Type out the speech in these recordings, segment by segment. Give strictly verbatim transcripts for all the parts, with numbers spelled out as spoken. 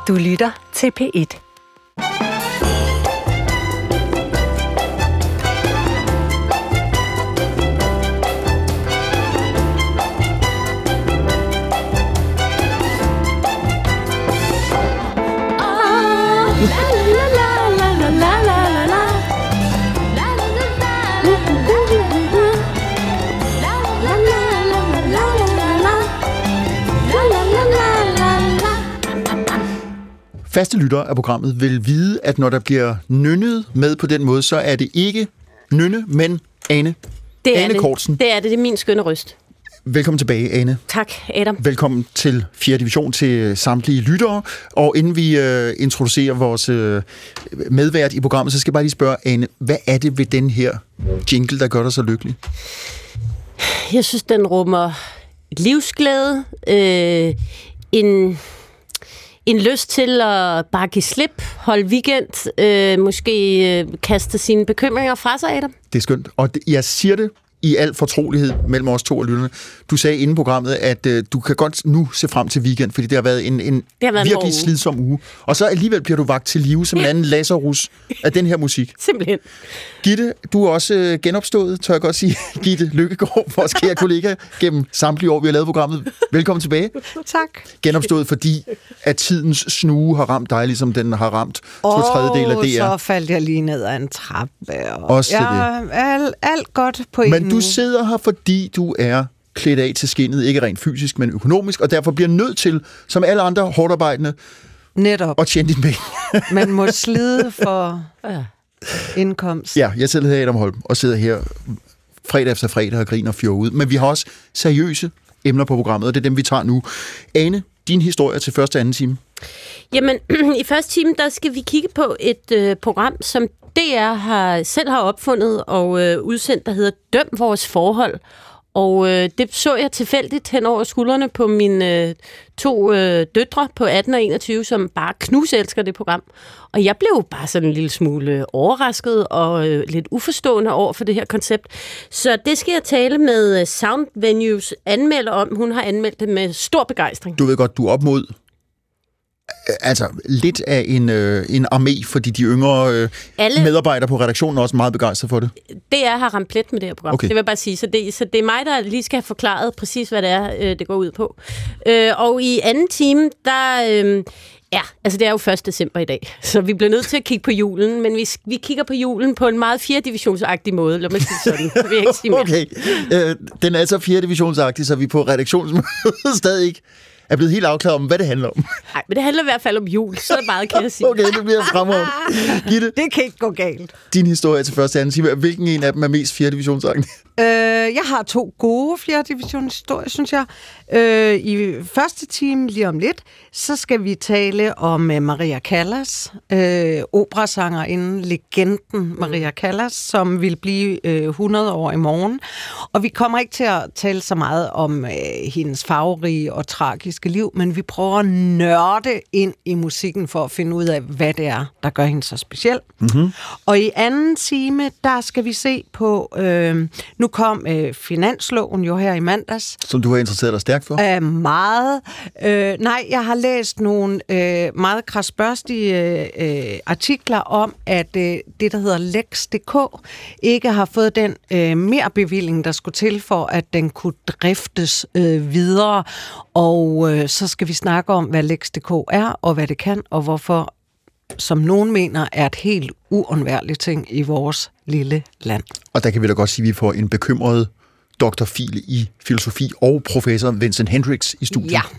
Du lytter til P et. Faste lyttere af programmet vil vide, at når der bliver nynnet med på den måde, så er det ikke nynne, men Ane. Det er Ane det. Cortzen. Det er det. Det er min skønne røst. Velkommen tilbage, Ane. Tak, Adam. Velkommen til fjerde division til samtlige lyttere. Og inden vi øh, introducerer vores øh, medvært i programmet, så skal jeg bare lige spørge, Ane, hvad er det ved den her jingle, der gør dig så lykkelig? Jeg synes, den rummer livsglæde, øh, en... En lyst til at bare give slip, holde weekend, øh, måske øh, kaste sine bekymringer fra sig, Adam. Det er skønt. Og det, jeg siger det i al fortrolighed mellem os to og lytterne. Du sagde inden programmet, at øh, du kan godt nu se frem til weekend, fordi det har været en, en har været virkelig en slidsom uge. Og så alligevel bliver du vagt til live som en anden Lazarus af den her musik. Simpelthen. Gitte, du er også øh, genopstået, tør jeg godt sige. Gitte Lykkegaard, vores kære kollega, gennem samtlige år, vi har lavet programmet. Velkommen tilbage. Tak. Genopstået, fordi at tidens snue har ramt dig, ligesom den har ramt to oh, tredjedel af D R. Så faldt jeg lige ned ad en trappe. Og Også ja, det. Alt, alt godt på en Men du sidder her, fordi du er klædt af til skinnet, ikke rent fysisk, men økonomisk, og derfor bliver nødt til, som alle andre hårdarbejdende, netop at tjene dine penge. Man må slide for ja. indkomst. Ja, jeg sidder her, Adam Holm, og sidder her fredag efter fredag og griner og fjord ud. Men vi har også seriøse emner på programmet, og det er dem, vi tager nu. Ane, din historie til første og anden time. Jamen, i første time, der skal vi kigge på et øh, program, som D R har, selv har opfundet og øh, udsendt, der hedder Døm vores forhold. Og øh, det så jeg tilfældigt hen over skuldrene på mine øh, to øh, døtre på atten og enogtyve, som bare knuselsker det program. Og jeg blev bare sådan en lille smule overrasket og øh, lidt uforstående over for det her koncept. Så det skal jeg tale med Sound Venues anmelder om. Hun har anmeldt det med stor begejstring. Du ved godt, du er op mod altså lidt af en, øh, en armé, fordi de yngre øh, Alle... medarbejdere på redaktionen er også meget begejstrede for det. D R har ramt plet med det her program, okay. Det vil jeg bare sige. Så det, så det er mig, der lige skal have forklaret præcis, hvad det er, øh, det går ud på. Øh, og i anden time, der... Øh, ja, altså det er jo første december i dag, så vi bliver nødt til at kigge på julen, men vi, vi kigger på julen på en meget fjerde divisionsagtig måde, lad mig sige sådan. Det vil jeg ikke sige mere. Okay, øh, den er altså fjerde divisionsagtig, så vi på redaktionsmødet stadig ikke er blevet helt afklaret om, hvad det handler om. Nej, men det handler i hvert fald om jul, så meget kan jeg sige. Okay, det bliver fremover. Gitte, det kan ikke gå galt. Din historie til første og anden time, hvilken en af dem er mest fjerde divisionsagtig? Øh, jeg har to gode fjerde divisionshistorier, synes jeg. Øh, I første time, lige om lidt, så skal vi tale om uh, Maria Callas, øh, operasangerinden, legenden Maria Callas, som vil blive øh, hundrede år i morgen. Og vi kommer ikke til at tale så meget om øh, hendes farverige og tragiske liv, men vi prøver at nørde ind i musikken for at finde ud af, hvad det er, der gør hende så speciel. Mm-hmm. Og i anden time, der skal vi se på... Øh, nu kom øh, finansloven jo her i mandags. Som du har interesseret dig stærkt for? Øh, meget. Øh, nej, jeg har læst nogle øh, meget krasbørstige øh, artikler om, at øh, det, der hedder Lex punktum d k, ikke har fået den øh, merbevilling, der skulle til for, at den kunne driftes øh, videre. Og øh, så skal vi snakke om, hvad Lex punktum d k er, og hvad det kan, og hvorfor, som nogen mener, er et helt uundværligt ting i vores lille land. Og der kan vi da godt sige, at vi får en bekymret doktorfil i filosofi og professor Vincent Hendricks i studiet. Ja.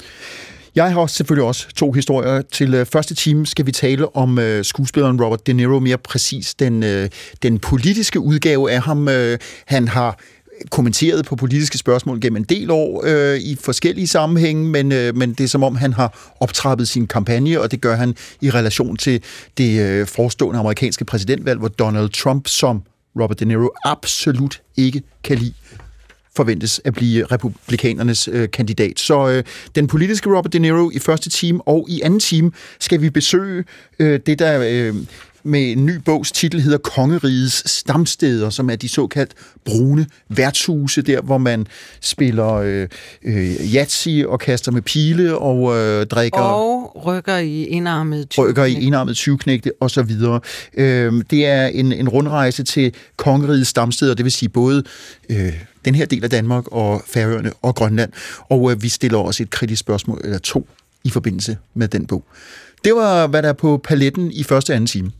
Jeg har selvfølgelig også to historier. Til første time skal vi tale om øh, skuespilleren Robert De Niro, mere præcis den, øh, den politiske udgave af ham. Øh, han har kommenteret på politiske spørgsmål gennem en del år øh, i forskellige sammenhænge, men, øh, men det er som om, han har optrappet sin kampagne, og det gør han i relation til det øh, forestående amerikanske præsidentvalg, hvor Donald Trump, som Robert De Niro absolut ikke kan lide, forventes at blive republikanernes øh, kandidat. Så øh, den politiske Robert De Niro i første time, og i anden time skal vi besøge øh, det, der øh, med en ny bogs titel hedder Kongerigets Stamsteder, som er de såkaldt brune værtshuse, der hvor man spiller øh, øh, Yahtzee og kaster med pile og øh, drikker... Og rykker i enarmet tyveknægte. Rykker i enarmet tyveknægte og så videre. Øh, det er en, en rundrejse til Kongerigets Stamsteder, det vil sige både øh, den her del af Danmark og Færøerne og Grønland. Og øh, vi stiller også et kritisk spørgsmål, eller to, i forbindelse med den bog. Det var, hvad der er på paletten i første og anden time.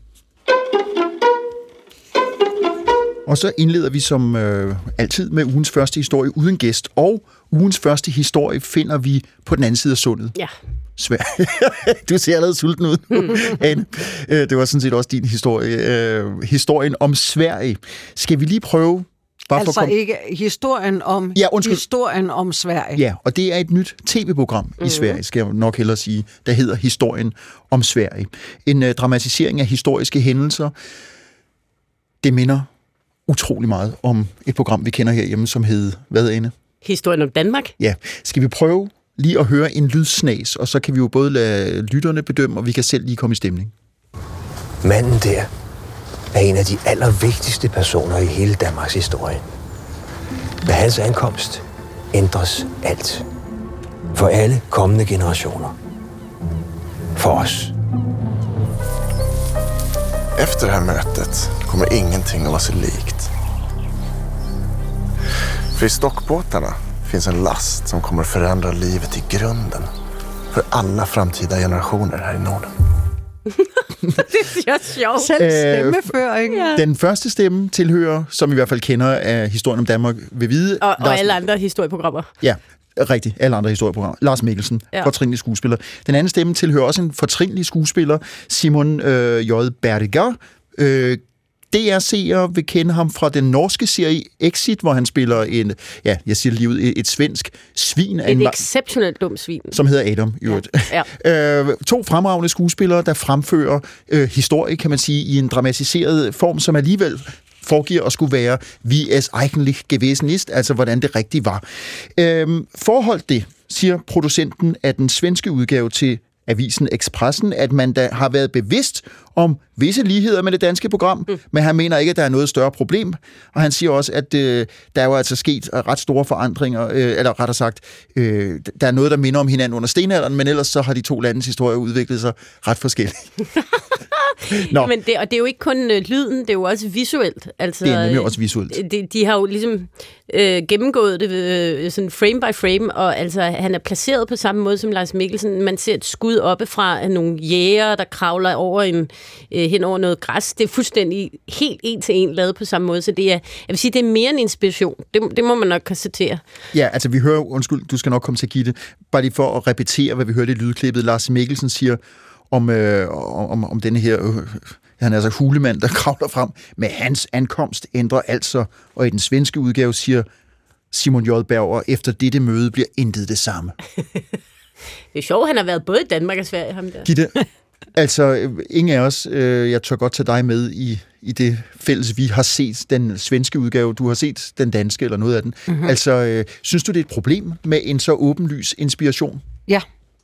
Og så indleder vi som øh, altid med ugens første historie uden gæst. Og ugens første historie finder vi på den anden side af sundet. Ja. Sverige. Du ser allerede sulten ud nu, Ane. Det var sådan set også din historie. Historien om Sverige. Skal vi lige prøve... Bare altså kom... ikke historien om ja, historien om Sverige. Ja, og det er et nyt tv-program mm-hmm. i Sverige, skal jeg nok hellere sige, der hedder Historien om Sverige. En uh, dramatisering af historiske hændelser. Det minder utrolig meget om et program, vi kender herhjemme, som hed, hvad Ane? Historien om Danmark? Ja. Skal vi prøve lige at høre en lydsnas, og så kan vi jo både lade lytterne bedømme, og vi kan selv lige komme i stemning. Manden der er en af de allervigtigste personer i hele Danmarks historie. Med hans ankomst ændres alt. For alle kommende generationer. For os. Efter det här mötet kommer ingenting att vara sig likt. För i stockbåtarna finns en last som kommer att förändra livet i grunden för alla framtida generationer här i Norden. Det er sjovt. Selv stemmeføring. Øh, den første stemme tilhører, som i hvert fald kender af Historien om Danmark, vil vide... Og, og Lars... alle andre historieprogrammer. Ja, rigtigt. Alle andre historieprogrammer. Lars Mikkelsen, ja. Fortrinlig skuespiller. Den anden stemme tilhører også en fortrinlig skuespiller, Simon øh, J. Berger. Øh, D R-seere vil kende ham fra den norske serie Exit, hvor han spiller en, ja, jeg siger lige ud, et, et svensk svin. Et en, exceptionelt dumt svin. Som hedder Adam, i øvrigt. Ja. Ja. øh, to fremragende skuespillere, der fremfører øh, historie, kan man sige, i en dramatiseret form, som alligevel foregiver at skulle være, wie es eigentlich gewesen ist, altså hvordan det rigtigt var. Øh, forhold det, siger producenten af den svenske udgave til avisen Expressen, at man da har været bevidst om visse ligheder med det danske program, mm. men han mener ikke, at der er noget større problem. Og han siger også, at øh, der er jo altså sket ret store forandringer, øh, eller rettere sagt, øh, der er noget, der minder om hinanden under stenalderen, men ellers så har de to landes historie udviklet sig ret forskelligt. Nå. Men det, og det er jo ikke kun øh, lyden, det er jo også visuelt. Altså, det er nemlig også visuelt. De, de har jo ligesom øh, gennemgået det øh, sådan frame by frame, og altså, han er placeret på samme måde som Lars Mikkelsen. Man ser et skud oppefra af nogle jæger, der kravler over en, øh, hen over noget græs. Det er fuldstændig helt en til en lavet på samme måde, så det er, jeg vil sige, det er mere en inspiration. Det, det må man nok konstatere. Ja, altså vi hører, undskyld, du skal nok komme til at give det, bare lige for at repetere, hvad vi hørte i lydklippet. Lars Mikkelsen siger, om, øh, om, om denne her, øh, han er altså hulemand, der kravler frem. Med hans ankomst ændrer altså, og i den svenske udgave siger Simon J. Berger, efter dette møde bliver intet det samme. Det er sjovt, han har været både i Danmark og Sverige, ham der. Gitte, altså ingen af os, øh, jeg tør godt tage dig med i, i det fælles, vi har set den svenske udgave, du har set den danske eller noget af den. Mm-hmm. Altså, øh, synes du, det er et problem med en så åbenlys inspiration? Ja.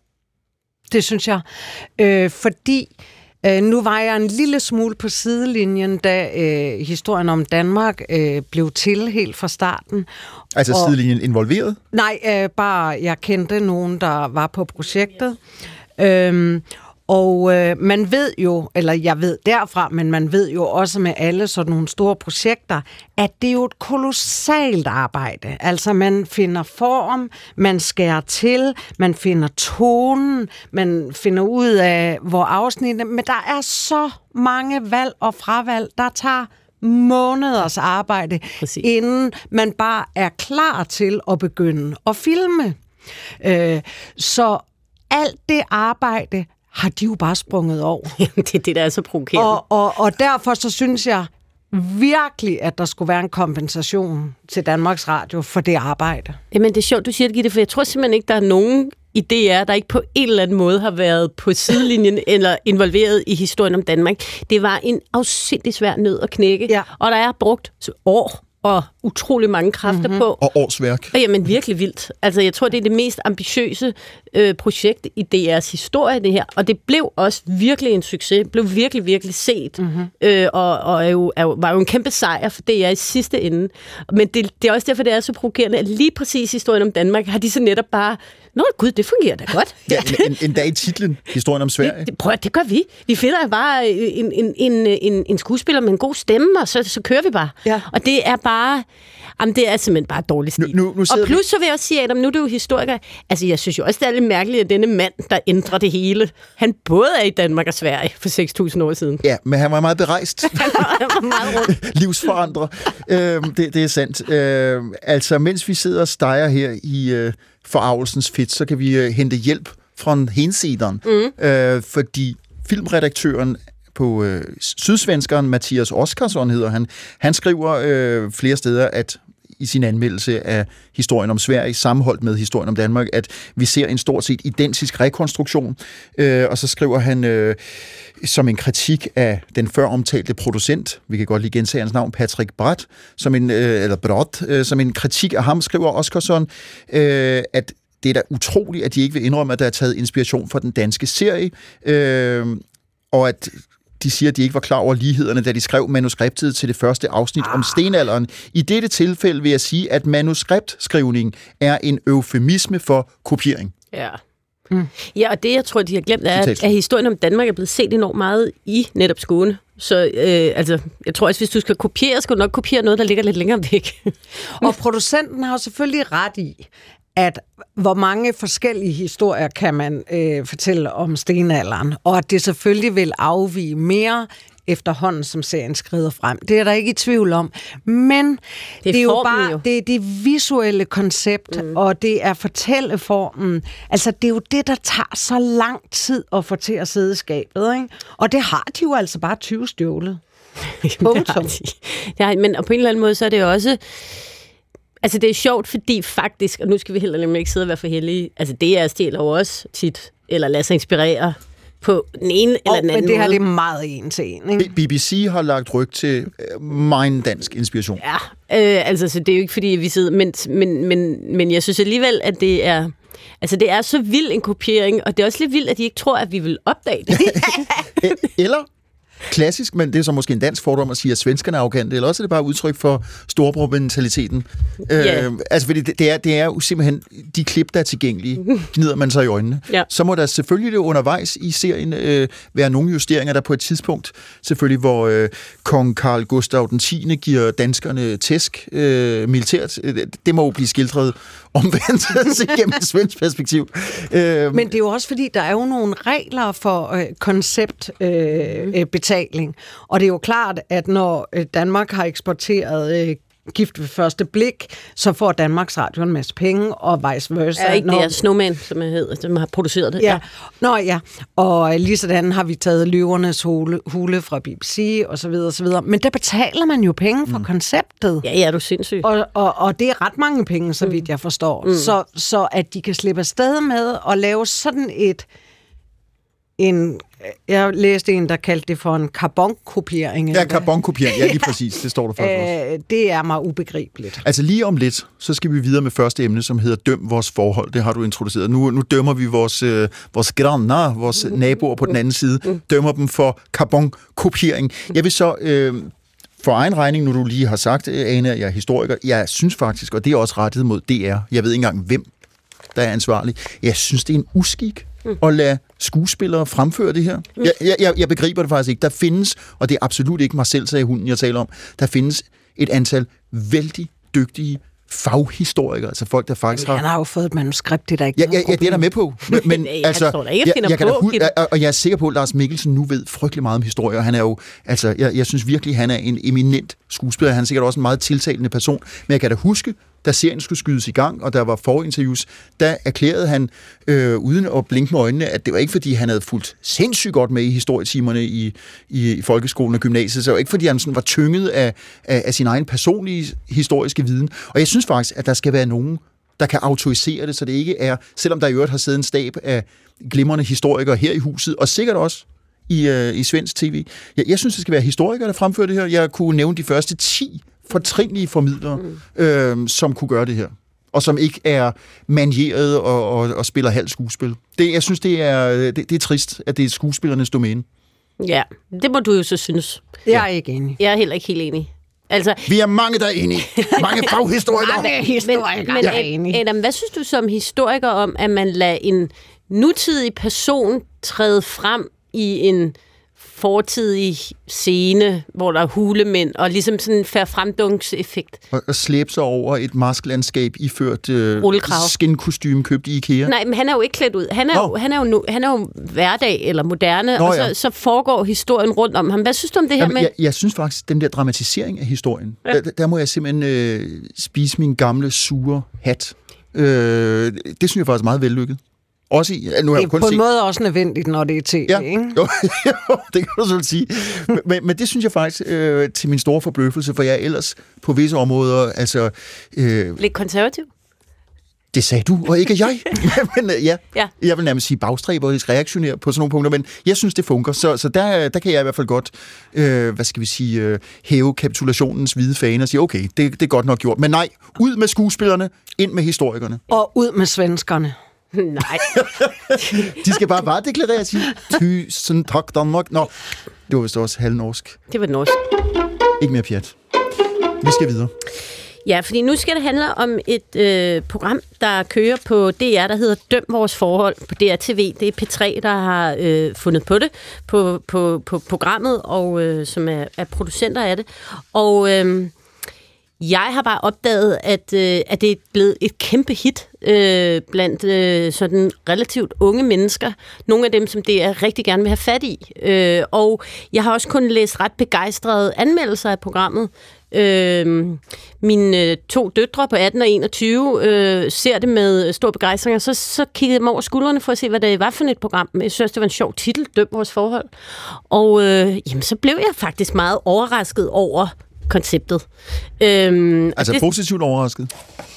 Det synes jeg, øh, fordi øh, nu var jeg en lille smule på sidelinjen, da øh, historien om Danmark øh, blev til helt fra starten. Altså og, sidelinjen involveret? Nej, øh, bare jeg kendte nogen, der var på projektet. Øhm, og øh, man ved jo, eller jeg ved derfra, men man ved jo også med alle sådan nogle store projekter, at det er jo et kolossalt arbejde. Altså man finder form, man skærer til, man finder tonen, man finder ud af, hvor afsnittet, men der er så mange valg og fravalg, der tager måneders arbejde, Præcis. inden man bare er klar til at begynde at filme. Øh, så alt det arbejde har de jo bare sprunget over. Det er det, der er så provokerende. Og, og, og derfor så synes jeg virkelig, at der skulle være en kompensation til Danmarks Radio for det arbejde. Jamen, det er sjovt, du siger det, Gitte, for jeg tror simpelthen ikke, der er nogen i D R, der ikke på en eller anden måde har været på sidelinjen eller involveret i historien om Danmark. Det var en afsindig svær nød at knække, ja. Og der er brugt år og utrolig mange kræfter mm-hmm. på. Og årsværk. Og jamen, virkelig vildt. Altså, jeg tror, det er det mest ambitiøse øh, projekt i D R's historie, det her. Og det blev også virkelig en succes. Det blev virkelig, virkelig set. Mm-hmm. Øh, og og er jo, er jo, var jo en kæmpe sejr for D R i sidste ende. Men det, det er også derfor, det er så provokerende, at lige præcis historien om Danmark har de så netop bare... Nå gud, det fungerer da godt. Ja, en, en dag i titlen, historien om Sverige. Det, det, prøv, det gør vi. Vi finder bare en, en, en, en, en skuespiller med en god stemme, og så, så kører vi bare. Ja. Og det er bare... Jamen, det er simpelthen bare dårlig stil. Nu, nu, nu og plus, vi... så vil jeg også sige, Adam, nu er du jo historiker. Altså, jeg synes jo også, det er lidt mærkeligt, at denne mand, der ændrer det hele, han både er i Danmark og Sverige for seks tusind år siden. Ja, men han var meget berejst. han var meget rundt. Livsforandrer. øhm, det, det er sandt. Øhm, altså, mens vi sidder og steger her i øh, forarvelsens fedt, så kan vi øh, hente hjælp fra hensideren. Mm. Øh, fordi filmredaktøren på øh, Sydsvenskeren, Mathias Oskarsson hedder han, han skriver øh, flere steder, at i sin anmeldelse af historien om Sverige, sammenholdt med historien om Danmark, at vi ser en stort set identisk rekonstruktion. Øh, og så skriver han øh, som en kritik af den før omtalte producent, vi kan godt lige gentage hans navn, Patrick Bratt, som en, øh, eller Bratt, øh, som en kritik af ham, skriver Oskarsson, øh, at det er da utroligt, at de ikke vil indrømme, at der er taget inspiration fra den danske serie, øh, og at de siger, at de ikke var klar over lighederne, da de skrev manuskriptet til det første afsnit ah. om stenalderen. I dette tilfælde vil jeg sige, at manuskriptskrivning er en eufemisme for kopiering. Ja. Mm. Ja, og det, jeg tror, de har glemt, er, at, at historien om Danmark er blevet set enormt meget i netop Skåne. Så øh, altså, jeg tror også, hvis du skal kopiere, skal du nok kopiere noget, der ligger lidt længere væk. Og producenten har jo selvfølgelig ret i, at hvor mange forskellige historier kan man øh, fortælle om stenalderen, og at det selvfølgelig vil afvige mere efterhånden, som serien skrider frem. Det er der ikke i tvivl om. Men det er, det er jo bare jo. Det, er det visuelle koncept, mm. og det er fortælleformen. Altså, det er jo det, der tager så lang tid at få til at sidde i skabet, ikke? Og det har de jo altså bare tyve stjålet. Punktum. Ja, men og på en eller anden måde, så er det jo også... Altså, det er sjovt, fordi faktisk, og nu skal vi heller ikke sidde og være for heldige, altså, D R stjæler jo også tit, eller lader sig inspirere på den ene eller oh, den anden men det her, måde. det er meget en til en, ikke? B B C har lagt ryg til meget dansk inspiration. Ja, øh, altså, så det er jo ikke, fordi vi sidder, men, men, men, men jeg synes alligevel, at det er... Altså, det er så vild en kopiering, og det er også lidt vildt, at de ikke tror, at vi vil opdage det. Eller... klassisk, men det er så måske en dansk fordom at sige, at svenskerne er arrogante, eller også er det bare udtryk for storebror-mentaliteten. Yeah. Øh, altså, fordi det, det, er, det er jo simpelthen de klip, der er tilgængelige, gnider man sig i øjnene. Yeah. Så må der selvfølgelig undervejs i serien øh, være nogle justeringer, der på et tidspunkt, selvfølgelig, hvor øh, kong Carl Gustav den tiende giver danskerne tæsk øh, militært. Det må jo blive skildret omvendt gennem et svensk perspektiv. Øh, men det er jo også fordi, der er jo nogle regler for øh, koncept øh, øh, betaling. Og det er jo klart, at når Danmark har eksporteret øh, Gift ved første blik, så får Danmarks Radio en masse penge, og vice versa. Er ikke når... det er Snowman, som jeg hedder, som har produceret det? Ja. ja. Nå ja, og lige sådan har vi taget Løvernes hule, hule fra B B C, og så videre, og så videre. Men der betaler man jo penge for mm. konceptet. Ja, ja, er du sindssyg. Og, og, og det er ret mange penge, så vidt jeg forstår. Mm. Så, så at de kan slippe afsted med at lave sådan et en, jeg læste en, der kaldte det for en carbonkopiering. Ja, carbonkopiering, ja, lige præcis. Det står der faktisk også. Det er mig ubegribeligt. Altså lige om lidt, så skal vi videre med første emne, som hedder Døm vores forhold. Det har du introduceret. Nu, nu dømmer vi vores, øh, vores granner, vores naboer på den anden side, dømmer dem for carbonkopiering. Jeg vil så... Øh, for egen regning, nu du lige har sagt, Ane, jeg er historiker, jeg synes faktisk, og det er også rettet mod D R, jeg ved ikke engang, hvem der er ansvarlig, jeg synes, det er en uskik mm. at lade skuespillere fremføre det her. Mm. Jeg, jeg, jeg begriber det faktisk ikke. Der findes, og det er absolut ikke mig selv, sagde hunden, jeg taler om, der findes et antal vældig dygtige faghistorikere, altså folk, der faktisk har... Han har jo fået et manuskript, det er der ikke ja, ja, ja, det er der med på. Men, men altså, står der ikke, jeg, jeg kan på, da, og, og jeg er sikker på, at Lars Mikkelsen nu ved frygtelig meget om historie, og han er jo, altså, jeg, jeg synes virkelig, han er en eminent skuespiller. Han er sikkert også en meget tiltalende person, men jeg kan da huske, da serien skulle skydes i gang, og der var forinterviews, der erklærede han, øh, uden at blinke med øjnene, at det var ikke, fordi han havde fulgt sindssygt godt med i historietimerne i, i, i folkeskolen og gymnasiet, så det var ikke, fordi han sådan var tynget af, af, af sin egen personlige historiske viden. Og jeg synes faktisk, at der skal være nogen, der kan autorisere det, så det ikke er, selvom der i øvrigt har siddet en stab af glimrende historikere her i huset, og sikkert også i, øh, i svensk tv. Jeg, jeg synes, det skal være historikere, der fremfører det her. Jeg kunne nævne de første ti fortrinlige formidlere, mm. øh, som kunne gøre det her. og som ikke er manieret og, og, og spiller halvt skuespil. Det, jeg synes, det er, det, det er trist, at det er skuespillernes domæne. Ja, det må du jo så synes. Jeg er ikke enig. Jeg er heller ikke helt enig. Altså, vi er mange, der er enige. Mange faghistorikere. Mange historikere, men, der er enige. Adam, hvad synes du som historiker om, at man lader en nutidig person træde frem i en fortidig scene, hvor der er hulemænd, og ligesom sådan en færfremdunkseffekt. Og, og slæbe sig over et masklandskab iført øh, Rullekrav. skinkostyme købt i IKEA. Nej, men han er jo ikke klædt ud. Han er, Nå. jo, han er, jo, nu, han er jo hverdag eller moderne, Nå, og ja. så, så foregår historien rundt om ham. Hvad synes du om det her Jamen, med... jeg, jeg synes faktisk, den der dramatisering af historien, Ja. der, der må jeg simpelthen øh, spise min gamle, sure hat. Øh, det synes jeg faktisk er meget vellykket. Også i, nu har Det jeg er kun på en set... måde også nødvendigt, når det er tv, Ja, ikke? jo, jo, det kan du selvfølgelig sige. Men, men, men det synes jeg faktisk øh, til min store forbløffelse, for jeg er ellers på visse områder, altså... Øh, Lidt konservativ? det sagde du, og ikke jeg. men øh, ja, Ja. jeg vil nærmest sige bagstræberisk reaktionær på sådan nogle punkter, men jeg synes, det fungerer. Så, så der, der kan jeg i hvert fald godt, øh, hvad skal vi sige, øh, hæve kapitulationens hvide fane og sige, okay, det, det er godt nok gjort. Men nej, ud med skuespillerne, ind med historikerne. Og ud med svenskerne. Nej. De skal bare bare deklarere og sige, tusind tak Danmark. Nå, det var vist også halvnorsk. Det var norsk. Ikke mere pjat. Vi skal videre. Ja, fordi nu skal det handle om et øh, program, der kører på D R, der hedder Døm vores forhold på D R T V. Det er P tre, der har øh, fundet på det, på, på, på programmet, og øh, som er, er producenter af det. Og øh, jeg har bare opdaget, at, øh, at det er blevet et kæmpe hit øh, blandt øh, sådan relativt unge mennesker. Nogle af dem, som det er rigtig gerne vil have fat i. Øh, og jeg har også kun læst ret begejstrede anmeldelser af programmet. Øh, mine øh, to døtre på atten og enogtyve øh, ser det med stor begejstring, og så, så kiggede jeg mig over skuldrene for at se, hvad det var for et program. Jeg synes, det var en sjov titel, Døm vores forhold. Og øh, jamen, så blev jeg faktisk meget overrasket over konceptet. Øhm, Altså det, positivt overrasket.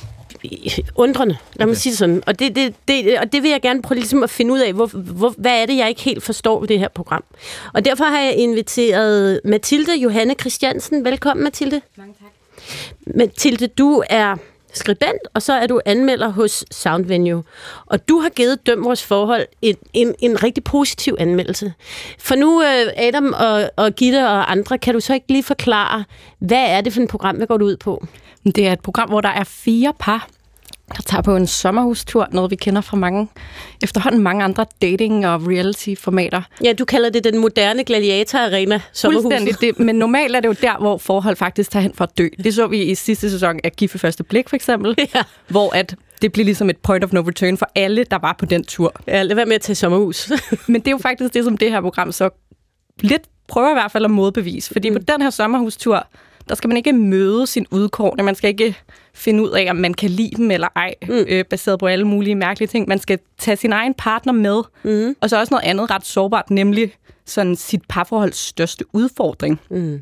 undrende, lad mig Okay. sige sådan. Og det, det, det, og det vil jeg gerne prøve ligesom at finde ud af, hvor, hvor, hvad er det, jeg ikke helt forstår ved det her program. Og derfor har jeg inviteret Mathilde Johanne Christiansen. Velkommen, Mathilde. Mange tak. Mathilde, du er skribent, og så er du anmelder hos Soundvenue. Og du har givet Døm vores forhold en, en, en rigtig positiv anmeldelse. For nu, Adam og, og Gitte og andre, kan du så ikke lige forklare, hvad er det for et program, hvad går det ud på? Det er et program, hvor der er fire par, der tager på en sommerhustur, noget vi kender fra mange, efterhånden mange andre dating- og reality-formater. Ja, du kalder det den moderne gladiator-arena, sommerhuset. Fuldstændig, det, men normalt er det jo der, hvor forhold faktisk tager hen for at dø. Det så vi i sidste sæson af Gift ved første blik, for eksempel, Ja. hvor at det bliver ligesom et point of no return for alle, der var på den tur. Ja, lad være med at tage sommerhus. Men det er jo faktisk det, som det her program så lidt prøver i hvert fald at modbevise. Fordi mm. på den her sommerhustur, der skal man ikke møde sin udkårne. Man skal ikke finde ud af, om man kan lide dem eller ej, mm. øh, baseret på alle mulige mærkelige ting. Man skal tage sin egen partner med. Mm. Og så også noget andet ret sårbart, nemlig sådan sit parforholds største udfordring. Mm.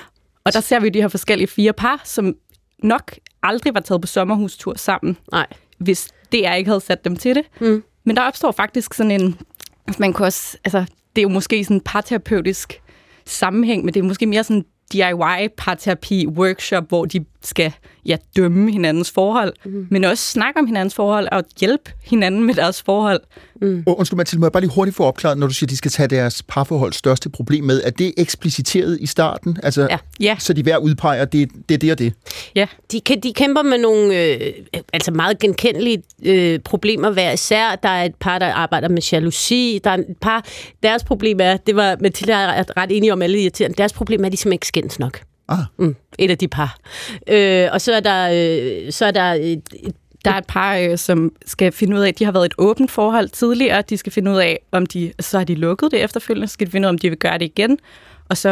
Og der ser vi de her forskellige fire par, som nok aldrig var taget på sommerhustur sammen, Nej. hvis D R ikke havde sat dem til det. Mm. Men der opstår faktisk sådan en... Man kunne også, altså, det er jo måske sådan en parterapeutisk sammenhæng, men det er måske mere sådan D I Y-parterapi-workshop, hvor de skal ja, dømme hinandens forhold, mm. men også snakke om hinandens forhold og hjælpe hinanden med deres forhold. Mm. Undskyld, Mathilde, må jeg bare lige hurtigt få opklaret, når du siger, at de skal tage deres parforholds største problem med. Er det ekspliciteret i starten? Altså, Ja. Ja. Så de hver udpeger, det, det er det og det? Ja. De, de kæmper med nogle øh, altså meget genkendelige øh, problemer hver især. Der er et par, der arbejder med jalousi. Der er et par, deres problem er, det var Mathilde er ret enige om alle irriterende, deres problem er, at de simpelthen ikke skændes nok. Ah. Mm, et af de par. Øh, og så er der, øh, så er der et, et Der er et par, øh, som skal finde ud af, at de har været i et åbent forhold tidligere. De skal finde ud af, om de så har de lukket det efterfølgende. Så skal de finde ud af, om de vil gøre det igen. Og så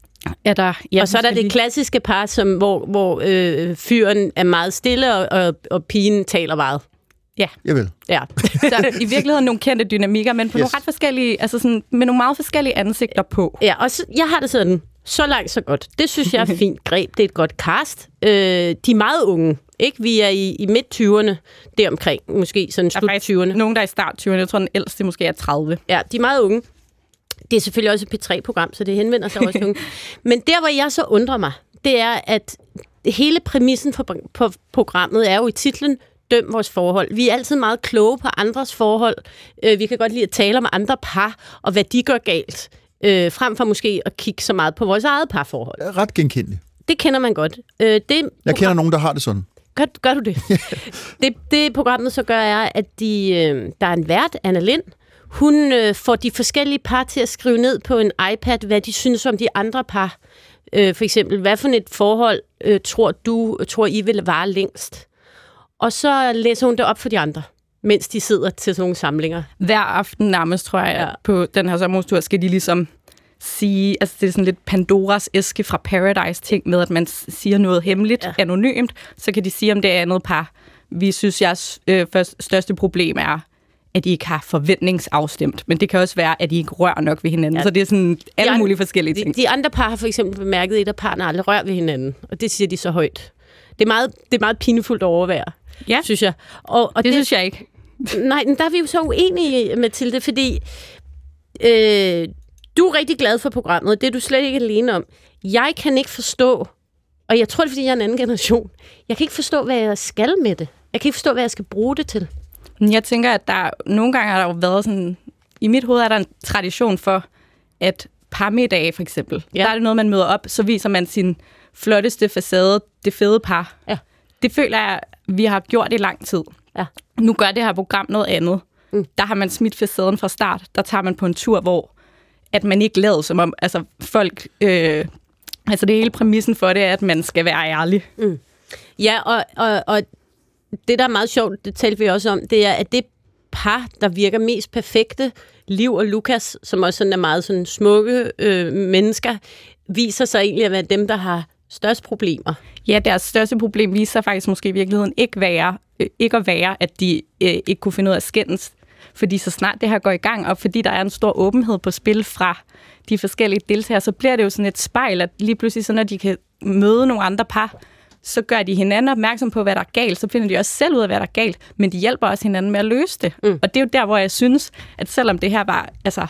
er der... Ja, og så er der det klassiske par, som, hvor, hvor øh, fyren er meget stille, og, og, og pigen taler meget. Ja. Jeg vil. Ja. Så i virkeligheden nogle kendte dynamikker, men på yes. nogle ret forskellige, altså sådan, med nogle meget forskellige ansigter på. Ja, og så, jeg har det sådan, så langt, så godt. Det synes jeg er fint greb. Det er et godt cast. Øh, de er meget unge, ikke? Vi er i, i midt-tyverne, deromkring, måske sådan slut-tyverne. Nogen, der er i start-tyverne. Jeg tror, den ældste måske er tredive. Ja, de er meget unge. Det er selvfølgelig også et P tre program, så det henvender sig også unge. Men der, hvor jeg så undrer mig, det er, at hele præmissen for, for programmet er jo i titlen døm vores forhold. Vi er altid meget kloge på andres forhold. Øh, vi kan godt lide at tale om andre par, og hvad de gør galt, øh, frem for måske at kigge så meget på vores eget parforhold. Ret genkendeligt. Det kender man godt. Øh, det Jeg kender nogen, der har det sådan. Gør, gør du det? det? Det programmet så gør er, at de, øh, der er en vært, Anna Lind. Hun øh, får de forskellige par til at skrive ned på en iPad, hvad de synes om de andre par. Øh, for eksempel, hvad for et forhold øh, tror du, tror I vil vare længst? Og så læser hun det op for de andre, mens de sidder til sådan nogle samlinger. Hver aften nærmest, tror jeg, ja. På den her sommerhustur skal de ligesom sige, altså det er sådan lidt Pandoras æske fra Paradise-ting med, at man siger noget hemmeligt, ja. Anonymt, så kan de sige om det andet par. Vi synes, jeres øh, største problem er, at I ikke har forventningsafstemt, men det kan også være, at I ikke rører nok ved hinanden. Ja. Så det er sådan alle de mulige forskellige ting. De, de andre par har for eksempel bemærket, at et af parrene aldrig rører ved hinanden, og det siger de så højt. Det er meget, det er meget pinefuldt at overvære, ja. Synes jeg. Og, og det, det synes jeg ikke. Nej, men der er vi jo så uenige, Mathilde, fordi øh, du er rigtig glad for programmet, det er du slet ikke alene om. Jeg kan ikke forstå, og jeg tror det er, fordi jeg er en anden generation, jeg kan ikke forstå, hvad jeg skal med det. Jeg kan ikke forstå, hvad jeg skal bruge det til. Jeg tænker, at der nogle gange har der jo været sådan, i mit hoved er der en tradition for, at parmiddage for eksempel, ja. Der er det noget, man møder op, så viser man sin flotteste facade, det fede par. Ja. Det føler jeg, vi har gjort i lang tid. Ja. Nu gør det her program noget andet. Mm. Der har man smidt facaden fra start. Der tager man på en tur, hvor at man ikke lader som om, altså folk, øh, altså det hele præmissen for det er, at man skal være ærlig. Mm. Ja, og, og, og det, der er meget sjovt, det talte vi også om, det er, at det par, der virker mest perfekte, Liv og Lukas, som også sådan er meget sådan smukke øh, mennesker, viser sig egentlig at være dem, der har størst problemer. Ja, deres største problem viser sig faktisk måske i virkeligheden ikke, være, øh, ikke at være, at de øh, ikke kunne finde ud af at skændes. Fordi så snart det her går i gang, og fordi der er en stor åbenhed på spil fra de forskellige deltagere, så bliver det jo sådan et spejl, at lige pludselig, så når de kan møde nogle andre par, så gør de hinanden opmærksom på, hvad der er galt, så finder de også selv ud af, hvad der er galt, men de hjælper også hinanden med at løse det. Mm. Og det er jo der, hvor jeg synes, at selvom det her var, altså,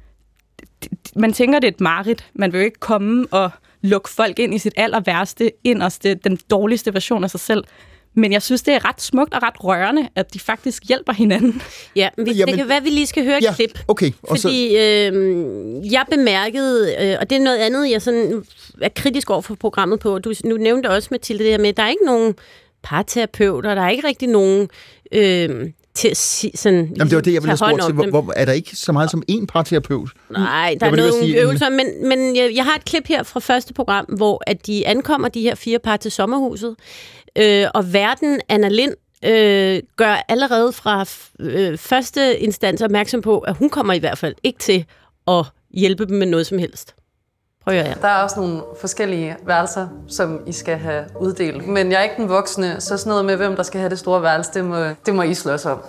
man tænker, det er et mareridt, man vil jo ikke komme og lukke folk ind i sit aller værste, inderste, den dårligste version af sig selv. Men jeg synes, det er ret smukt og ret rørende, at de faktisk hjælper hinanden. Ja, men det Jamen, kan være, at vi lige skal høre et ja, klip. Okay. Og fordi så... øh, jeg bemærkede, øh, og det er noget andet, jeg sådan er kritisk over for programmet på. Du nu nævnte også, Mathilde, det her med, at der er ikke nogen parterapeuter, der er ikke rigtig nogen øh, til at sige sådan... Jamen, det var det, jeg ville have spurgt til. Hvor, hvor, er der ikke så meget som én parterapeut? Nej, der er nogle sige, øvelser, men, men jeg, jeg har et klip her fra første program, hvor at de ankommer, de her fire par til sommerhuset, øh, og verden, Anna Lind, øh, gør allerede fra øh, første instans opmærksom på, at hun kommer i hvert fald ikke til at hjælpe dem med noget som helst. Prøv at høre. Der er også nogle forskellige værelser, som I skal have uddelt. Men jeg er ikke den voksne, så sådan noget med, hvem der skal have det store værelse, det må, det må I slås om.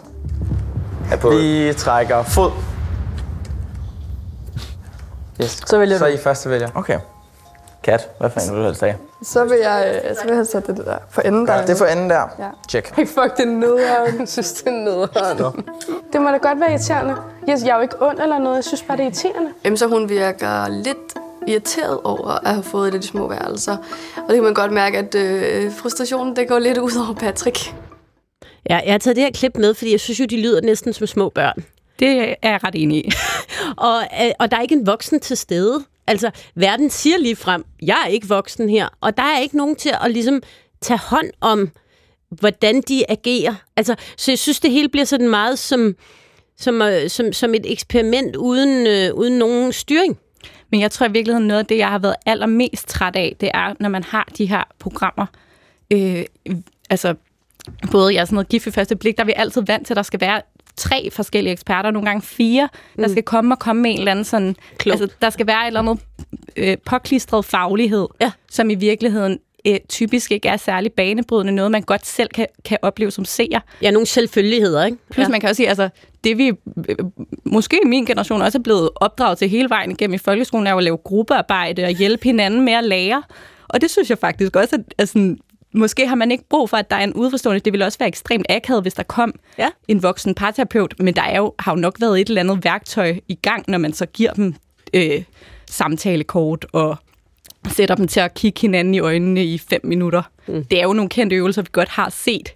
Vi trækker fod. Yes. Så vælger så du. Så I første vælger. Okay. Kat, hvad fanden vil du helst have? Så vil jeg, så vil jeg sætte det der for enden der. Ja, det er for enden der. Ja. Check. Hey, fuck, det er nederen. Jeg synes, det er nederen. Det må da godt være irriterende. Jeg er jo ikke ond eller noget. Jeg synes bare, det er irriterende. Jamen, så hun virker lidt irriteret over at have fået det de små værelser. Og det kan man godt mærke, at øh, frustrationen det går lidt ud over Patrick. Ja, jeg har taget det her klip med, fordi jeg synes jo, de lyder næsten som små børn. Det er jeg ret enig i. og, og der er ikke en voksen til stede. Altså, verden siger lige frem, jeg er ikke voksen her, og der er ikke nogen til at ligesom tage hånd om, hvordan de agerer. Altså, så jeg synes, det hele bliver sådan meget som, som, som, som et eksperiment uden, øh, uden nogen styring. Men jeg tror i virkeligheden, noget af det, jeg har været allermest træt af, det er, når man har de her programmer. Øh, altså, både jeg sådan noget gift ved første blik, der er vi altid vant til, at der skal være tre forskellige eksperter, nogle gange fire, der mm. skal komme og komme med en eller anden sådan... Klub. Altså, der skal være et eller andet øh, påklistret faglighed, ja. Som i virkeligheden øh, typisk ikke er særlig banebrydende, noget man godt selv kan, kan opleve som seer. Ja, nogle selvfølgeligheder, ikke? Plus ja. Man kan også sige, altså, det vi øh, måske i min generation også er blevet opdraget til hele vejen igennem i folkeskolen, er jo at lave gruppearbejde og hjælpe hinanden med at lære. Og det synes jeg faktisk også, at altså, måske har man ikke brug for, at der er en udforstående. Det ville også være ekstremt akavet, hvis der kom ja. En voksen parterapeut, men der er jo, har jo nok været et eller andet værktøj i gang, når man så giver dem øh, samtalekort og sætter dem til at kigge hinanden i øjnene i fem minutter. Mm. Det er jo nogle kendte øvelser, vi godt har set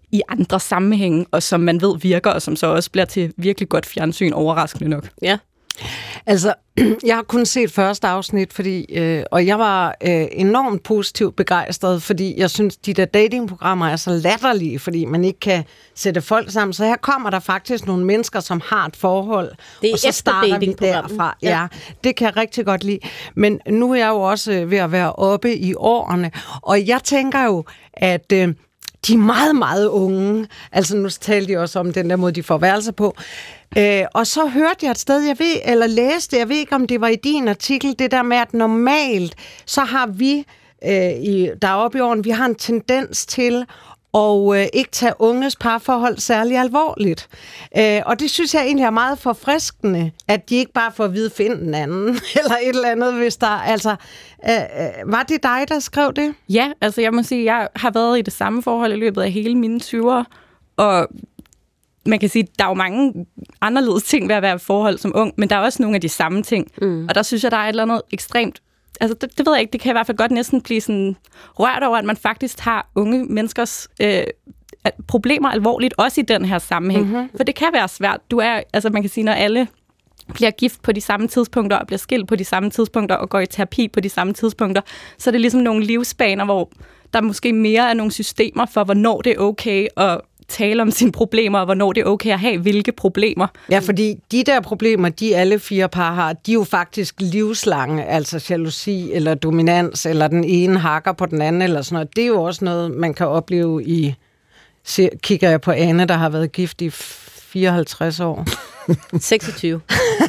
i andre sammenhænge, og som man ved virker, og som så også bliver til virkelig godt fjernsyn, overraskende nok. Ja. Altså, jeg har kun set første afsnit, fordi, øh, og jeg var øh, enormt positivt begejstret, fordi jeg synes, de der datingprogrammer er så latterlige, fordi man ikke kan sætte folk sammen. Så her kommer der faktisk nogle mennesker, som har et forhold, det er og så starter vi derfra. Ja. ja, det kan jeg rigtig godt lide. Men nu er jeg jo også ved at være oppe i årene, og jeg tænker jo, at øh, de er meget, meget unge. Altså, nu talte de også om den der måde, de får værelser på. Øh, og så hørte jeg et sted, jeg ved, eller læste, jeg ved ikke, om det var i din artikel, det der med, at normalt, så har vi, øh, i, deroppe i åren, vi har en tendens til at øh, ikke tage unges parforhold særlig alvorligt. Øh, og det synes jeg egentlig er meget forfriskende, at de ikke bare får at vide, find den anden, eller et eller andet, hvis der, altså, øh, øh, var det dig, der skrev det? Ja, altså jeg må sige, jeg har været i det samme forhold i løbet af hele mine tyvere, og man kan sige, at der er jo mange anderledes ting ved at være i forhold som ung, men der er også nogle af de samme ting. Mm. Og der synes jeg, der er et eller andet ekstremt. Altså, det, det ved jeg ikke, det kan i hvert fald godt næsten blive sådan rørt over, at man faktisk har unge menneskers øh, problemer alvorligt, også i den her sammenhæng. Mm-hmm. For det kan være svært. Du er, altså man kan sige, når alle bliver gift på de samme tidspunkter, og bliver skilt på de samme tidspunkter, og går i terapi på de samme tidspunkter, så er det ligesom nogle livsbaner, hvor der måske mere er nogle systemer for, hvornår det er okay at tale om sine problemer, og hvornår det er okay at have hvilke problemer. Ja, fordi de der problemer, de alle fire par har, de er jo faktisk livslange, altså jalousi eller dominans, eller den ene hakker på den anden, eller sådan noget. Det er jo også noget, man kan opleve i... Kigger jeg på Anne, der har været gift i fireoghalvtreds år. seksogtyve.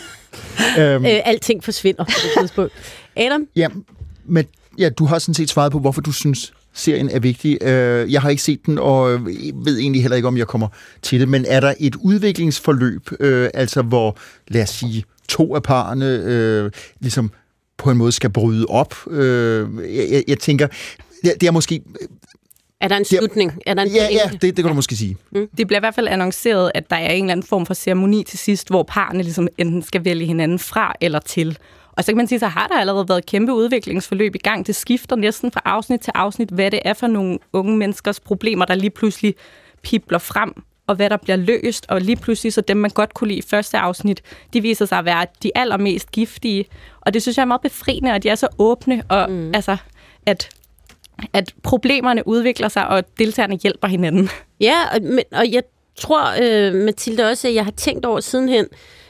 øhm. øh, alting forsvinder på det tidspunkt. Adam? Ja, men ja, du har sådan set svaret på, hvorfor du synes, serien er vigtig. Jeg har ikke set den, og ved egentlig heller ikke, om jeg kommer til det, men er der et udviklingsforløb, øh, altså hvor, lad os sige, to af parerne øh, ligesom på en måde skal bryde op? Øh, jeg, jeg tænker, det, det er måske... Er der en slutning? Er der en ja, ja, det, det kan du måske sige. Mm. Det bliver i hvert fald annonceret, at der er en eller anden form for ceremoni til sidst, hvor parerne ligesom enten skal vælge hinanden fra eller til. Og så kan man sige, så har der allerede været kæmpe udviklingsforløb i gang. Det skifter næsten fra afsnit til afsnit, hvad det er for nogle unge menneskers problemer, der lige pludselig pibler frem, og hvad der bliver løst. Og lige pludselig, så dem, man godt kunne lide i første afsnit, de viser sig at være de allermest giftige. Og det synes jeg er meget befriende, at de er så åbne, og mm. altså, at, at problemerne udvikler sig, og deltagerne hjælper hinanden. Ja, og, og jeg tror, øh, Mathilde, også, at jeg har tænkt over sidenhen,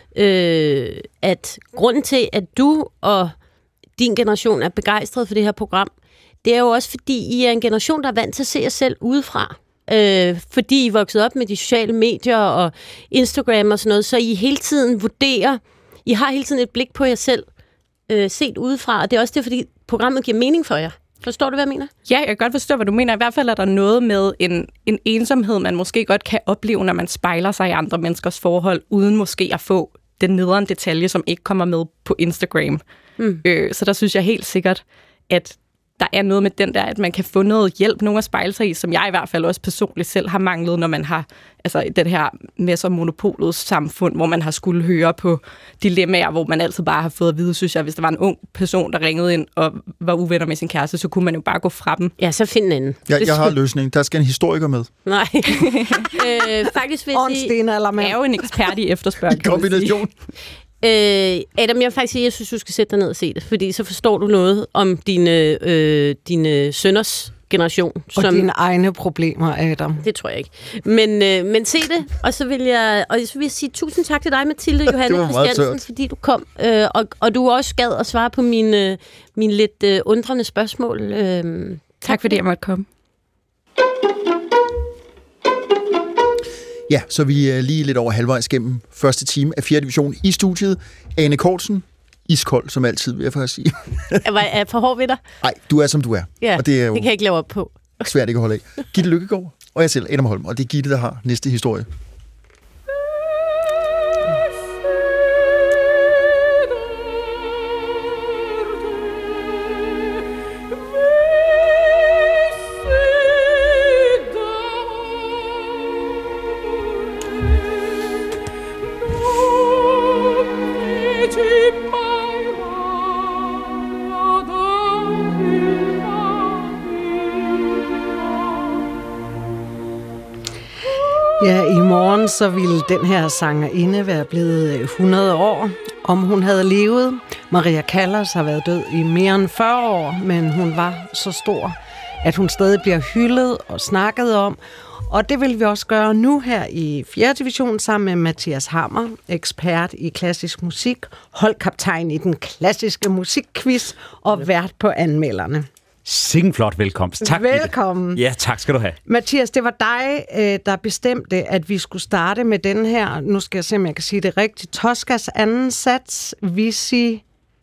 Øh, at grunden til, at du og din generation er begejstret for det her program, det er jo også, fordi I er en generation, der er vant til at se jer selv udefra. Øh, fordi I er vokset op med de sociale medier og Instagram og sådan noget, så I hele tiden vurderer, I har hele tiden et blik på jer selv øh, set udefra, og det er også det, fordi programmet giver mening for jer. Forstår du, hvad jeg mener? Ja, jeg kan godt forstå, hvad du mener. I hvert fald er der noget med en, en ensomhed, man måske godt kan opleve, når man spejler sig i andre menneskers forhold, uden måske at få den nederen detalje, som ikke kommer med på Instagram. Mm. Øh, så der synes jeg helt sikkert, at der er noget med den der, at man kan få noget hjælp, nogen at spejle sig i, som jeg i hvert fald også personligt selv har manglet, når man har altså den her messer monopolets samfund, hvor man har skulle høre på dilemmaer, hvor man altid bare har fået at vide, synes jeg, hvis der var en ung person, der ringede ind og var uvenner med sin kæreste, så kunne man jo bare gå fra dem. Ja, så find en anden. Ja, jeg har løsning. Der skal en historiker med. Nej. øh, faktisk vil jeg sige... er jo en ekspert i efterspørg. Kombination. Øh, Adam, jeg vil faktisk sige, at jeg synes, du skal sætte dig ned og se det, fordi så forstår du noget om dine, øh, dine sønners generation. Og som, dine egne problemer, Adam. Det tror jeg ikke. Men, øh, men se det, og så vil jeg, og så vil jeg sige tusind tak til dig, Mathilde Johanne Christiansen, fordi du kom, øh, og, og du også gad at svare på mine, mine lidt øh, undrende spørgsmål. Øh, tak, tak fordi jeg måtte komme. Ja, så vi er lige lidt over halvvejs gennem første time af fjerde division i studiet. Ane Cortzen, iskold som altid, vil jeg faktisk sige. Er jeg for hård ved dig? Nej, du er som du er. Ja, og det, er jo det kan jeg ikke lave op på. Svært ikke at holde af. Gitte Lykkegaard og jeg selv, Adam Holm, og det er Gitte, der har næste historie. morgen, så ville den her sangerinde være blevet hundrede år, om hun havde levet. Maria Callas har været død i mere end fyrre år, men hun var så stor, at hun stadig bliver hyldet og snakket om. Og det vil vi også gøre nu her i fjerde division sammen med Mathias Hammer, ekspert i klassisk musik, holdkaptajn i den klassiske musikquiz og vært på Anmelderne. Sikken flot velkomst. Tak. Velkommen. Ja, tak skal du have. Mathias, det var dig, der bestemte, at vi skulle starte med den her, nu skal jeg se, om jeg kan sige det rigtigt, Toscas anden sats, Visi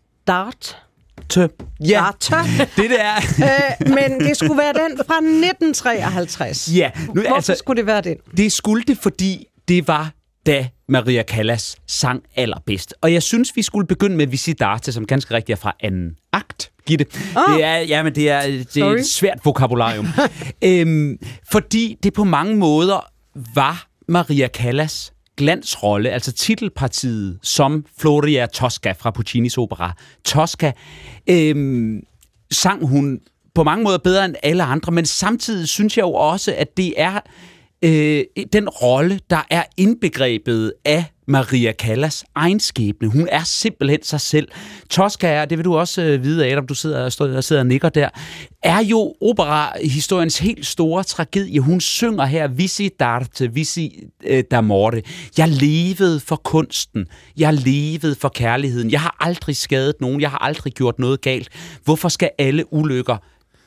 Dart. Tø. Ja, Darte. det der. øh, men det skulle være den fra nitten treoghalvtreds. Ja. Nu, Hvorfor altså, skulle det være den? Det skulle det, fordi det var da Maria Callas sang allerbedst. Og jeg synes, vi skulle begynde med Visi Darte, som ganske rigtigt er fra anden akt. Gitte. Oh. Det er, ja, men det er, det er et svært vokabularium. øhm, fordi det på mange måder var Maria Callas glansrolle, altså titelpartiet som Floria Tosca fra Puccinis opera Tosca, øhm, sang hun på mange måder bedre end alle andre, men samtidig synes jeg jo også, at det er øh, den rolle, der er indbegrebet af Maria Callas egen skæbne. Hun er simpelthen sig selv. Tosca er, det vil du også øh, vide, Adam, du sidder og, stod, og sidder og nikker der, er jo operahistoriens helt store tragedie. Hun synger her, Visi d'arte, Visi øh, d'amore. Jeg levede for kunsten. Jeg levede for kærligheden. Jeg har aldrig skadet nogen. Jeg har aldrig gjort noget galt. Hvorfor skal alle ulykker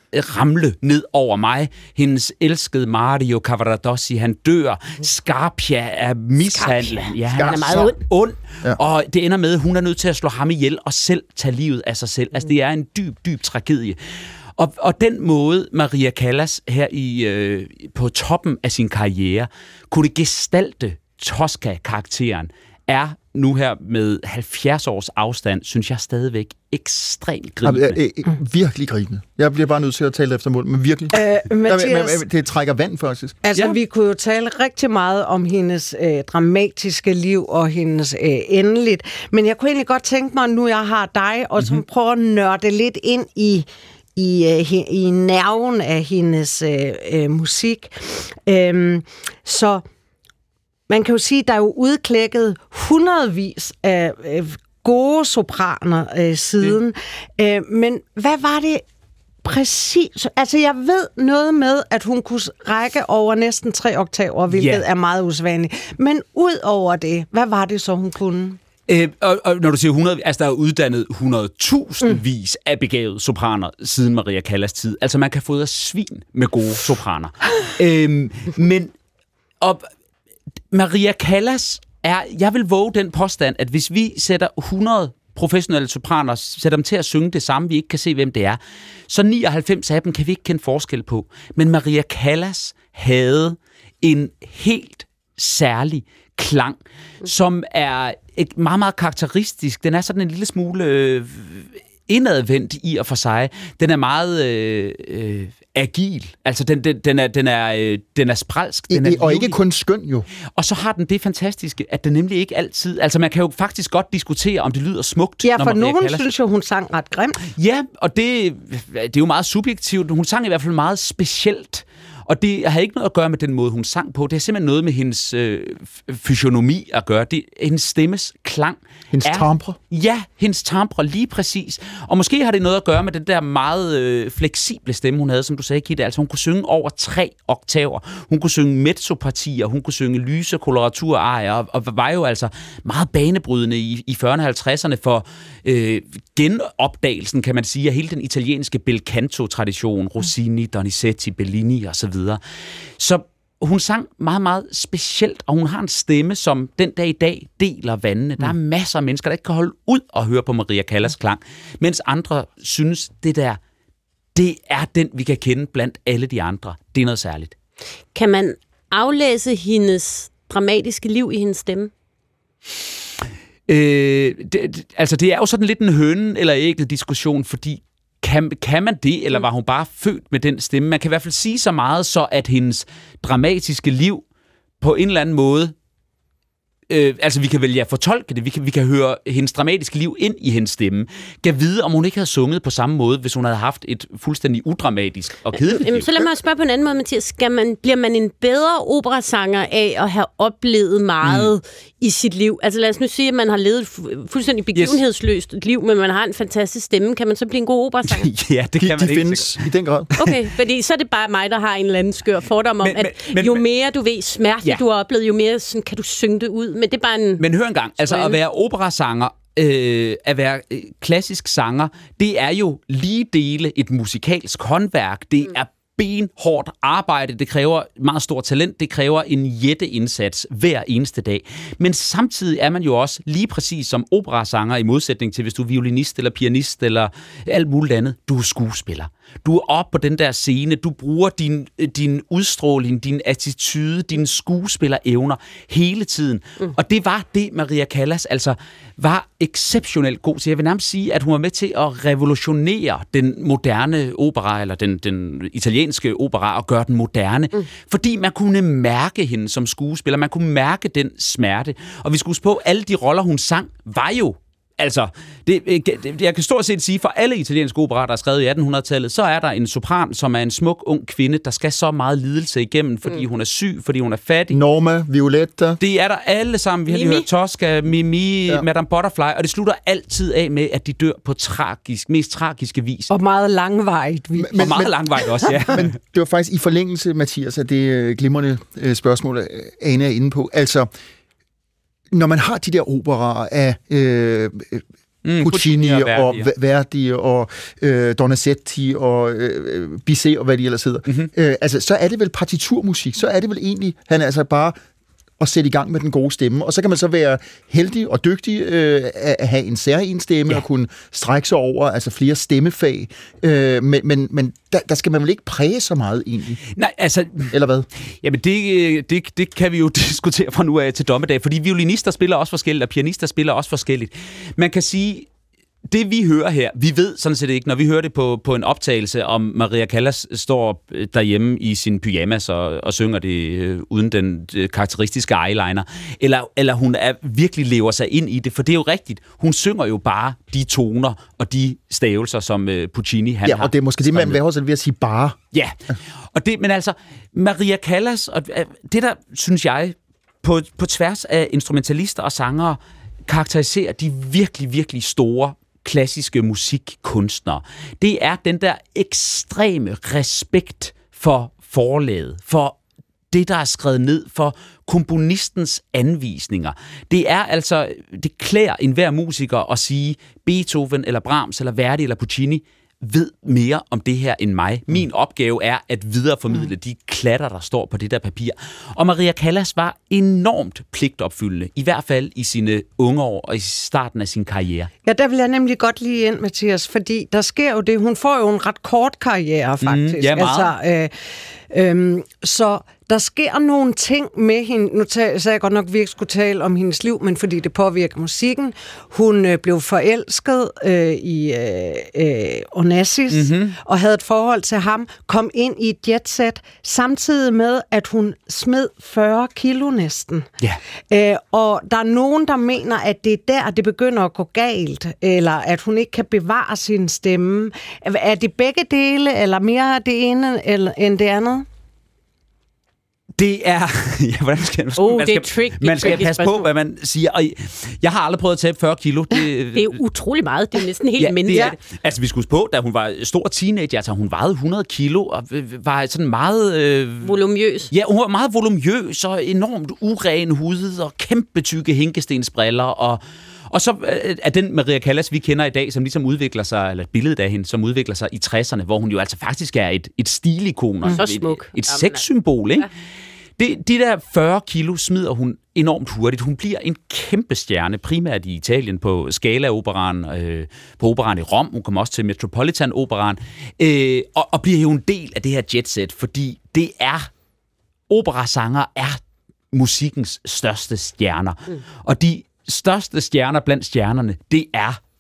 ramle ned over mig? Hendes elskede Mario Cavaradossi, han dør. Scarpia er mishandlet. Ja, han er meget ond. ond. Ja. Og det ender med, at hun er nødt til at slå ham ihjel og selv tage livet af sig selv. Altså, det er en dyb, dyb tragedie. Og, og den måde, Maria Callas her i, øh, på toppen af sin karriere, kunne det gestalte Tosca-karakteren, er nu her med halvfjerds års afstand, synes jeg stadigvæk ekstremt gribende. Ja, øh, øh, virkelig gribende. Jeg bliver bare nødt til at tale efter mål, men virkelig. Øh, Mathias, ja, det trækker vand, faktisk. Altså, ja. Vi kunne jo tale rigtig meget om hendes øh, dramatiske liv og hendes øh, endeligt, men jeg kunne egentlig godt tænke mig, nu jeg har dig, og så mm-hmm. prøve at nørde lidt ind i i, øh, i nerven af hendes øh, øh, musik. Øhm, så man kan jo sige, at der er jo udklækket hundredvis af øh, gode sopraner øh, siden. Mm. Øh, men hvad var det præcis? Altså, jeg ved noget med, at hun kunne række over næsten tre oktaver, hvilket yeah. er meget usædvanligt. Men ud over det, hvad var det så, hun kunne? Øh, og, og når du siger hundrede, altså der er uddannet hundredtusindvis mm. af begavede sopraner siden Maria Callas tid. Altså, man kan fodre svin med gode sopraner. øhm, men og Maria Callas er, jeg vil våge den påstand, at hvis vi sætter hundrede professionelle sopraner, sætter dem til at synge det samme, vi ikke kan se, hvem det er, så nioghalvfems af dem kan vi ikke kende forskel på. Men Maria Callas havde en helt særlig klang, som er et meget, meget karakteristisk. Den er sådan en lille smule øh, indadvendt i og for sig. Den er meget øh, øh, agil. Altså, den, den, den, er, den, er, øh, den er spralsk. Den er og ikke kun skøn, jo. Og så har den det fantastiske, at den nemlig ikke altid... Altså, man kan jo faktisk godt diskutere, om det lyder smukt. Ja, for når nogen kalder... synes jo, hun sang ret grimt. Ja, og det, det er jo meget subjektivt. Hun sang i hvert fald meget specielt. Og det har ikke noget at gøre med den måde, hun sang på. Det har simpelthen noget med hendes øh, fysionomi at gøre. Det, hendes stemmes klang. Hendes er, timbre? Ja, hendes timbre, lige præcis. Og måske har det noget at gøre med den der meget øh, fleksible stemme, hun havde, som du sagde, Gitte. Altså, hun kunne synge over tre oktaver. Hun kunne synge mezzopartier, hun kunne synge lyse koloraturarier, og, og var jo altså meget banebrydende i, i fyrrerne og halvtredserne for øh, genopdagelsen, kan man sige, af hele den italienske bel canto-tradition. Rossini, Donizetti, Bellini og så videre. Så hun sang meget, meget specielt, og hun har en stemme, som den dag i dag deler vandene. Der er masser af mennesker, der ikke kan holde ud og høre på Maria Callas klang, mens andre synes, det der, det er den, vi kan kende blandt alle de andre. Det er noget særligt. Kan man aflæse hendes dramatiske liv i hendes stemme? Øh, det, altså, det er jo sådan lidt en hønen eller ægget diskussion, fordi Kan, kan man det, eller var hun bare født med den stemme? Man kan i hvert fald sige så meget, så at hendes dramatiske liv på en eller anden måde Øh, altså, vi kan vælge at fortolke det. Vi kan, vi kan høre hendes dramatiske liv ind i hendes stemme. Kan vide, om hun ikke havde sunget på samme måde, hvis hun havde haft et fuldstændig udramatisk og kedeligt Jamen, liv. så lad mig spørge på en anden måde, Mathias. Skal man, bliver man en bedre operasanger af at have oplevet meget mm. i sit liv? Altså, lad os nu sige, at man har levet et fu- fuldstændig begivenhedsløst yes. liv, men man har en fantastisk stemme. Kan man så blive en god operasanger? Ja, det kan de, man de ikke. findes i den grad. Okay, fordi så er det bare mig, der har en eller anden skør fordom om, men, at men, jo men, mere du ved smerte, ja. du har oplevet, jo mere sådan, kan du synge det ud. Men det er bare en... Men hør engang, altså at være operasanger, øh, at være øh, klassisk sanger, det er jo lige dele et musikalsk håndværk. Det er benhårdt arbejde, det kræver meget stort talent, det kræver en jætteindsats hver eneste dag. Men samtidig er man jo også lige præcis som operasanger, i modsætning til hvis du er violinist eller pianist eller alt muligt andet, du er skuespiller. Du er oppe på den der scene, du bruger din, din udstråling, din attitude, dine skuespillerevner hele tiden. Mm. Og det var det, Maria Callas altså var exceptionelt god til. Jeg vil nærmest sige, at hun var med til at revolutionere den moderne opera, eller den, den italienske opera, og gøre den moderne. Mm. Fordi man kunne mærke hende som skuespiller, man kunne mærke den smerte. Og vi skulle huske på, at alle de roller, hun sang, var jo Altså, det, det, jeg kan stort set sige, for alle italienske operaer, der er skrevet i attenhundredetallet, så er der en sopran, som er en smuk, ung kvinde, der skal så meget lidelse igennem, fordi mm. hun er syg, fordi hun er fattig. Norma, Violetta. Det er der alle sammen. Vi har lige hørt Tosca, Mimi, ja. Madame Butterfly, og det slutter altid af med, at de dør på tragisk, mest tragiske vis. Og meget langvejt. Men, og meget men, langvejt også, ja. Men det var faktisk i forlængelse, Mathias, af det glimrende spørgsmål, Ane er inde på. Altså, når man har de der operaer af øh, mm, Puccini og Verdi og, Verdi og øh, Donizetti og øh, Bizet og hvad de ellers hedder, mm-hmm. øh, altså, så er det vel partiturmusik, så er det vel egentlig, han er altså bare at sætte i gang med den gode stemme. Og så kan man så være heldig og dygtig øh, at have en særlig stemme, ja. Og kunne strække sig over altså flere stemmefag. Øh, men men, men der, der skal man vel ikke præge så meget egentlig? Nej, altså... Eller hvad? Jamen, det, det, det kan vi jo diskutere fra nu af til dommedag, fordi violinister spiller også forskelligt, og pianister spiller også forskelligt. Man kan sige... Det vi hører her, vi ved sådan set ikke, når vi hører det på, på en optagelse, om Maria Callas står derhjemme i sin pyjamas og, og synger det øh, uden den øh, karakteristiske eyeliner, eller, eller hun er, virkelig lever sig ind i det, for det er jo rigtigt. Hun synger jo bare de toner og de stavelser, som øh, Puccini han ja, har. Ja, og det er måske det, man vil også ved at sige bare. Ja, og det, men altså, Maria Callas, og det der, synes jeg, på, på tværs af instrumentalister og sangere, karakteriserer de virkelig, virkelig store klassiske musikkunstnere. Det er den der ekstreme respekt for forlaget, for det, der er skrevet ned, for komponistens anvisninger. Det er altså, det klæder enhver musiker at sige, Beethoven eller Brahms eller Verdi eller Puccini ved mere om det her end mig. Min opgave er at videreformidle de klatter, der står på det der papir. Og Maria Callas var enormt pligtopfyldende, i hvert fald i sine unge år og i starten af sin karriere. Ja, der vil jeg nemlig godt lige ind, Mathias, fordi der sker jo det, hun får jo en ret kort karriere, faktisk. Mm, ja, meget. Altså, øh, øh, så der sker nogle ting med hende. Nu sagde jeg godt nok, at vi ikke skulle tale om hendes liv, men fordi det påvirker musikken. Hun øh, blev forelsket øh, i øh, øh, Onassis, mm-hmm. og havde et forhold til ham, kom ind i et jetset, samtidig med, at hun smed fyrre kilo næsten. Yeah. Øh, og der er nogen, der mener, at det er der, det begynder at gå galt, eller at hun ikke kan bevare sin stemme. Er det begge dele, eller mere det ene eller, end det andet? Det er... Ja, hvordan skal man, oh, man det skal, er trick, man skal passe på, hvad man siger. Og jeg har aldrig prøvet at tabe fyrre kilo. Det, det er jo utrolig meget. Det er næsten helt ja, mindre. Det det. Altså, vi skulle huske på, da hun var stor teenager, altså hun vejede hundrede kilo, og var sådan meget... Øh, volumøs. Ja, hun var meget volumøs, og enormt uren hud, og kæmpe tykke hinkestensbriller, og... Og så er den Maria Callas, vi kender i dag, som ligesom udvikler sig, eller et billede af hende, som udvikler sig i tresserne, hvor hun jo altså faktisk er et, et stilikon, mm. så smuk. Et, et sexsymbol, ikke? Ja. Det, de der fyrre kilo smider hun enormt hurtigt. Hun bliver en kæmpe stjerne, primært i Italien på Scala-operaen, øh, på operaen i Rom. Hun kommer også til Metropolitan-operaen, øh, og, og bliver jo en del af det her jetset, fordi det er, operasanger er musikkens største stjerner. Mm. Og de største stjerner blandt stjernerne, det er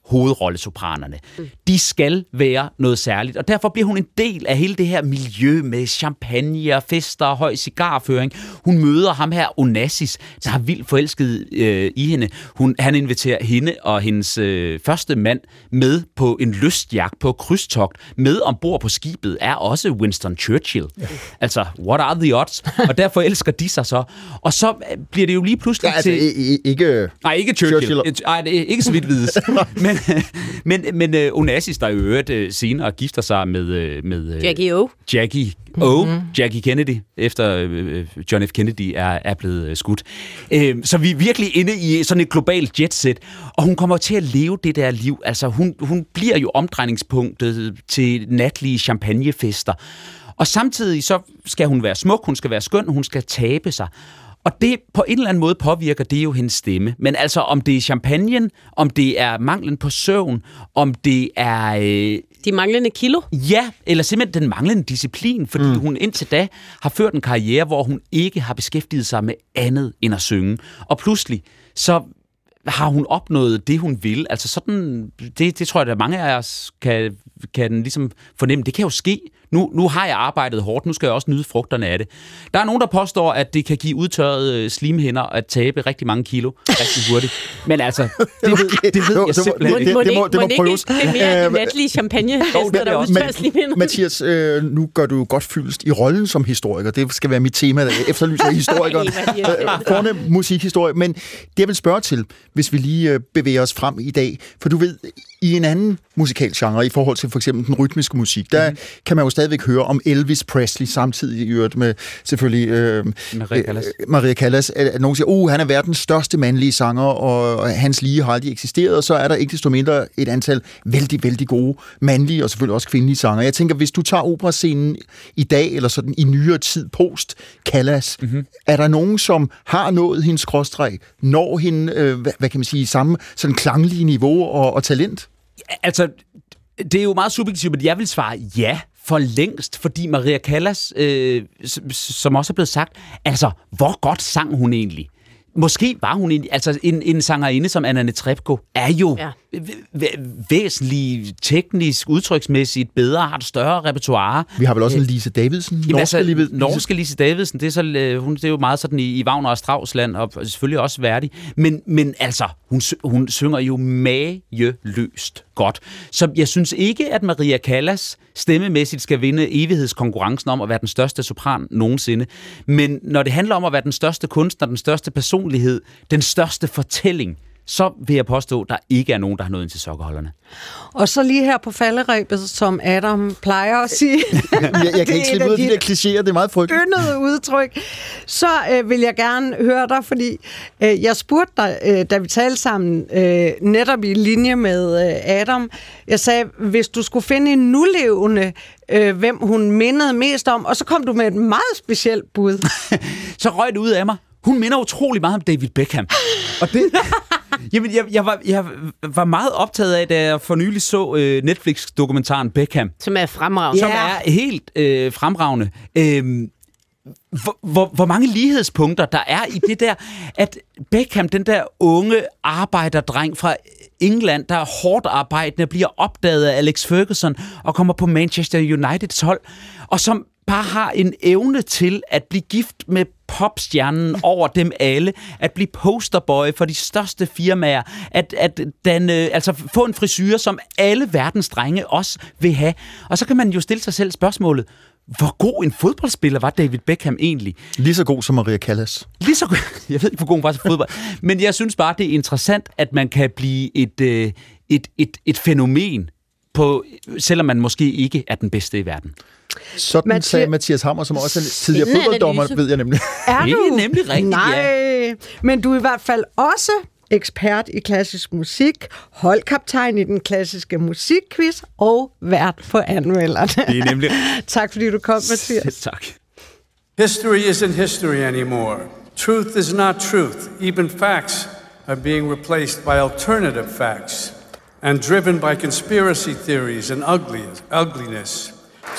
hovedrollesopranerne. Mm. De skal være noget særligt, og derfor bliver hun en del af hele det her miljø med champagne, fester og høj cigarføring. Hun møder ham her, Onassis, der er vildt forelsket øh, i hende. Hun, han inviterer hende og hendes øh, første mand med på en lystjagt på krydstogt. Med ombord på skibet er også Winston Churchill. Ja. Altså, what are the odds? Og derfor elsker de sig så. Og så bliver det jo lige pludselig ja, altså, til... ikke... Nej, ikke Churchill. Churchill. Ej, det er ikke så vidt vides. men men, men uh, Onassis, der i øvrigt uh, senere gifter sig med... Uh, med uh, Jackie O. Jackie O. Mm-hmm. Jackie Kennedy, efter uh, John F. Kennedy er, er blevet uh, skudt. Uh, så vi er virkelig inde i sådan et globalt jetset, og hun kommer til at leve det der liv. Altså, hun, hun bliver jo omdrejningspunktet til natlige champagnefester. Og samtidig så skal hun være smuk, hun skal være skøn, hun skal tabe sig. Og det på en eller anden måde påvirker det jo hendes stemme. Men altså, om det er champagnen, om det er manglen på søvn, om det er... Øh, de manglende kilo? Ja, eller simpelthen den manglende disciplin, fordi mm. hun indtil da har ført en karriere, hvor hun ikke har beskæftiget sig med andet end at synge. Og pludselig, så har hun opnået det, hun vil. Altså sådan, det, det tror jeg, at mange af os kan, kan ligesom fornemme. Det kan jo ske. Nu, nu har jeg arbejdet hårdt, nu skal jeg også nyde frugterne af det. Der er nogen, der påstår, at det kan give udtørrede slimhinder at tabe rigtig mange kilo rigtig hurtigt. Men altså, det ved, det ved jeg simpelthen ikke. Det, det, må, det må prøves. Det er mere de natlige champagnefester, der udtørrer slimhinder. Mathias, øh, nu gør du godt fyldest i rollen som historiker. Det skal være mit tema, efterlyser historikeren. Fornem musikhistorie. Men det, jeg vil spørge til, hvis vi lige bevæger os frem i dag, for du ved, i en anden musikalgenre, i forhold til for eksempel den rytmiske musik, der mm. kan man jo stadigvæk høre om Elvis Presley, samtidig i øvrigt med selvfølgelig øh, Maria Callas. Øh, Maria Callas. Nogen siger, oh, han er verdens største mandlige sanger, og hans lige har aldrig eksisteret, og så er der ikke desto mindre et antal vældig, vældig gode mandlige, og selvfølgelig også kvindelige sanger. Jeg tænker, hvis du tager operascenen i dag, eller sådan i nyere tid, post Callas, mm-hmm. er der nogen, som har nået hendes skråstreg, når hende, øh, hvad, hvad kan man sige, samme sådan klanglige niveau og, og talent? Altså, det er jo meget subjektivt, men jeg vil svare ja for længst, fordi Maria Callas, øh, som også er blevet sagt, altså, hvor godt sang hun egentlig? Måske var hun en, altså en, en sangerinde som Anna Netrebko er jo ja. væ- væsentligt teknisk, udtryksmæssigt bedre, har et større repertoire. Vi har vel også en Lise Davidsen? Norske, altså, Lise, norske Lise Davidsen, det er, så, hun, det er jo meget sådan i, i Wagner og Strauss-land, og selvfølgelig også værdig. Men, men altså, hun, hun synger jo mageløst godt. Så jeg synes ikke, at Maria Callas stemmemæssigt skal vinde evighedskonkurrencen om at være den største sopran nogensinde. Men når det handler om at være den største kunstner, den største personlighed, den største fortælling, så vil jeg påstå, at der ikke er nogen, der har nået ind til sokkerholderne. Og så lige her på falderebet, som Adam plejer at sige. jeg, jeg kan ikke slippe ud af de der klichéer, det er meget frygteligt. Yndede udtryk. Så øh, vil jeg gerne høre dig, fordi øh, jeg spurgte dig, øh, da vi talte sammen, øh, netop i linje med øh, Adam. Jeg sagde, hvis du skulle finde en nulevende, øh, hvem hun mindede mest om, og så kom du med et meget specielt bud. Så røg det ud af mig. Hun minder utrolig meget om David Beckham. Og det... Jamen, jeg, jeg, var, jeg var meget optaget af, da jeg for nylig så øh, Netflix-dokumentaren Beckham. Som er fremragende. Som yeah. er helt øh, fremragende. Øh, hvor, hvor, hvor mange lighedspunkter der er i det der, at Beckham, den der unge arbejderdreng fra England, der er hårdt arbejdende, bliver opdaget af Alex Ferguson og kommer på Manchester Uniteds hold, og som bare har en evne til at blive gift med popstjernen over dem alle, at blive posterboy for de største firmaer, at, at den, øh, altså få en frisyre, som alle verdens drenge også vil have. Og så kan man jo stille sig selv spørgsmålet, hvor god en fodboldspiller var David Beckham egentlig? Lige så god som Maria Callas. Lige så god. Jeg ved ikke, hvor god hun var til fodbold. Men jeg synes bare, det er interessant, at man kan blive et, øh, et, et, et fænomen, på, selvom man måske ikke er den bedste i verden. Sådan Mathias... sagde Mathias Hammer, som også er tidligere fodbolddommer, ved jeg nemlig. Er du? Det er nemlig rigtigt, Nej, ja. Men du er i hvert fald også ekspert i klassisk musik, holdkaptajn i den klassiske musikquiz og vært på anmelderne. Det er nemlig. Tak fordi du kom, Mathias. Tak. History isn't history anymore. Truth is not truth. Even facts are being replaced by alternative facts and driven by conspiracy theories and ugliness.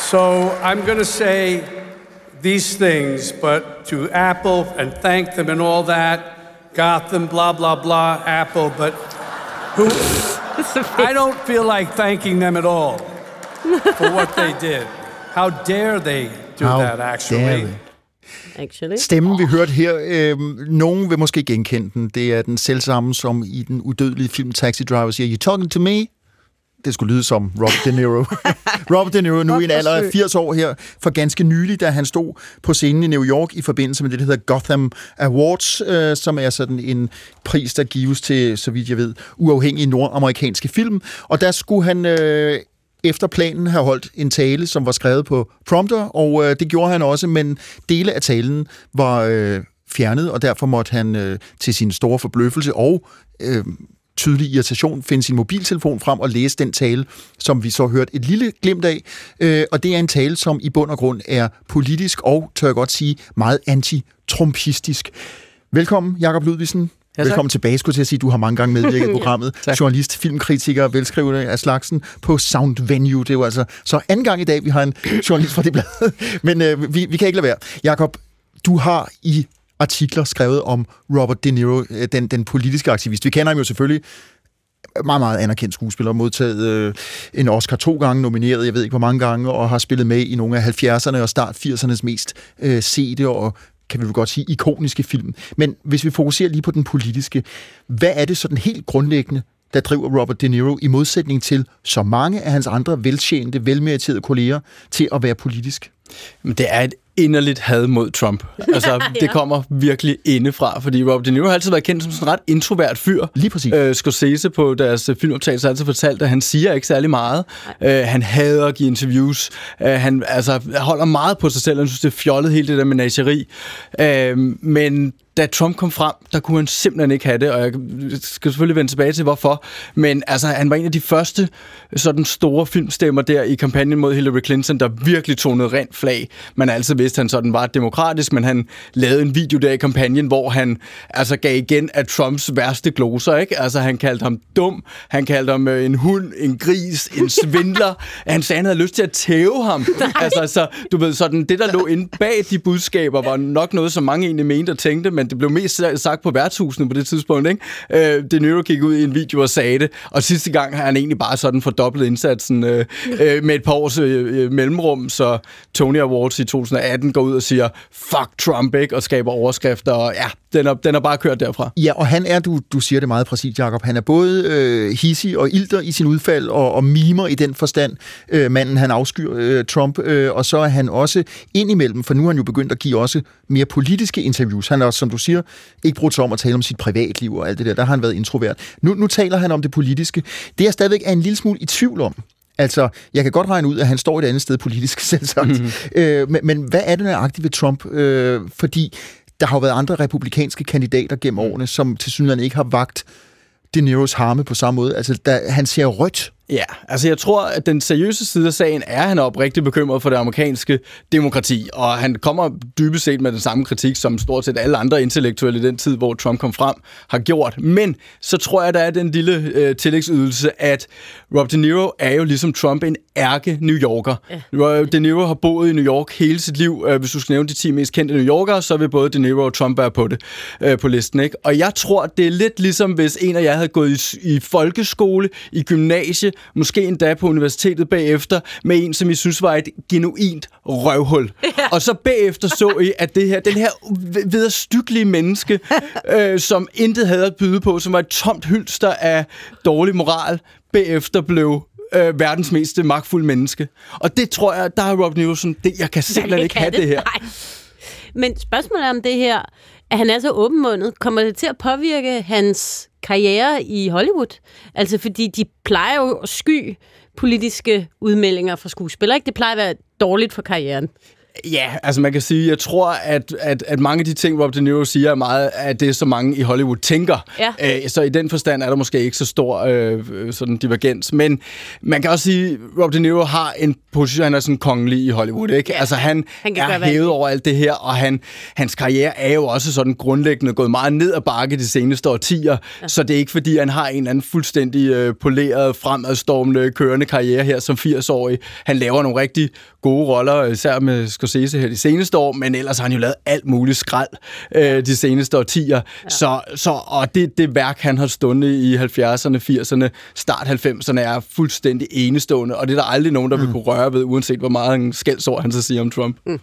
So I'm going to say these things, but to Apple and thank them and all that, Gotham, blah, blah, blah, Apple, but who I don't feel like thanking them at all for what they did. How dare they do How that, actually? Actually. Stemmen, vi hørte her, øh, nogen vil måske genkende den. Det er den selvsamme, som i den udødelige film Taxi Driver siger, "You talking to me?" Det skulle lyde som Robert De Niro. Robert De Niro nu i en alder af firs år her, for ganske nylig, da han stod på scenen i New York i forbindelse med det, der hedder Gotham Awards, øh, som er sådan en pris, der gives til, så vidt jeg ved, uafhængige nordamerikanske film. Og der skulle han øh, efter planen have holdt en tale, som var skrevet på prompter, og øh, det gjorde han også, men dele af talen var øh, fjernet, og derfor måtte han øh, til sin store forbløffelse og øh, tydelig irritation finde sin mobiltelefon frem og læse den tale, som vi så hørte et lille glimt af. Øh, og det er en tale, som i bund og grund er politisk og, tør jeg godt sige, meget anti-trumpistisk. Velkommen, Jakob Ludvigsen. Ja, velkommen tilbage, skulle jeg til at sige. Du har mange gange medvirket i programmet. Ja, journalist, filmkritiker, velskrivende af slagsen på Sound Venue. Det er jo altså så anden gang i dag, vi har en journalist fra det blad. Men øh, vi, vi kan ikke lade være. Jakob, du har i artikler skrevet om Robert De Niro, den, den politiske aktivist. Vi kender ham jo selvfølgelig, meget, meget anerkendt skuespiller, modtaget øh, en Oscar to gange, nomineret, jeg ved ikke hvor mange gange, og har spillet med i nogle af halvfjerdserne og start firsernes mest øh, sete og, kan vi vel godt sige, ikoniske film. Men hvis vi fokuserer lige på den politiske, hvad er det sådan helt grundlæggende, der driver Robert De Niro i modsætning til så mange af hans andre veltjente, velmeriterede kolleger til at være politisk? Det er et inderligt had mod Trump. Altså, ja. Det kommer virkelig indefra, fordi Robert De Niro har altid været kendt som sådan en ret introvert fyr. Lige præcis. Øh, Scorsese på deres filmoptagelser har altid fortalt, at han siger ikke særlig meget. Øh, han hader at give interviews. Øh, han altså, holder meget på sig selv. Han synes, det er fjollet, hele det der menageri. Øh, men da Trump kom frem, der kunne han simpelthen ikke have det, og jeg skal selvfølgelig vende tilbage til, hvorfor. Men altså, han var en af de første sådan store filmstemmer der i kampagnen mod Hillary Clinton, der virkelig tog noget rent flag. Man har altid vidst, at han sådan var demokratisk, men han lavede en video der i kampagnen, hvor han altså gav igen af Trumps værste gloser, ikke? Altså, han kaldte ham dum, han kaldte ham en hund, en gris, en svindler. Han sagde, han havde lyst til at tæve ham. Altså, så, du ved, sådan, det, der lå inde bag de budskaber, var nok noget, som mange egentlig mente og tænkte, men det blev mest sagt på værtshusene på det tidspunkt, ikke? Øh, De Niro gik ud i en video og sagde det, og sidste gang har han egentlig bare sådan fordoblet indsatsen øh, øh, med et par års øh, mellemrum, så Tony Awards i to tusind atten går ud og siger, fuck Trump, ikke? Og skaber overskrifter, og ja, den er, den er bare kørt derfra. Ja, og han er, du, du siger det meget præcist, Jakob, han er både øh, hissig og ilter i sin udfald, og, og mimer i den forstand, øh, manden han afskyr øh, Trump, øh, og så er han også indimellem, for nu har han jo begyndt at give også mere politiske interviews. Han har også, som du siger, ikke brugt sig om at tale om sit privatliv og alt det der, der har han været introvert. Nu, nu taler han om det politiske. Det er stadigvæk er en lille smule i tvivl om. Altså, jeg kan godt regne ud, at han står et andet sted politisk, selvsagt. Mm-hmm. Øh, men, men hvad er det nøjagtigt ved Trump? Øh, fordi der har jo været andre republikanske kandidater gennem årene, som tilsyneladende ikke har vagt De Niros harme på samme måde. Altså, der, han ser rødt. Ja, altså jeg tror, at den seriøse side af sagen er, at han er oprigtigt bekymret for det amerikanske demokrati, og han kommer dybest set med den samme kritik, som stort set alle andre intellektuelle i den tid, hvor Trump kom frem, har gjort. Men så tror jeg, der er den lille øh, tillægsydelse, at Robert De Niro er jo ligesom Trump en ærke New Yorker. Ja. De Niro har boet i New York hele sit liv. Hvis du skal nævne de ti mest kendte New Yorkere, så vil både De Niro og Trump være på det øh, på listen, ikke? Og jeg tror, det er lidt ligesom, hvis en af jer havde gået i, i folkeskole, i gymnasie, måske endda på universitetet bagefter, med en, som I synes var et genuint røvhul. Ja. Og så bagefter så I, at det her, den her vederstyggelige menneske, øh, som intet havde at byde på, som var et tomt hylster af dårlig moral, bagefter blev øh, verdens mest magtfulde menneske. Og det tror jeg, der er Robert De Niro sådan, det, jeg kan simpelthen ikke have det, det her. Nej. Men spørgsmålet er om det her, at han er så åbenmundet, kommer det til at påvirke hans karriere i Hollywood? Altså, fordi de plejer jo at sky politiske udmeldinger fra skuespillere, ikke? Det plejer at være dårligt for karrieren. Ja, altså man kan sige, jeg tror, at, at, at mange af de ting, Robert De Niro siger, er meget af det, som mange i Hollywood tænker. Ja. Æ, så i den forstand er der måske ikke så stor øh, sådan divergens. Men man kan også sige, at Robert De Niro har en position, han er sådan kongelig i Hollywood, ikke? Ja, altså han, han er hævet over alt det her, og han, hans karriere er jo også sådan grundlæggende gået meget ned ad bakke de seneste årtier, ja. Så det er ikke fordi, han har en eller anden fuldstændig øh, poleret, fremadstormende, kørende karriere her som firs-årig. Han laver nogle rigtig gode roller, især med Scorsese her de seneste år, men ellers har han jo lavet alt muligt skrald øh, de seneste årtier. Ja. Så, så, og det, det værk, han har stundet i halvfjerdserne, firserne, start halvfemserne, er fuldstændig enestående, og det er der aldrig nogen, der mm. vil kunne røre ved, uanset hvor meget en skældsord han så siger om Trump. Mm.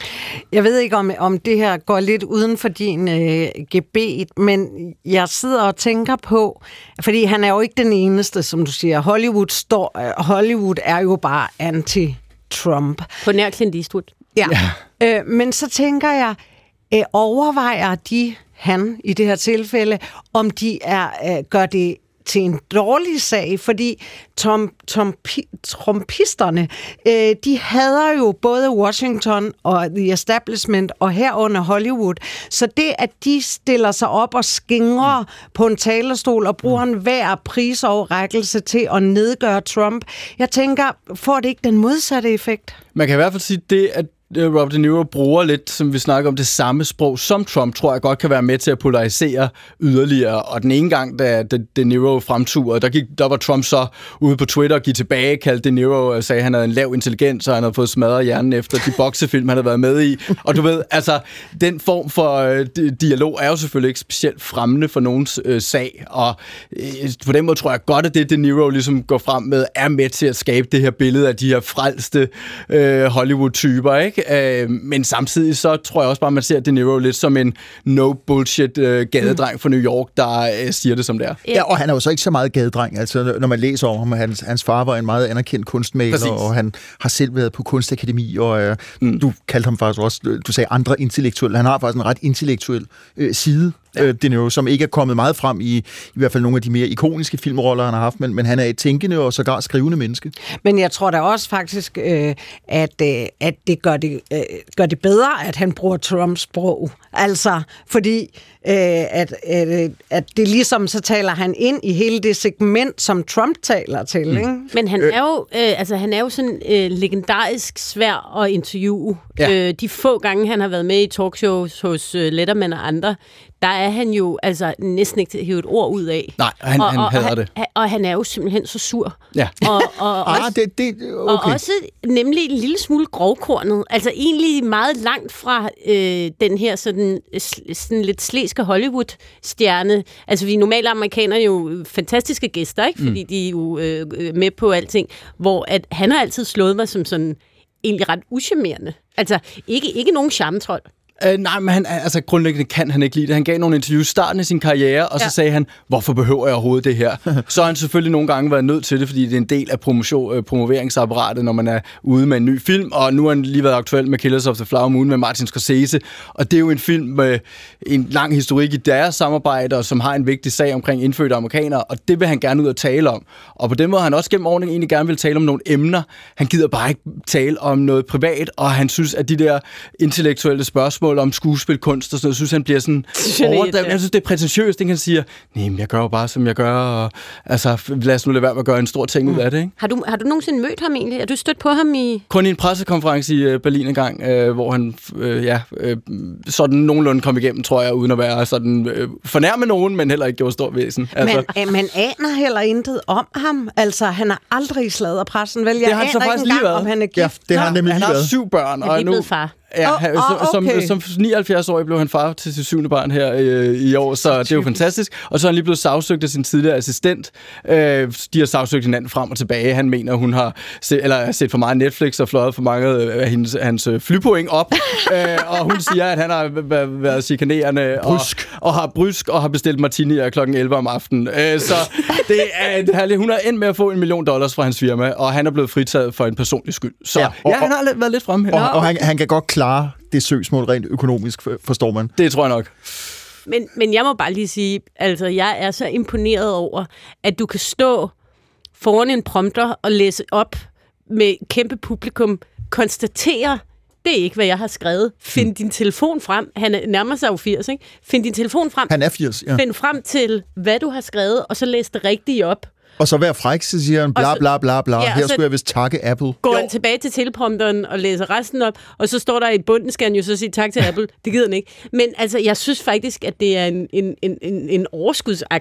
Jeg ved ikke, om, om det her går lidt uden for din øh, gebet, men jeg sidder og tænker på, fordi han er jo ikke den eneste, som du siger. Hollywood, står, øh, Hollywood er jo bare anti-Trump. På nær Clint Eastwood. Ja, ja. Øh, men så tænker jeg, øh, overvejer de, han i det her tilfælde, om de er øh, gør det til en dårlig sag, fordi tom, tom, trumpisterne, øh, de hader jo både Washington og The Establishment og herunder Hollywood. Så det, at de stiller sig op og skingrer mm. på en talerstol og bruger en hver prisoverrækkelse til at nedgøre Trump, jeg tænker, får det ikke den modsatte effekt? Man kan i hvert fald sige det, at Robert De Niro bruger lidt, som vi snakker om, det samme sprog som Trump, tror jeg godt kan være med til at polarisere yderligere. Og den ene gang, da De Niro fremturede, der, gik, der var Trump så ude på Twitter og gik tilbage, kaldte De Niro og sagde, at han havde en lav intelligens, og han havde fået smadret hjernen efter de boksefilm, han havde været med i. Og du ved, altså, den form for øh, dialog er jo selvfølgelig ikke specielt fremmende for nogens øh, sag. Og øh, på den måde tror jeg godt, at det, De Niro ligesom går frem med, er med til at skabe det her billede af de her frelste øh, Hollywood-typer, ikke? Øh, men samtidig så tror jeg også bare, at man ser De Niro lidt som en no-bullshit øh, gadedreng fra New York, der øh, siger det, som det er. Ja, og han er jo så ikke så meget gadedreng. Altså, når man læser om ham, hans, hans far var en meget anerkendt kunstmaler, Præcis. og han har selv været på kunstakademi, og øh, mm. du kaldte ham faktisk også, du sagde andre intellektuelle. Han har faktisk en ret intellektuel øh, side, ja. øh, De Niro, som ikke er kommet meget frem i, i hvert fald nogle af de mere ikoniske filmroller, han har haft, men, men han er et tænkende og sågar skrivende menneske. Men jeg tror da også faktisk, øh, at, øh, at det gør det øh, gør det bedre, at han bruger Trumps sprog. Altså, fordi øh, at, at, at det ligesom, så taler han ind i hele det segment, som Trump taler til. Mm. Ikke? Men han er jo, øh, altså, han er jo sådan øh, legendarisk svær at interviewe. Ja. Øh, de få gange, han har været med i talkshows hos øh, Letterman og andre, der er han jo altså næsten ikke til at hive et ord ud af. Nej, han, og, han hader og, det. Og, og han er jo simpelthen så sur. Ja. Og, og, ah, også, det, det, okay. og også nemlig en lille smule grovkornet. Altså egentlig meget langt fra øh, den her sådan, sådan lidt slæske Hollywood-stjerne. Altså vi normale amerikanere er jo fantastiske gæster, ikke? Fordi mm. de er jo øh, med på alting. Hvor at han har altid slået mig som sådan egentlig ret uschammerende. Altså ikke, ikke nogen charmetrol. Uh, nej, men han, altså, grundlæggende kan han ikke lide det. Han gav nogle interviews i starten af sin karriere, og så ja. sagde han, hvorfor behøver jeg overhovedet det her? Så har han selvfølgelig nogle gange været nødt til det, fordi det er en del af promotion, uh, promoveringsapparatet, når man er ude med en ny film, og nu har han lige været aktuel med Killers of the Flower Moon med Martin Scorsese, og det er jo en film med en lang historik i deres samarbejde, og som har en vigtig sag omkring indfødte amerikanere, og det vil han gerne ud og tale om. Og på den måde har han også gennem årene egentlig gerne vil tale om nogle emner. Han gider bare ikke tale om noget privat, og han synes, at de der intellektuelle spørgsmål om skuespilkunst og sådan noget, synes han bliver sådan overdrevet. Jeg synes, det er prætentiøst, det han siger, nej, men jeg gør jo bare, som jeg gør, og altså, lad os nu lade være med at gøre en stor ting mm. ud af det, ikke? Har du, har du nogensinde mødt ham egentlig? Er du stødt på ham i... Kun i en pressekonference i Berlin engang, øh, hvor han, øh, ja, øh, sådan nogenlunde kom igennem, tror jeg, uden at være sådan øh, fornærme nogen, men heller ikke gjorde stor væsen. Altså. Men øh, man aner heller intet om ham. Altså, han har aldrig sladret vel? Jeg det har han så faktisk lige været. Om han er gift. Ja, det har han nemlig han lige været. har syv børn. Han er lige blevet far. Ja, oh, oh, okay. som, som nioghalvfjerds-årig blev han far til sit syvende barn her øh, i år, så det er jo fantastisk. Og så er han lige blevet sagsøgt af sin tidligere assistent. Øh, de har sagsøgt hinanden frem og tilbage. Han mener, hun har set, eller set for meget Netflix og fløjet for mange af hendes, hans flypoint op. øh, og hun siger, at han har været chikanerende og, og har brysk og har bestilt martini klokken elleve om aftenen. Øh, så det er herligt. Hun har endt med at få en million dollars fra hans firma, og han er blevet fritaget for en personlig skyld. Så ja, og, ja han har været lidt fremme her. Og, og han, han kan godt klare det søgsmål rent økonomisk, forstår man. Det tror jeg nok. Men, men jeg må bare lige sige, altså jeg er så imponeret over, at du kan stå foran en prompter og læse op med kæmpe publikum, konstatere, det er ikke, hvad jeg har skrevet. Find hmm. din telefon frem. Han er nærmer sig jo firs, ikke? Find din telefon frem. Han er firs, ja. Find frem til, hvad du har skrevet, og så læs det rigtigt op. Og så hver fræk, så siger han bla bla bla bla. Ja, her skulle jeg vist takke Apple. Går han tilbage til teleprompteren og læser resten op, og så står der i bunden, skal han jo så sige tak til Apple. Det gider han ikke. Men altså, jeg synes faktisk, at det er en, en, en, en overskudsagtig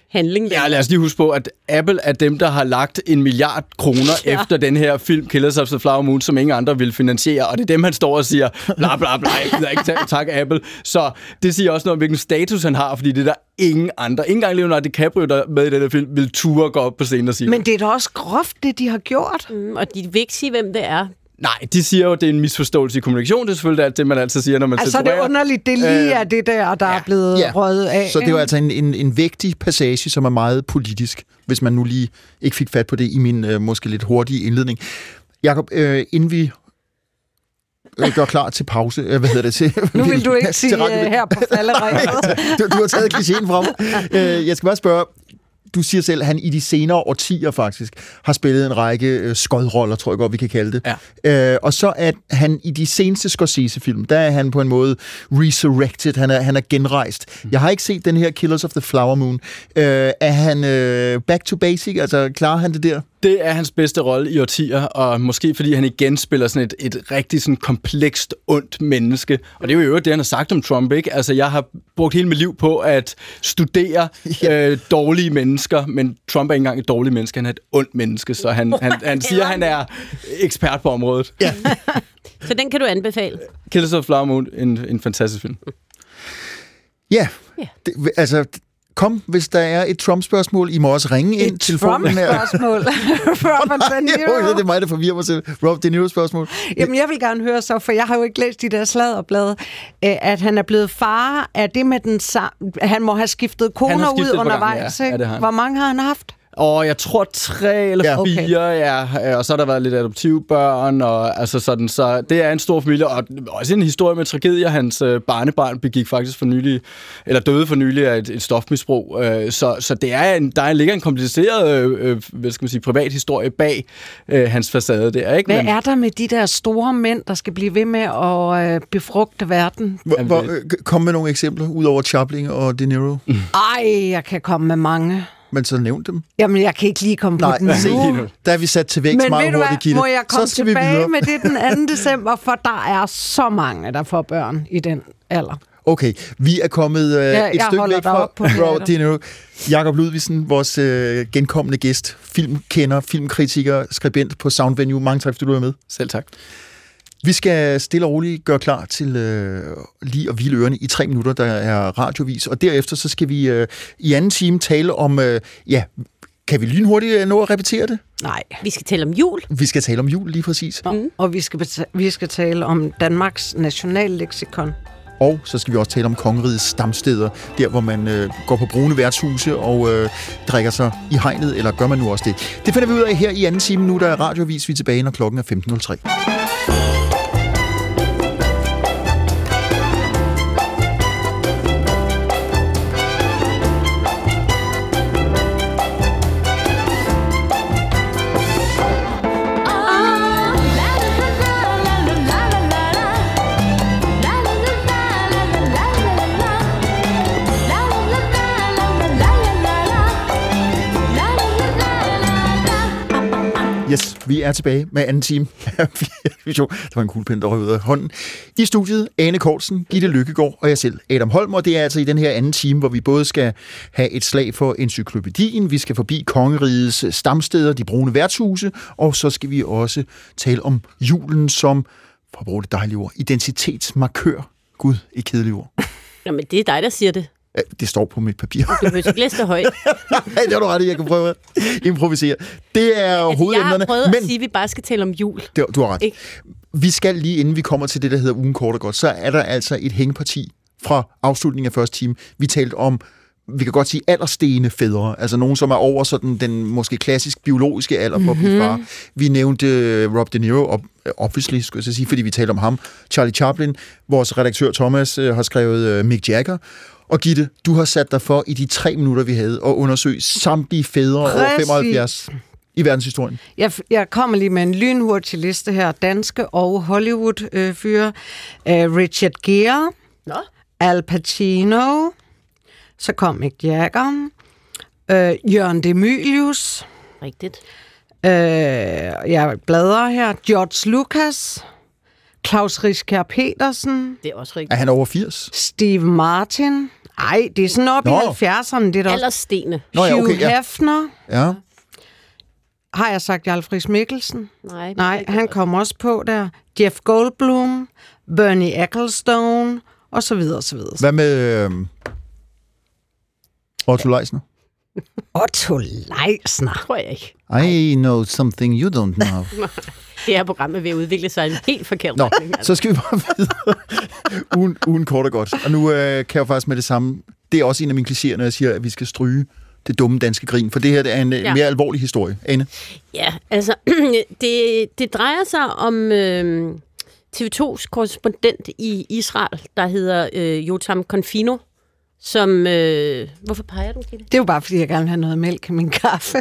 handling. Ja, lad os lige huske på, at Apple er dem, der har lagt en milliard kroner ja. efter den her film, Killers of the Flower Moon, som ingen andre vil finansiere, og det er dem, han står og siger, bla bla bla, jeg gider ikke tak Apple. Så det siger også noget om, hvilken status han har, fordi det er der ingen andre. Ingen gang Leonardo DiCaprio, der med i den her film, vil ture gå op på scenen og sige. Men det er da også groft, det de har gjort. Mm, og de vil ikke sige, hvem det er. Nej, de siger jo, at det er en misforståelse i kommunikation. Det er selvfølgelig alt det, man altid siger, når man altså, censurerer. Altså, det er underligt. Det lige er det der, der ja, er blevet ja. røget af. Så det er jo altså en, en, en vægtig passage, som er meget politisk, hvis man nu lige ikke fik fat på det i min øh, måske lidt hurtige indledning. Jakob, øh, inden vi øh, gør klar til pause, øh, hvad hedder det til? Nu vil du ikke sige uh, her på falderæbet. du, du har taget klichéen fra mig. Øh, jeg skal bare spørge, du siger selv, at han i de senere årtier faktisk har spillet en række øh, skodroller, tror jeg godt, vi kan kalde det. Ja. Øh, og så at han i de seneste Scorsese-film, der er han på en måde resurrected, han er, han er genrejst. Mm. Jeg har ikke set den her Killers of the Flower Moon. Øh, er han øh, back to basic? Altså, klarer han det der? Det er hans bedste rolle i årtier, og måske fordi han igen spiller sådan et, et rigtig sådan komplekst, ondt menneske. Og det er jo øvrigt det, han har sagt om Trump, ikke? Altså, jeg har brugt hele mit liv på at studere ja. øh, dårlige mennesker, men Trump er ikke engang et dårligt menneske, han er et ondt menneske, så han, han, han siger, at han er ekspert på området. Ja. Så den kan du anbefale? Killers of Flower Moon, en, en fantastisk film. Ja, yeah. det, altså... Kom, hvis der er et Trump-spørgsmål. I må også ringe ind til telefonen her. Et Trump-spørgsmål? Robert De Niro? Det er mig, der forvirrer mig til. Robert De Niro-spørgsmål. Jamen, jeg vil gerne høre så, for jeg har jo ikke læst de der sladderblade, at han er blevet far. Er det med den samme... Han må have skiftet koner ud undervejs, ja. Ja, hvor mange har han haft? Og jeg tror tre eller ja. fire, ja. Og så har der været lidt adoptivbørn, og altså sådan, så det er en stor familie, og også en historie med tragedier. Hans øh, barnebarn begik faktisk for nylig, eller døde for nylig af et, et stofmisbrug. Øh, så, så det er en, der ligger en kompliceret, øh, hvad skal man sige, privat historie bag øh, hans facade der, ikke? Hvad Men, er der med de der store mænd, der skal blive ved med at øh, befrugte verden? Hvor, hvor, øh, kom med nogle eksempler, ud over Chaplin og De Niro. Mm. Ej, jeg kan komme med mange. Men så nævn dem. Jamen, jeg kan ikke lige komme på Nej, den nu. Der er vi sat til vægt meget hurtigt, Gitte. Må jeg komme så skal tilbage med det den anden december, for der er så mange, der får børn i den alder. Okay, vi er kommet øh, ja, et stykke væk fra Robert De Niro. Jakob Ludvigsen, vores øh, genkommende gæst, filmkender, filmkritiker, skribent på Soundvenue. Mange tak, fordi du er med. Selv tak. Vi skal stille og roligt gøre klar til øh, lige at hvile ørerne i tre minutter, der er radiovis, og derefter så skal vi øh, i anden time tale om, øh, ja, kan vi lynhurtigt nå at repetere det? Nej. Vi skal tale om jul. Vi skal tale om jul, lige præcis. Mm. Og vi skal, vi skal tale om Danmarks nationalleksikon. Og så skal vi også tale om kongerigets stamsteder, der hvor man øh, går på brune værtshuse og øh, drikker sig i hegnet, eller gør man nu også det? Det finder vi ud af her i anden time, nu der er radiovis. Vi er tilbage, når klokken er femten nul tre. Yes, vi er tilbage med anden time. Det var en kuglepen, der røg ud af hånden. I studiet, Ane Kortsen, Gitte Lykkegaard og jeg selv, Adam Holm. Og det er altså i den her anden time, hvor vi både skal have et slag for encyklopædien, vi skal forbi kongerigets stamsteder, de brune værtshuse, og så skal vi også tale om julen som, for at bruge det dejlige ord, identitetsmarkør. Gud, et kedeligt ord. Jamen, det er dig, der siger det. Det står på mit papir. Du vil ikke læse det højt. Det har du ret i, jeg kan prøve at improvisere. Det er altså, hovedemnerne. Jeg har prøvet men... at sige, at vi bare skal tale om jul. Det, du har ret. Ikke? Vi skal lige, inden vi kommer til det, der hedder ugen kort og godt, så er der altså et hængeparti fra afslutningen af første time. Vi talte om, vi kan godt sige, alderstene fædre. Altså nogen, som er over sådan den måske klassisk biologiske alder for at blive far. Vi nævnte Rob De Niro, obviously, skulle jeg sige, fordi vi talte om ham. Charlie Chaplin, vores redaktør Thomas har skrevet Mick Jagger. Og Gitte, du har sat dig for i de tre minutter, vi havde, at undersøge samtlige fædre over femoghalvfjerds i verdenshistorien. Jeg, jeg kommer lige med en lynhurtig liste her. Danske og Hollywood-fyre. Øh, uh, Richard Gere. Nå? Al Pacino. Så kom Mick Jagger. Uh, Jørgen de Mylius. Rigtigt. Uh, jeg bladrer her. George Lucas. Klaus Riskær Petersen. Det er også rigtigt. Er han over firs? Steve Martin. Nej, det er sådan op Nå. i halvfjerdserne. Det er der Aldersstene. Nå, ja, okay, Hugh ja. Hefner. Ja. Har jeg sagt Jarl Friis Mikkelsen? Nej. Nej, han kom også på der. Jeff Goldblum, Bernie Ecclestone, og så videre, og så videre. Hvad med øh, Otto Leisner? Otto Leisner? Tror jeg ikke. I know something you don't know. Det her program er ved at udvikle sig i en helt forkert Nå, retning. Altså. så skal vi bare videre. ugen, ugen kort og godt. Og nu øh, kan jeg faktisk med det samme. Det er også en af mine klichéer, når jeg siger, at vi skal stryge det dumme danske grin. For det her det er en ja. mere alvorlig historie. Ane? Ja, altså, det, det drejer sig om øh, T V to's korrespondent i Israel, der hedder øh, Yotam Confino, som... Øh, hvorfor peger du, Gitte? Det er jo bare, fordi jeg gerne vil have noget mælk i min kaffe.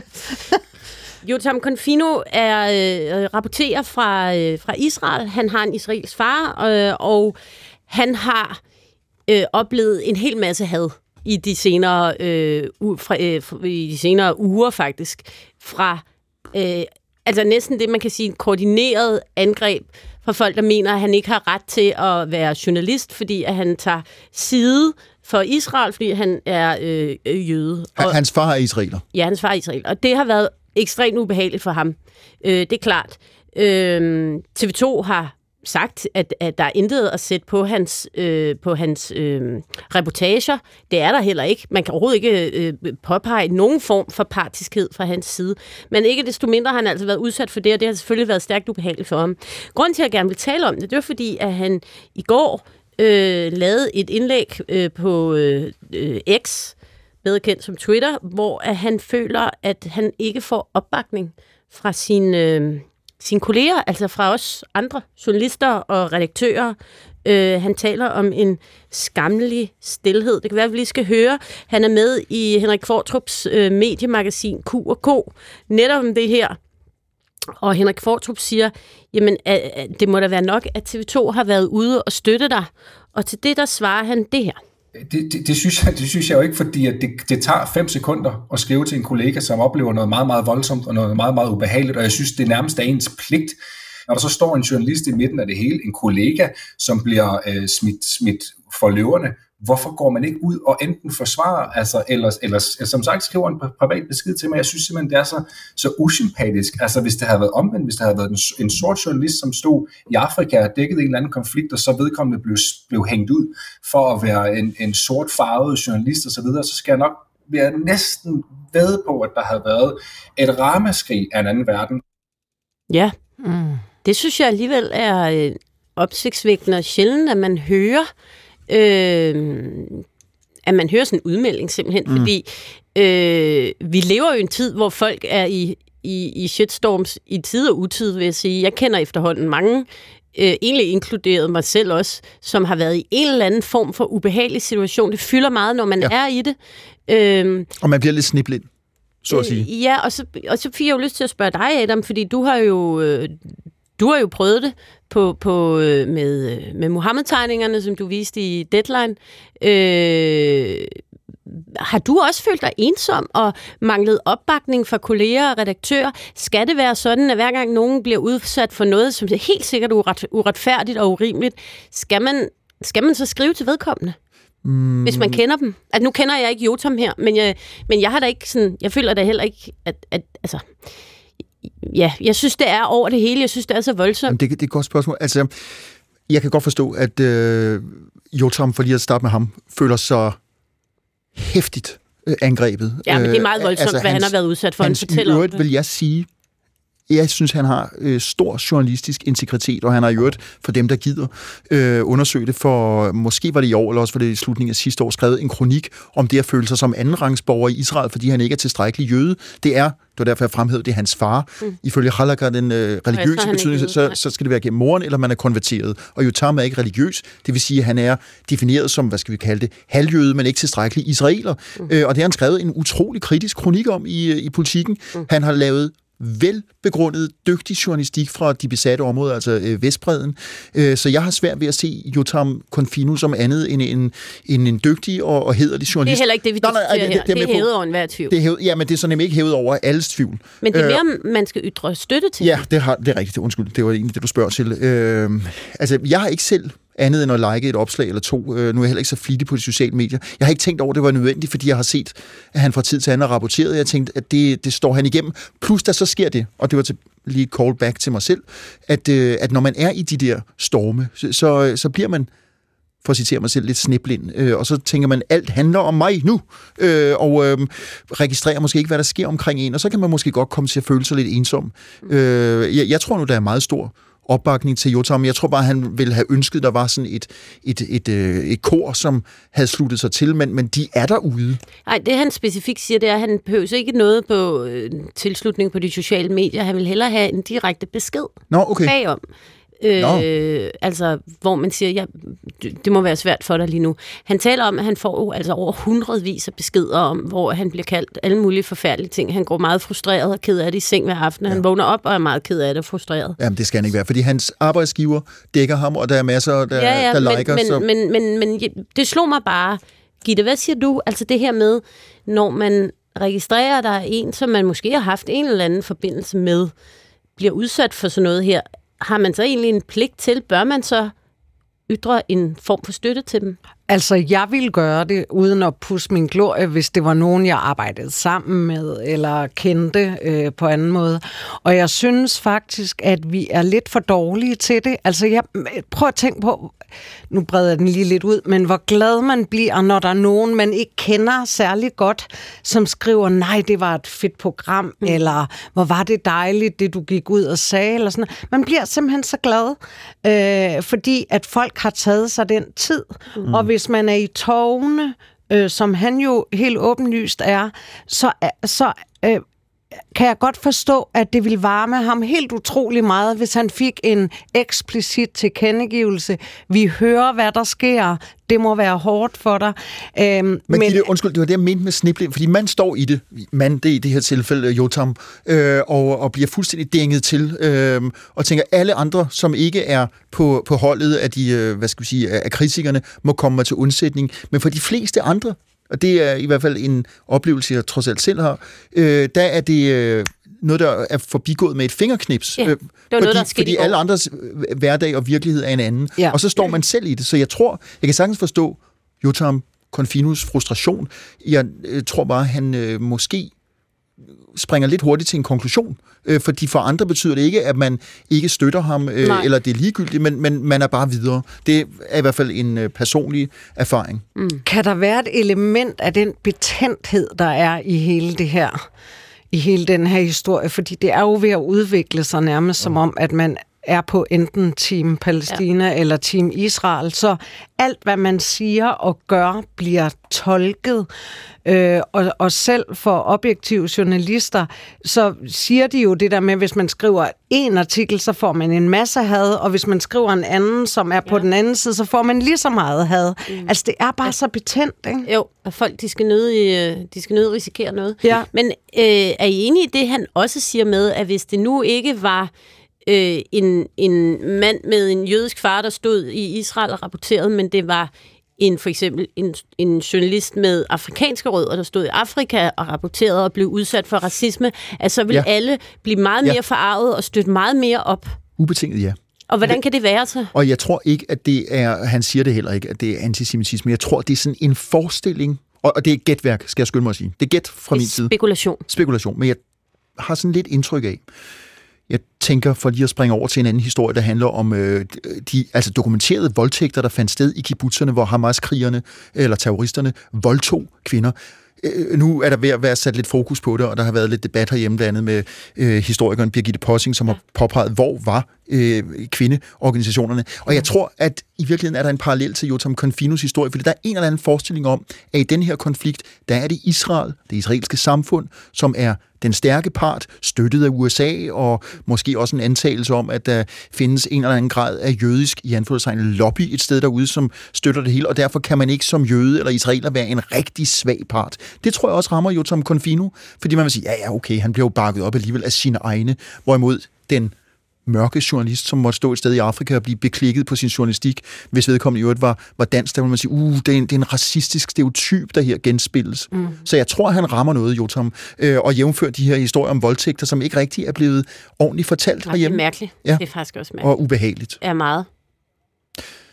Yotam Confino er øh, rapporterer fra, øh, fra Israel. Han har en israelsk far, øh, og han har øh, oplevet en hel masse had i de senere, øh, u- fra, øh, i de senere uger, faktisk, fra øh, altså næsten det, man kan sige, en koordineret angreb fra folk, der mener, at han ikke har ret til at være journalist, fordi at han tager side for Israel, fordi han er øh, jøde. Og, hans far er israeler. Ja, hans far er israeler. Og det har været ekstremt ubehageligt for ham. Øh, det er klart. Øh, T V to har sagt, at, at der er intet at sætte på hans, øh, på hans øh, reportager. Det er der heller ikke. Man kan overhovedet ikke øh, påpege nogen form for partiskhed fra hans side. Men ikke desto mindre har han altså været udsat for det, og det har selvfølgelig været stærkt ubehageligt for ham. Grunden til, at jeg gerne vil tale om det, det var fordi, at han i går øh, lavede et indlæg øh, på øh, X, bedre kendt som Twitter, hvor at han føler, at han ikke får opbakning fra sine, øh, sine kolleger, altså fra os andre journalister og redaktører. Øh, han taler om en skammelig stilhed. Det kan være, at vi lige skal høre. Han er med i Henrik Qvortrups øh, mediemagasin Q og K, netop om det her. Og Henrik Qvortrup siger, jamen, at, at det må da være nok, at T V to har været ude og støtte dig. Og til det, der svarer han det her. Det, det, det, synes jeg, det synes jeg jo ikke, fordi at det, det tager fem sekunder at skrive til en kollega, som oplever noget meget, meget voldsomt og noget meget, meget ubehageligt, og jeg synes, det nærmest er ens pligt, når der så står en journalist i midten af det hele, en kollega, som bliver øh, smidt, smidt for løverne. Hvorfor går man ikke ud og enten forsvarer, altså, eller, eller som sagt skriver en privat besked til mig? Jeg synes simpelthen, det er så, så usympatisk. Altså, hvis det havde været omvendt, hvis det havde været en, en sort journalist, som stod i Afrika og dækkede en eller anden konflikt, og så vedkommende blev, blev hængt ud for at være en, en sort farvet journalist osv., så, så skal jeg nok være næsten ved på, at der havde været et ramaskrig af en anden verden. Ja, mm. det synes jeg alligevel er øh, opsigtsvækkende og sjældent, at man hører Øh, at man hører sådan en udmelding simpelthen, mm. fordi øh, vi lever jo i en tid, hvor folk er i, i, i shitstorms i tid og utid, vil jeg sige. Jeg kender efterhånden mange, øh, egentlig inkluderet mig selv også, som har været i en eller anden form for ubehagelig situation. Det fylder meget, når man ja. er i det. Øh, og man bliver lidt sniblet, så at sige. Øh, ja, og så, og så fik jeg jo lyst til at spørge dig, Adam, fordi du har jo... Øh, Du har jo prøvet det på, på, med, med Muhammed-tegningerne, som du viste i Deadline. Øh, har du også følt dig ensom og manglet opbakning fra kolleger og redaktører? Skal det være sådan, at hver gang nogen bliver udsat for noget, som er helt sikkert uret, uretfærdigt og urimeligt, skal man, skal man så skrive til vedkommende? Mm. Hvis man kender dem. Altså, nu kender jeg ikke Yotam her, men jeg, men jeg har da ikke sådan, jeg føler da heller ikke, at, at altså... Ja, jeg synes, det er over det hele. Jeg synes, det er så voldsomt. Jamen, det, det er et godt spørgsmål. Altså, jeg kan godt forstå, at øh, Yotam, for lige at starte med ham, føler sig hæftigt øh, angrebet. Ja, men det er meget voldsomt, altså, hvad hans, han har været udsat for. Hans, han fortæller i øvrigt vil jeg sige, jeg synes, han har øh, stor journalistisk integritet, og han har i øvrigt, for dem, der gider øh, undersøge det, for måske var det i år, eller også var det i slutningen af sidste år, skrevet en kronik om det at føle sig som andenrangsborger i Israel, fordi han ikke er tilstrækkelig jøde. Det er, det var derfor, jeg fremhævede, det er hans far. Mm. Ifølge Halakha, den øh, religiøse betydning, så, så skal det være gennem moren, eller man er konverteret. Og Yotam er ikke religiøs, det vil sige, at han er defineret som, hvad skal vi kalde det, halvjøde, men ikke tilstrækkelig israeler. Mm. Øh, og det har han skrevet en utrolig kritisk kronik om i, i Politikken. Mm. Han har lavet velbegrundet, dygtig journalistik fra de besatte områder, altså øh, Vestbredden. Øh, så jeg har svært ved at se Yotam Confino som andet end en, en, en dygtig og, og hæderlig journalist. Det er heller ikke det, vi diskuterer her. Det, det, det er hævet over enhver tvivl. Det er hævet, ja, men det er så nemlig ikke hævet over alles tvivl. Men det er mere, øh, man skal ytre støtte til. Ja, det, har, det er rigtigt. Undskyld, det var egentlig det, du spørger til. Øh, altså, jeg har ikke selv andet end at like et opslag eller to. Nu er jeg heller ikke så flittig på de sociale medier. Jeg har ikke tænkt over, at det var nødvendigt, fordi jeg har set, at han fra tid til anden har rapporteret. Jeg tænkte, at det, det står han igennem. Plus, der så sker det, og det var til, lige call back til mig selv, at, at når man er i de der storme, så, så bliver man, for at citere mig selv, lidt sniblind. Øh, og så tænker man, alt handler om mig nu, øh, og øh, registrerer måske ikke, hvad der sker omkring en, og så kan man måske godt komme til at føle sig lidt ensom. Øh, jeg, jeg tror nu, der er meget stor opbakning til Yotam. Jeg tror bare, han ville have ønsket, der var sådan et, et, et, et, et kor, som havde sluttet sig til, men, men de er derude. Nej, det han specifikt siger, det er, at han behøver ikke noget på øh, tilslutning på de sociale medier. Han vil hellere have en direkte besked Nå, okay. bagom. Øh, altså, hvor man siger, ja, det må være svært for dig lige nu. Han taler om, at han får altså over hundredvis af beskeder om, hvor han bliver kaldt alle mulige forfærdelige ting. Han går meget frustreret og ked af det i seng hver aften. Ja. Han vågner op og er meget ked af det og frustreret. Jamen, det skal han ikke være, fordi hans arbejdsgiver dækker ham, og der er masser, der, ja, ja, der men, liker. Men, så... men, men, men, men det slog mig bare. Gitte, hvad siger du? Altså det her med, når man registrerer, der er en, som man måske har haft en eller anden forbindelse med, bliver udsat for sådan noget her, har man så egentlig en pligt til? Bør man så ytre en form for støtte til dem? Altså, jeg ville gøre det, uden at pusse min glorie, hvis det var nogen, jeg arbejdede sammen med, eller kendte øh, på anden måde. Og jeg synes faktisk, at vi er lidt for dårlige til det. Altså, jeg prøv at tænke på, nu breder jeg den lige lidt ud, men hvor glad man bliver, når der er nogen, man ikke kender særlig godt, som skriver, nej, det var et fedt program, mm. eller hvor var det dejligt, det du gik ud og sagde, eller sådan. Man bliver simpelthen så glad, øh, fordi at folk har taget sig den tid, mm. og hvis man er i tårne, øh, som han jo helt åbenlyst er, så, så øh, kan jeg godt forstå, at det ville varme ham helt utrolig meget, hvis han fik en eksplicit tilkendegivelse. Vi hører, hvad der sker. Det må være hårdt for dig. Øhm, men, men Gitte, undskyld, det var det, jeg mente med sniblind, fordi man står i det, man, det er i det her tilfælde Yotam, øh, og, og bliver fuldstændig dænget til, øh, og tænker, alle andre, som ikke er på, på holdet af de, øh, hvad skal vi sige, af kritikerne, må komme til undsætning. Men for de fleste andre, og det er i hvert fald en oplevelse, jeg trods alt selv har, øh, der er det øh, noget, der er forbigået med et fingerknips. Ja, det var fordi, noget, der skete fordi alle andres hverdag og virkelighed er en anden. Ja. Og så står man selv i det. Så jeg tror, jeg kan sagtens forstå Yotam Confinus frustration. Jeg øh, tror bare, han øh, måske springer lidt hurtigt til en konklusion. Øh, fordi for andre betyder det ikke, at man ikke støtter ham, øh, eller det er ligegyldigt, men, men man er bare videre. Det er i hvert fald en øh, personlig erfaring. Mm. Kan der være et element af den betændthed, der er i hele det her, i hele den her historie? Fordi det er jo ved at udvikle sig nærmest som om, at man er på enten Team Palæstina ja. eller Team Israel. Så alt, hvad man siger og gør, bliver tolket. Øh, og, og selv for objektive journalister, så siger de jo det der med, hvis man skriver en artikel, så får man en masse had, og hvis man skriver en anden, som er på ja. den anden side, så får man lige så meget had. Mm. Altså, det er bare ja. så betændt, ikke? Jo, og folk, de skal nødig, de skal nødig risikere noget. Ja. Men øh, er I enige i det, han også siger med, at hvis det nu ikke var øh, en, en mand med en jødisk far, der stod i Israel og rapporterede, men det var en for eksempel en, en journalist med afrikanske rødder, der stod i Afrika og rapporterede og blev udsat for racisme, at så vil ja. alle blive meget mere ja. forarvet og støtte meget mere op. Ubetinget, ja. Og hvordan kan det være så? Og jeg tror ikke, at det er, han siger det heller ikke, at det er antisemitisme. Jeg tror, det er sådan en forestilling, og det er gætværk, skal jeg skynde mig at sige. Det er gæt fra min side. Spekulation. Spekulation, men jeg har sådan lidt indtryk af, jeg tænker, for lige at springe over til en anden historie, der handler om øh, de altså dokumenterede voldtægter, der fandt sted i kibbutzerne, hvor Hamas-krigerne eller terroristerne voldtog kvinder. Øh, nu er der ved at være sat lidt fokus på det, og der har været lidt debat herhjemme, blandt andet med øh, historikeren Birgitte Possing, som har påpeget, hvor var øh, kvindeorganisationerne. Og jeg tror, at i virkeligheden er der en parallel til Yotam Confinus historie, fordi der er en eller anden forestilling om, at i den her konflikt, der er det Israel, det israelske samfund, som er den stærke part, støttet af U S A, og måske også en antagelse om, at der findes en eller anden grad af jødisk, i anførselstegn, lobby et sted derude, som støtter det hele, og derfor kan man ikke som jøde eller israeler være en rigtig svag part. Det tror jeg også rammer Yotam Confinu, fordi man vil sige, ja, ja, okay, han bliver jo bakket op alligevel af sine egne, hvorimod den mørke journalist, som måtte stå et sted i Afrika og blive beklikket på sin journalistik, hvis vedkommende i øvrigt var, var dansk, der vil man sige, uh, det er, en, det er en racistisk stereotyp, der her genspilles. Mm. Så jeg tror, han rammer noget, Yotam, øh, og jævnfører de her historier om voldtægter, som ikke rigtig er blevet ordentligt fortalt Nej, herhjemme. Det er mærkeligt. Ja. Det er faktisk også mærkeligt. Og ubehageligt. Ja, meget.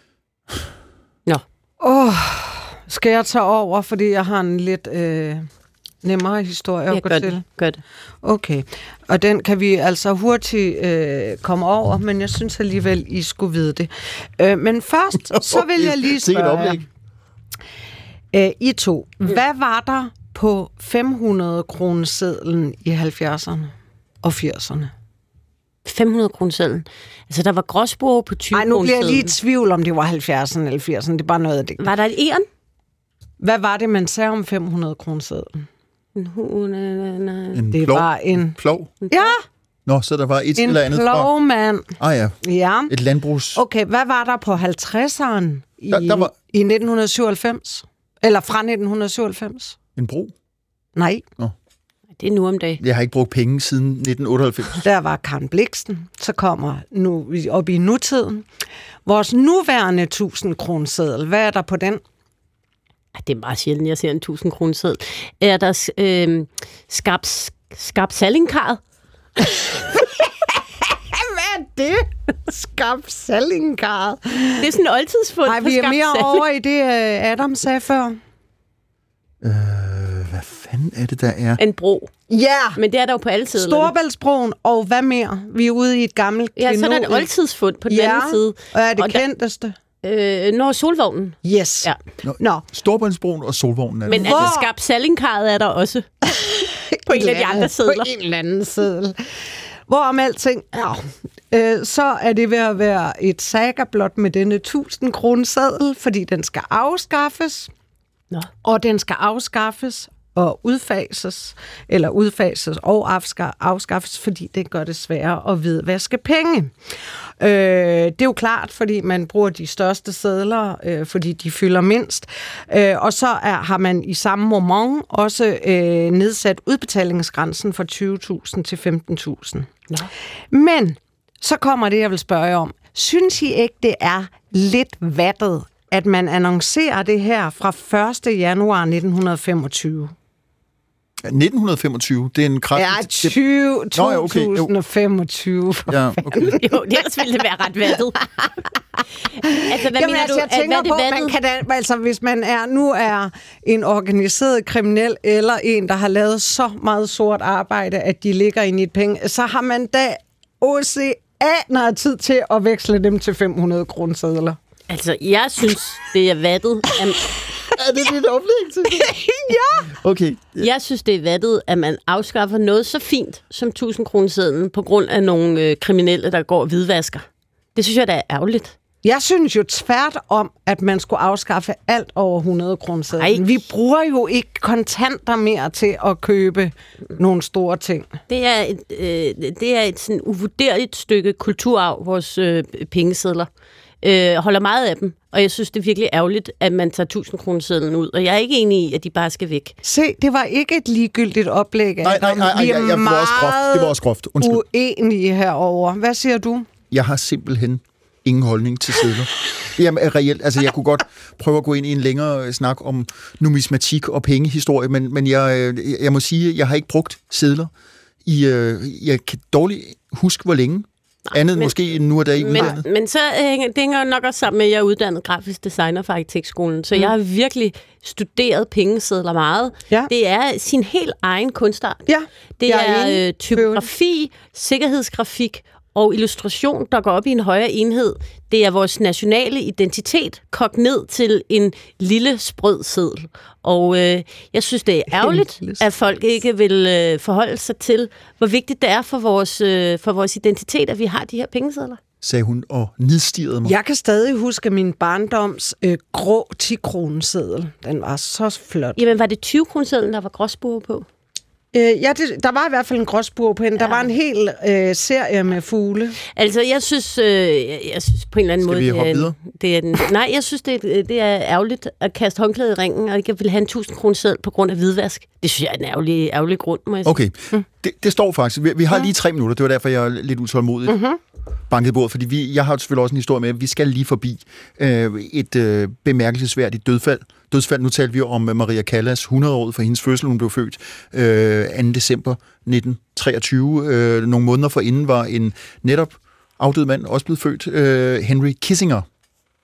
Nå. Åh, oh, skal jeg tage over, fordi jeg har en lidt øh, nemmere historie at ja, gå gør til? Det, gør det. Okay, og den kan vi altså hurtigt øh, komme over, men jeg synes alligevel, I skulle vide det. Øh, men først, så vil jeg lige spørge øh, I to. Hvad var der på fem hundrede kronesedlen i halvfjerdserne og firserne? fem hundrede kronesedlen. Altså, der var gråsbue på tyve kronesedlen. Nej, nu bliver jeg lige i tvivl, om det var halvfjerdserne eller firserne. Det er bare noget af det. Var der et æren? Hvad var det, man sagde om fem hundrede kronesedlen? En det plov. var en... Plov? Ja! Nå, så der var et en eller andet fra... En plovmand. Ah ja. Ja. Et landbrugs... Okay, hvad var der på halvtredserne i, der, der var... i nitten syvoghalvfems? Eller fra nitten syvoghalvfems? En bro? Nej. Nå. Det er nu om dagen. Jeg har ikke brugt penge siden nitten otteoghalvfems. Der var Karen Blixen. Så kommer nu op i nutiden. Vores nuværende tusind kroneseddel, hvad er der på den? Det er meget sjældent, jeg ser en tusind kroneseddel. Er der øh, skabs, skabsallingkarret? Hvad er det? Skabsallingkarret? Det er sådan en oldtidsfund. Nej, vi er mere over i det, Adam sagde før. Øh, hvad fanden er det, der er? En bro. Ja! Yeah. Men det er der jo på alle sider. Storebæltsbroen, og hvad mere? Vi er ude i et gammelt Ja, så er der et oldtidsfund på den ja. anden side. Og er det og kendteste? Der, øh, når solvognen. Yes. Ja. Nå, Nå. Storebæltsbroen og solvognen er Men det. altså, skabsallingkarret er der også. På en af de andre sædler. På en eller anden seddel. Hvorom alting er, øh, så er det ved at være et saga blot med denne tusind kroneseddel, fordi den skal afskaffes. Nå. Og den skal afskaffes og udfases, eller udfases og afskaffes, fordi det gør det sværere at hvidvaske penge. Øh, det er jo klart, fordi man bruger de største sedler, øh, fordi de fylder mindst. Øh, og så er, har man i samme moment også øh, nedsat udbetalingsgrænsen fra tyve tusind til femten tusind. Ja. Men så kommer det, jeg vil spørge jer om. Synes I ikke, det er lidt vattet, at man annoncerer det her fra første januar nitten femogtyve? nitten femogtyve, det er en kraftig... Ja, tyve, Nå, ja, okay. to tusind femogtyve. Ja, okay. Jo, ellers ville det være ret vattet. Altså, hvad Jamen, mener altså, du? jeg tænker at, på, man kan da, altså, hvis man er, nu er en organiseret kriminel, eller en, der har lavet så meget sort arbejde, at de ligger inde i et penge, så har man da oceaner af tid til at veksle dem til fem hundrede kronesedler. Altså, jeg synes, det er vattet. At... Er det dit oplæg til det? Ja! Okay. Jeg synes, det er vattet, at man afskaffer noget så fint som tusind kronesedlen på grund af nogle øh, kriminelle, der går og hvidvasker. Det synes jeg, der er ærgerligt. Jeg synes jo tvært om, at man skulle afskaffe alt over hundrede kronesedlen. Vi bruger jo ikke kontanter mere til at købe nogle store ting. Det er et, øh, det er et sådan uvurderligt stykke kulturarv, vores øh, pengesedler. Jeg øh, holder meget af dem, og jeg synes, det er virkelig ærgerligt, at man tager tusind kronesedlen ud. Og jeg er ikke enig i, at de bare skal væk. Se, det var ikke et ligegyldigt oplæg. Nej, nej, nej, nej, vi er jeg, jeg, det var også groft. Det var også groft. Undskyld. Uenige herover. Hvad siger du? Jeg har simpelthen ingen holdning til sedler. Jamen, reelt, altså jeg kunne godt prøve at gå ind i en længere snak om numismatik og pengehistorie, men, men jeg, jeg må sige, at jeg har ikke brugt sedler. I, jeg kan dårligt huske, hvor længe. Nej, andet men, måske nu er der i uddannet. Men, men så hænger det hænger nok også sammen med, at jeg er uddannet grafisk designer fra arkitektskolen, så mm. jeg har virkelig studeret pengesedler meget. Ja. Det er sin helt egen kunstart. Ja. Det er øh, typografi, sikkerhedsgrafik og illustration, der går op i en højere enhed. Det er vores nationale identitet, kogt ned til en lille sprød seddel. Og øh, jeg synes, det er ærgerligt, at folk ikke vil øh, forholde sig til, hvor vigtigt det er for vores, øh, for vores identitet, at vi har de her pengesedler. Sagde hun og nedstirrede mig. Jeg kan stadig huske min barndoms øh, grå ti-kroneseddel. Den var så flot. Jamen, var det tyve kronesedlen, der var gråsbue på? Øh, ja, det, der var i hvert fald en gråsbue på hende. Ja. Der var en hel øh, serie med fugle. Altså, jeg synes, øh, jeg, jeg synes på en eller anden Skal måde... vi hoppe videre? Det er den, nej, jeg synes, det er, det er ærgerligt at kaste håndklædet i ringen, og ikke vil have en tusind kroneseddel på grund af hvidvask. Det synes jeg er en ærgerlig, ærgerlig grund, må jeg sige. Okay, mm. det, det står faktisk. Vi, vi har lige tre minutter, det var derfor, jeg er lidt utålmodig. Mm-hmm. Banket bordet, fordi vi, jeg har selvfølgelig også en historie med, at vi skal lige forbi øh, et øh, bemærkelsesværdigt dødfald. Dødsfald, nu talte vi om Maria Callas hundrede år for hendes fødsel, hun blev født øh, anden december nitten treogtyve. Øh, nogle måneder forinden var en netop afdød mand også blevet født, øh, Henry Kissinger.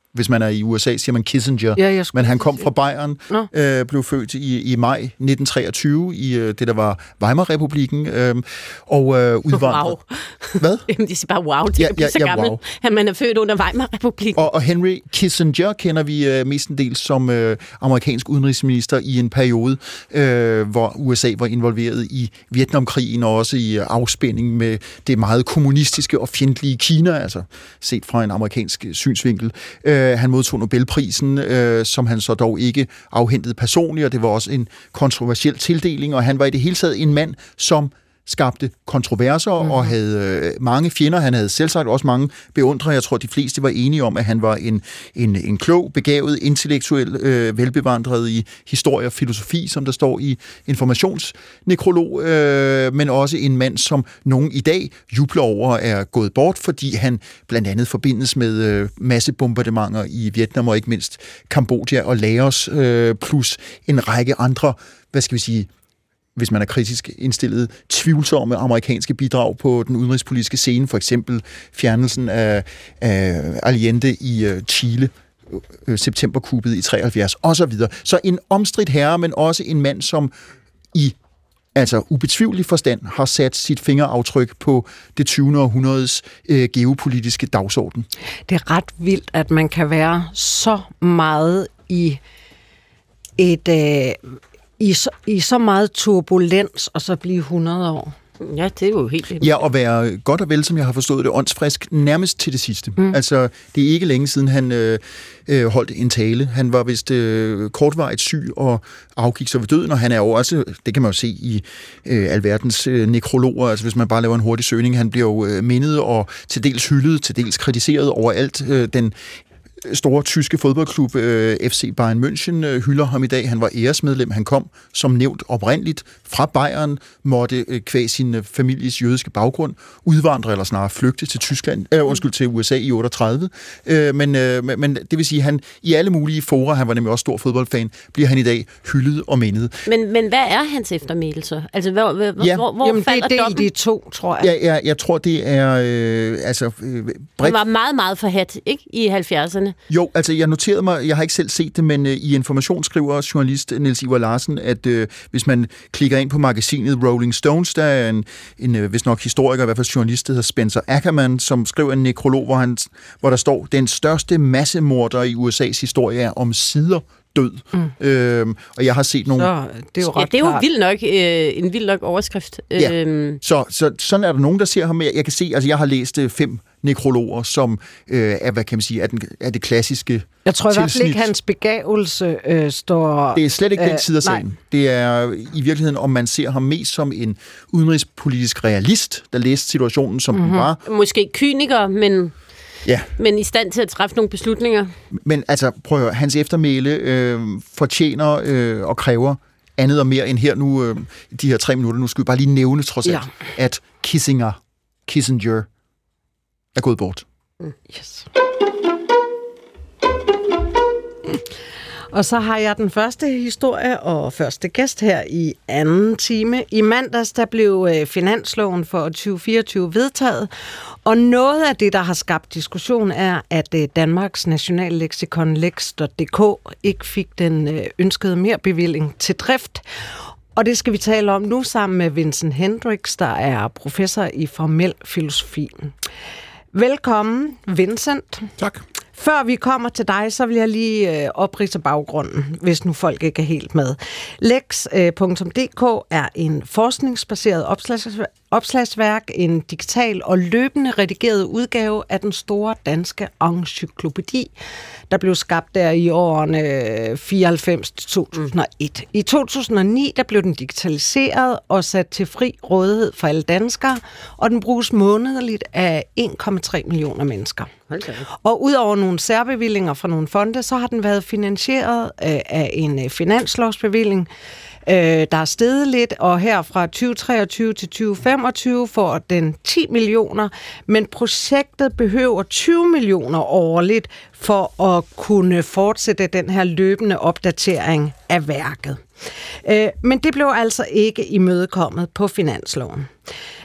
Hvis man er i U S A, siger man Kissinger. Ja, men han kom fra Bayern, øh, blev født i, i maj nitten treogtyve i øh, det, der var Weimar-republikken, øh, og øh, udvandrede. Wow. Hvad? Jamen, de siger bare wow, de ja, kan blive ja, så ja, gammel, wow. at man er født under Weimar-republikken. Og, og Henry Kissinger kender vi øh, mestendels som øh, amerikansk udenrigsminister i en periode, øh, hvor U S A var involveret i Vietnamkrigen og også i øh, afspænding med det meget kommunistiske og fjendtlige Kina, altså set fra en amerikansk synsvinkel. Øh, han modtog Nobelprisen, øh, som han så dog ikke afhentede personligt, og det var også en kontroversiel tildeling, og han var i det hele taget en mand, som skabte kontroverser mm. og havde øh, mange fjender. Han havde selvsagt også mange beundrere. Jeg tror, de fleste var enige om, at han var en, en, en klog, begavet, intellektuel, øh, velbevandret i historie og filosofi, som der står i informationsnekrolog, øh, men også en mand, som nogen i dag jubler over er gået bort, fordi han blandt andet forbindes med øh, massebombardementer i Vietnam og ikke mindst Kambodja og Laos, øh, plus en række andre, hvad skal vi sige, hvis man er kritisk indstillet, tvivlsomme amerikanske bidrag på den udenrigspolitiske scene, for eksempel fjernelsen af, af Allende i uh, Chile, uh, septemberkuppet i treoghalvfjerds, osv. Så en omstridt herre, men også en mand, som i altså ubetvivlelig forstand har sat sit fingeraftryk på det tyvende århundredes øh, geopolitiske dagsorden. Det er ret vildt, at man kan være så meget i et... Øh I så, I så meget turbulens, og så blive hundrede år. Ja, det er jo helt vildt. Ja, og være godt og vel, som jeg har forstået det, åndsfrisk nærmest til det sidste. Mm. Altså, det er ikke længe siden, han øh, øh, holdt en tale. Han var vist øh, kortvarigt syg og afgik så ved døden, og han er jo også, det kan man jo se i øh, alverdens øh, nekrologer, altså hvis man bare laver en hurtig søgning, han bliver jo øh, mindet og til dels hyldet, til dels kritiseret overalt. Øh, den store tyske fodboldklub øh, F C Bayern München øh, hylder ham i dag. Han var æresmedlem. Han kom som nævnt oprindeligt fra Bayern, måtte øh, kvæg sin øh, families jødiske baggrund udvandre, eller snarere flygte til Tyskland, øh, undskyld, til U S A i otteogtredive. Øh, men, øh, men det vil sige, han i alle mulige fora, han var nemlig også stor fodboldfan, bliver han i dag hyldet og mindet. Men, men hvad er hans eftermæle så? Altså, hvor, hvor, ja. hvor, hvor Jamen, falder det er dommen? de to, tror jeg. Ja, ja, jeg tror, det er øh, altså øh, bredt. Han var meget, meget forhat, ikke? I halvfjerdserne. Jo, altså jeg noterede mig, jeg har ikke selv set det, men øh, i Information skriver journalist Niels Ivar Larsen, at øh, hvis man klikker ind på magasinet Rolling Stones, der er en, en øh, hvis nok historiker, i hvert fald journalist, der hedder Spencer Ackerman, som skriver en nekrolog, hvor, han, hvor der står, den største massemorder i U S A's historie er om sider død. Mm. Øhm, og jeg har set nogle... Så, det er jo, ja, det er jo vildt nok, øh, en vild nok overskrift. Ja. Øhm. Så, så sådan er der nogen, der ser ham. Jeg kan se, altså jeg har læst øh, fem nekrologer, som øh, er, hvad kan man sige, er, den, er det klassiske Jeg tror i hvert fald tilsnit. ikke, hans begavelse øh, står... Det er slet ikke øh, den side af sagen. Nej. Det er i virkeligheden, om man ser ham mest som en udenrigspolitisk realist, der læste situationen, som mm-hmm. den var. Måske kyniker, men... Ja. Men i stand til at træffe nogle beslutninger. Men altså, prøv at høre, hans eftermæle øh, fortjener øh, og kræver andet og mere end her nu, øh, de her tre minutter. Nu skal vi bare lige nævne, trods alt, ja. at Kissinger, Kissinger er gået bort. Mm. Yes. Og så har jeg den første historie og første gæst her i anden time. I mandags der blev finansloven for tyve fireogtyve vedtaget, og noget af det, der har skabt diskussion, er, at Danmarks nationalleksikon lex punktum d k ikke fik den ønskede merbevilling til drift. Og det skal vi tale om nu sammen med Vincent Hendricks, der er professor i formel filosofi. Velkommen, Vincent. Tak. Før vi kommer til dig, så vil jeg lige øh, opridse baggrunden, hvis nu folk ikke er helt med. lex punktum d k er en forskningsbaseret opslags, opslagsværk, en digital og løbende redigeret udgave af den store danske encyklopædi, der blev skabt der i årene fireoghalvfems til to tusind og et. I to tusind og ni der blev den digitaliseret og sat til fri rådighed for alle danskere, og den bruges månedligt af en komma tre millioner mennesker. Okay. Og udover nogle særbevillinger fra nogle fonde, så har den været finansieret øh, af en øh, finanslovsbevilling, øh, der er steget lidt, og her fra tyve treogtyve til tyve femogtyve får den ti millioner, men projektet behøver tyve millioner årligt for at kunne fortsætte den her løbende opdatering af værket. Øh, men det blev altså ikke imødekommet på finansloven.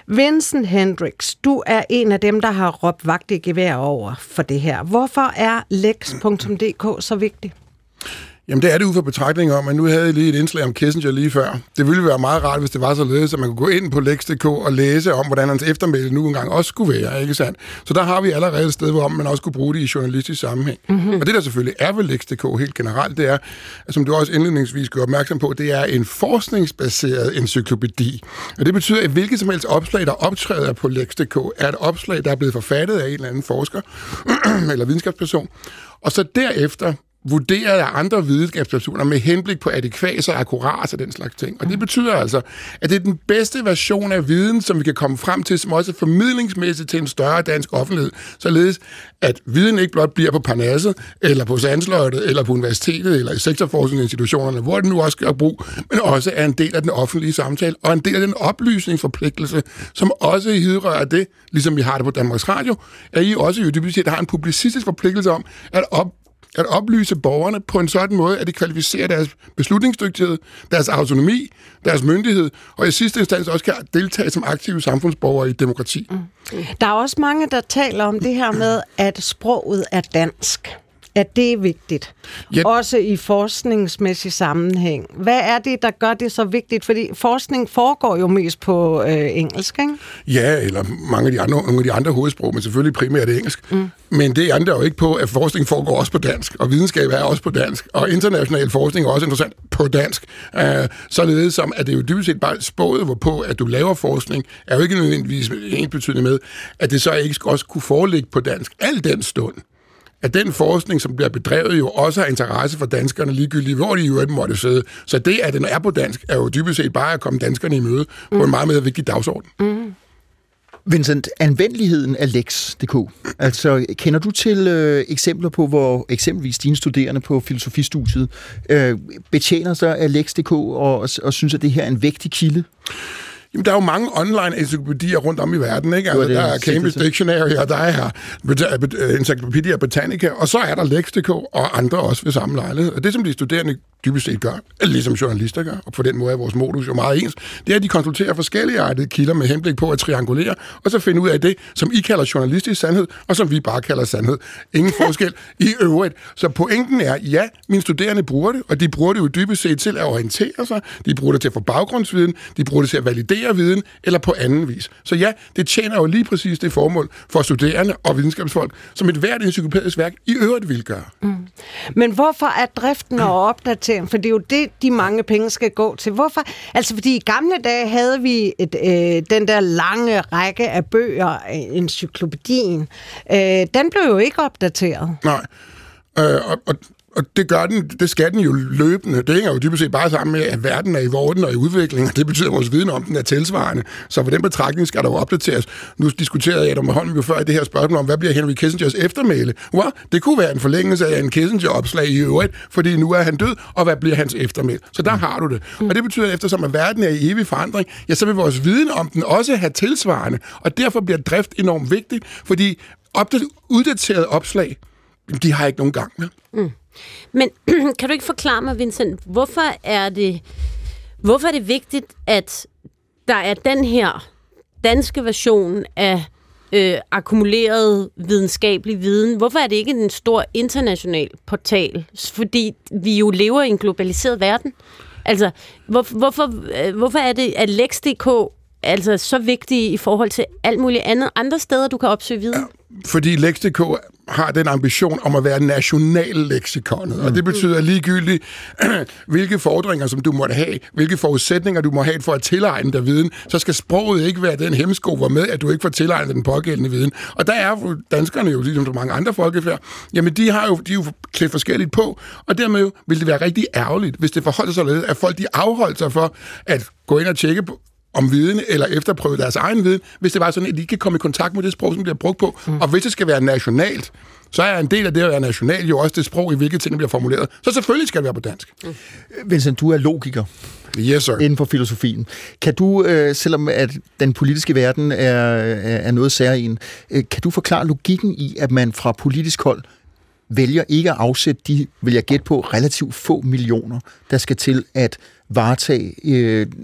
Vincent Hendricks, du er en af dem, der har råbt vagt i gevær over for det her. Hvorfor er lex punktum d k så vigtigt? Jamen det er det ud fra betragtning om, at nu havde jeg lige et indslag om Kissinger lige før. Det ville være meget rart, hvis det var således, at man kunne gå ind på lex punktum d k og læse om, hvordan hans eftermæle nu engang også skulle være, ikke sandt? Så der har vi allerede et sted, hvor man også kunne bruge det i journalistisk sammenhæng. Mm-hmm. Og det der selvfølgelig er ved lex punktum d k helt generelt, det er, som du også indledningsvis gør opmærksom på, det er en forskningsbaseret encyklopædi. Og det betyder, at hvilket som helst opslag, der optræder på lex punktum d k, er et opslag, der er blevet forfattet af en eller anden forsker eller videnskabsperson. Og så derefter vurderet af andre videnskabspersoner med henblik på adekvaser, akkurat og den slags ting. Og det betyder altså, at det er den bedste version af viden, som vi kan komme frem til, som også er formidlingsmæssigt til en større dansk offentlighed, således at viden ikke blot bliver på Parnasset, eller på Sandslottet, eller på universitetet, eller i sektorforskningsinstitutionerne, hvor den nu også skal bruge, men også er en del af den offentlige samtale, og en del af den oplysningsforpligtelse, som også hidrører det, ligesom vi har det på Danmarks Radio, at I også jo dybest set har en publicistisk forpligtelse om at op at oplyse borgerne på en sådan måde, at det kvalificerer deres beslutningsdygtighed, deres autonomi, deres myndighed, og i sidste instans også kan deltage som aktive samfundsborgere i et demokrati. Mm. Der er også mange, der taler om det her med, at sproget er dansk. At det er vigtigt. Ja. Også i forskningsmæssig sammenhæng. Hvad er det, der gør det så vigtigt? Fordi forskning foregår jo mest på øh, engelsk, ikke? Ja, eller mange af de andre, nogle af de andre hovedsprog, men selvfølgelig primært engelsk. Mm. Men det ændrer jo ikke på, at forskning foregår også på dansk, og videnskab er også på dansk, og international forskning er også interessant på dansk. Uh, således som, at det jo dybest set bare sproget, hvorpå at du laver forskning, er jo ikke nødvendigvis ensbetydende med, at det så ikke også kunne foreligge på dansk. Al den stund, at den forskning, som bliver bedrevet, jo også har interesse for danskerne ligegyldigt, hvor de i øvrigt måtte sidde. Så det, at den er på dansk, er jo dybest set bare at komme danskerne i møde mm. på en meget mere vigtig dagsorden. Mm. Vincent, anvendeligheden af lex punktum d k. Altså, kender du til øh, eksempler på, hvor eksempelvis dine studerende på filosofistudiet øh, betjener sig af lex punktum d k og, og, og synes, at det her er en vægtig kilde? Jamen, der er jo mange online encyklopædier rundt om i verden, ikke? Altså, der er Cambridge Dictionary, og der er Encyclopedia Britannica, og så er der lex punktum d k og andre også ved samme lejlighed. Og det, som de studerende dybest set gør, ligesom journalister gør, og på den måde er vores modus jo meget ens, det er, at de konsulterer forskellige artede kilder med henblik på at triangulere, og så finde ud af det, som I kalder journalistisk sandhed, og som vi bare kalder sandhed. Ingen forskel i øvrigt. Så pointen er, ja, mine studerende bruger det, og de bruger det jo dybest set til at orientere sig, de bruger det til at få baggrundsviden, de bruger det til at validere viden, eller på anden vis. Så ja, det tjener jo lige præcis det formål for studerende og videnskabsfolk, som et hvert encyklopædisk værk i øvrigt vil gøre. Mm. Men hvorfor er driften og opdateringen? For det er jo det, de mange penge skal gå til. Hvorfor? Altså, fordi i gamle dage havde vi et, øh, den der lange række af bøger, encyklopædien. Øh, den blev jo ikke opdateret. Nej. Øh, og, og Og det gør den, det skal den jo løbende. Det hænger jo dybest set bare sammen med, at verden er i vorden og i udvikling, og det betyder, at vores viden om den er tilsvarende. Så for den betragtning skal der jo opdateres. Nu diskuterede Adam Holm jo før i det her spørgsmål om, hvad bliver Henry Kissingers eftermæle? Wow, det kunne være en forlængelse af en Kissinger-opslag i øvrigt, fordi nu er han død, og hvad bliver hans eftermæle? Så der har du det. Mm. Og det betyder, at eftersom at verden er i evig forandring, ja, så vil vores viden om den også have tilsvarende. Og derfor bliver drift enormt vigtigt, fordi uddaterede opslag, de har ikke nogen gang med. Mm. Men kan du ikke forklare mig, Vincent, hvorfor er det, hvorfor er det vigtigt, at der er den her danske version af øh, akkumuleret videnskabelig viden? Hvorfor er det ikke en stor international portal? Fordi vi jo lever i en globaliseret verden. Altså, hvor, hvorfor, øh, hvorfor er det, at lex punktum d k altså så vigtigt i forhold til alt muligt andet andre steder, du kan opsøge viden? Ja, fordi lex punktum d k har den ambition om at være nationallexikonet, mm. og det betyder ligegyldigt, hvilke fordringer, som du måtte have, hvilke forudsætninger, du må have for at tilegne dig viden, så skal sproget ikke være den hemsko, hvor med, at du ikke får tilegnet den pågældende viden. Og der er danskerne jo, ligesom så mange andre folkefærd, jamen de har jo, de er jo klædt forskelligt på, og dermed vil det være rigtig ærgerligt, hvis det forholder sig således, at folk de afholder sig for at gå ind og tjekke på om viden, eller efterprøve deres egen viden, hvis det var sådan, at de ikke kan komme i kontakt med det sprog, som bliver brugt på. Mm. Og hvis det skal være nationalt, så er en del af det at være national jo også det sprog, i hvilket ting bliver formuleret. Så selvfølgelig skal det være på dansk. Mm. Vincent, du er logiker. Yes, sir. Inden for filosofien. Kan du, øh, selvom at den politiske verden er, er noget særlig, øh, kan du forklare logikken i, at man fra politisk hold vælger ikke at afsætte de, vil jeg gætte på, relativt få millioner, der skal til at varetage øh,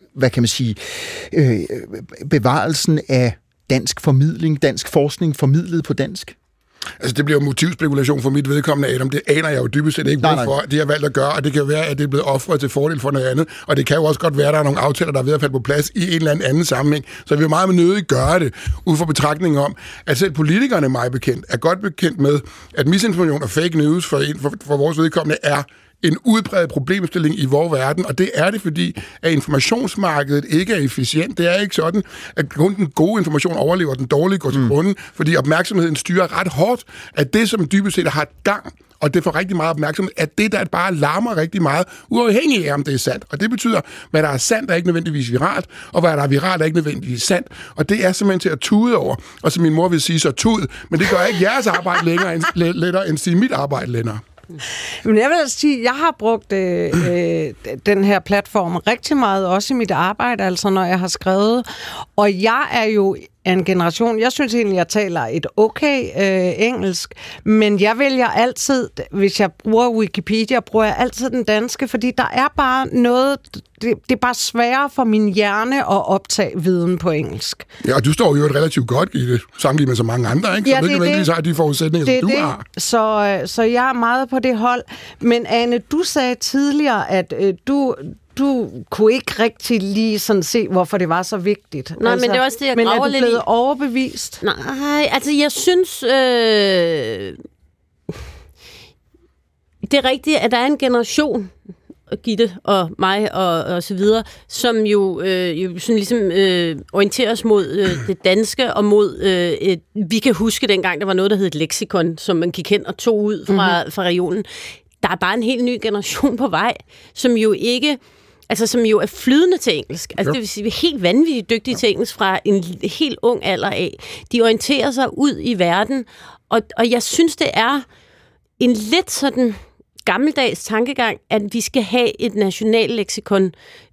hvad kan man sige, øh, bevarelsen af dansk formidling, dansk forskning formidlet på dansk? Altså, det bliver jo motivspekulation for mit vedkommende, Adam. Det aner jeg jo dybest set ikke, hvorfor det har valgt at gøre, og det kan jo være, at det er blevet offret til fordel for noget andet, og det kan jo også godt være, at der er nogle aftaler, der er ved at falde på plads i en eller anden anden sammenhæng. Så vi vil meget med nødigt gøre det, ud fra betragtning om, at selv politikerne, mig bekendt, er godt bekendt med, at misinformation og fake news for, for, for vores vedkommende er en udbredt problemstilling i vores verden, og det er det, fordi at informationsmarkedet ikke er efficient. Det er ikke sådan, at kun den gode information overlever, den dårlige går til grunden, mm. fordi opmærksomheden styrer ret hårdt, at det, som dybest set har gang, og det får rigtig meget opmærksomhed, at det, der bare larmer rigtig meget, uafhængigt af, om det er sandt. Og det betyder, hvad der er sandt, er ikke nødvendigvis viralt, og hvad der er viralt, er ikke nødvendigvis sandt. Og det er simpelthen til at tude over. Og som min mor vil sige, så tud. Men det gør ikke jeres arbejde længere, end, lettere, end sige mit arbejde længere. Men jeg vil altså sige, at jeg har brugt øh, øh, den her platform rigtig meget, også i mit arbejde, altså når jeg har skrevet. Og jeg er jo en generation, jeg synes egentlig, jeg taler et okay øh, engelsk, men jeg vælger altid, hvis jeg bruger Wikipedia, bruger jeg altid den danske, fordi der er bare noget, det, det er bare sværere for min hjerne at optage viden på engelsk. Ja, og du står jo et relativt godt i det, sammenlignet med så mange andre, ikke? Som ja, det, ikke nødvendigvis har de forudsætninger, det, som du det. har. Så, så jeg er meget på det hold. Men Ane, du sagde tidligere, at øh, du... du kunne ikke rigtig lige sådan se, hvorfor det var så vigtigt. Nej, altså, men det er også det, jeg men graver er du lidt blevet i. overbevist? Nej, altså jeg synes... Øh, det er rigtigt, at der er en generation, Gitte og mig og, og så videre, som jo, øh, jo sådan ligesom øh, orienterer os mod øh, det danske og mod... Øh, et, vi kan huske dengang, der var noget, der hed et leksikon, som man gik hen og tog ud fra, mm-hmm. fra regionen. Der er bare en helt ny generation på vej, som jo ikke... Altså, som jo er flydende til engelsk. Altså, det vil sige, vi er helt vanvittigt dygtige til engelsk fra en helt ung alder af. De orienterer sig ud i verden, og, og jeg synes, det er en lidt sådan gammeldags tankegang, at vi skal have et nationalleksikon,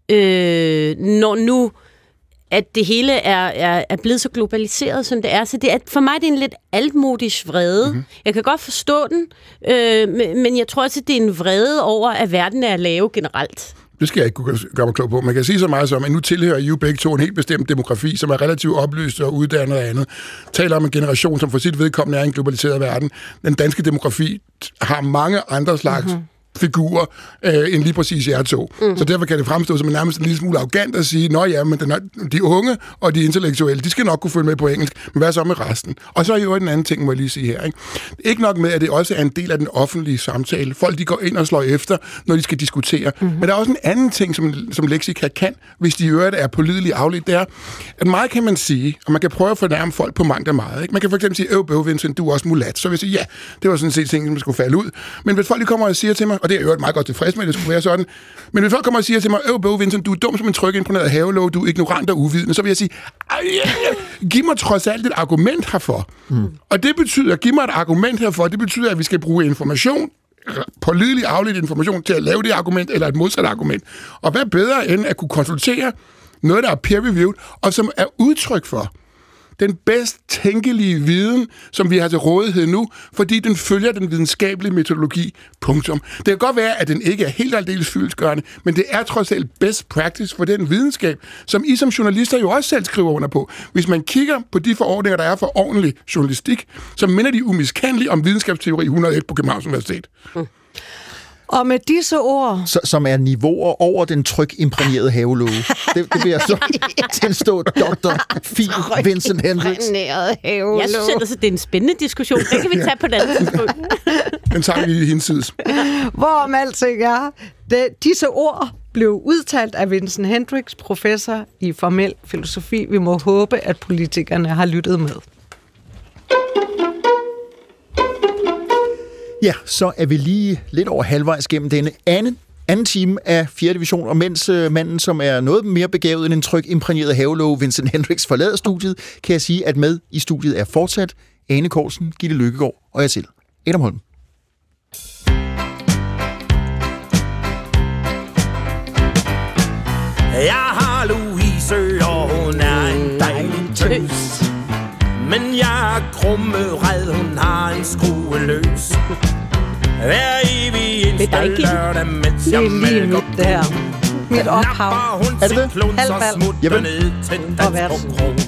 øh, når nu at det hele er, er, er blevet så globaliseret, som det er. Så det er, for mig det er en lidt altmodisk vrede. Mm-hmm. Jeg kan godt forstå den, øh, men jeg tror også, at det er en vrede over, at verden er lav generelt. Det skal jeg ikke kunne gøre mig klog på. Man kan sige så meget som, at nu tilhører I jo begge to en helt bestemt demografi, som er relativt oplyst og uddannet og andet. Taler om en generation, som for sit vedkommende er en globaliseret verden. Den danske demografi har mange andre slags mm-hmm. figurer, øh, end lige præcis jer to. Mm. Så derfor kan det fremstå som en nærmest en lille smule arrogant at sige, nå ja, men den er, de unge og de intellektuelle, de skal nok kunne følge med på engelsk, men hvad så med resten? Og så er jo en anden ting, må jeg lige sige her. Ikke, ikke nok med, at det også er en del af den offentlige samtale. Folk, de går ind og slår efter, når de skal diskutere. Mm-hmm. Men der er også en anden ting, som, som Lexika kan, hvis de i øvrigt er pålideligt afledt, det er, at meget kan man sige, og man kan prøve at fornærme folk på mangt og meget. Ikke? Man kan for eksempel sige, øv, bøv, Vincent, du er også mulat. Så vil jeg sige, ja, det var sådan set ting, som skulle falde ud. Men hvis folk de kommer og siger til mig, og det er jo meget godt tilfreds med, at det skulle være sådan. Men hvis folk kommer og siger til mig, øv, bøv, Vincent, du er dum som en trykimponeret havelåg, du er ignorant og uvidende, så vil jeg sige, ja, ja, giv mig trods alt et argument herfor. Mm. Og det betyder, giv mig et argument herfor, det betyder, at vi skal bruge information, pålidelig afledt information, til at lave det argument, eller et modsat argument. Og hvad bedre end at kunne konsultere noget, der er peer-reviewed, og som er udtryk for den bedst tænkelige viden, som vi har til rådighed nu, fordi den følger den videnskabelige metodologi. Punktum. Det kan godt være, at den ikke er helt aldeles fyldestgørende, men det er trods alt best practice for den videnskab, som I som journalister jo også selv skriver under på. Hvis man kigger på de forordninger, der er for ordentlig journalistik, så minder de umiskendeligt om videnskabsteori et hundrede og et på Københavns Universitet. Mm. Og med disse ord... Så, som er niveauer over den trykimprægnerede havelåge. Det, det vil jeg så tilstå doktor Fie Vincent Hendricks. Jeg synes ellers, at det er en spændende diskussion. Den kan vi tage på et andet tidspunkt. Den tager vi i hinsides. Hvorom alting er, det, disse ord blev udtalt af Vincent Hendricks, professor i formel filosofi. Vi må håbe, at politikerne har lyttet med. Ja, så er vi lige lidt over halvvejs gennem denne anden, anden time af fjerde division, og mens øh, manden, som er noget mere begavet end en trykimprægneret havelåge, Vincent Hendricks, forlader studiet, kan jeg sige, at med i studiet er fortsat Ane Cortzen, Gitte Løkkegaard og jeg selv, Adam Holm. Jeg har Louise, og hun er en dejlig tøs. Men jeg er krummered, hun har en skrue løs. Hver evig eneste lørdag, mens jeg mælker der. mit ophav. Er det det? Halvbal. Jamen. Og værtshus.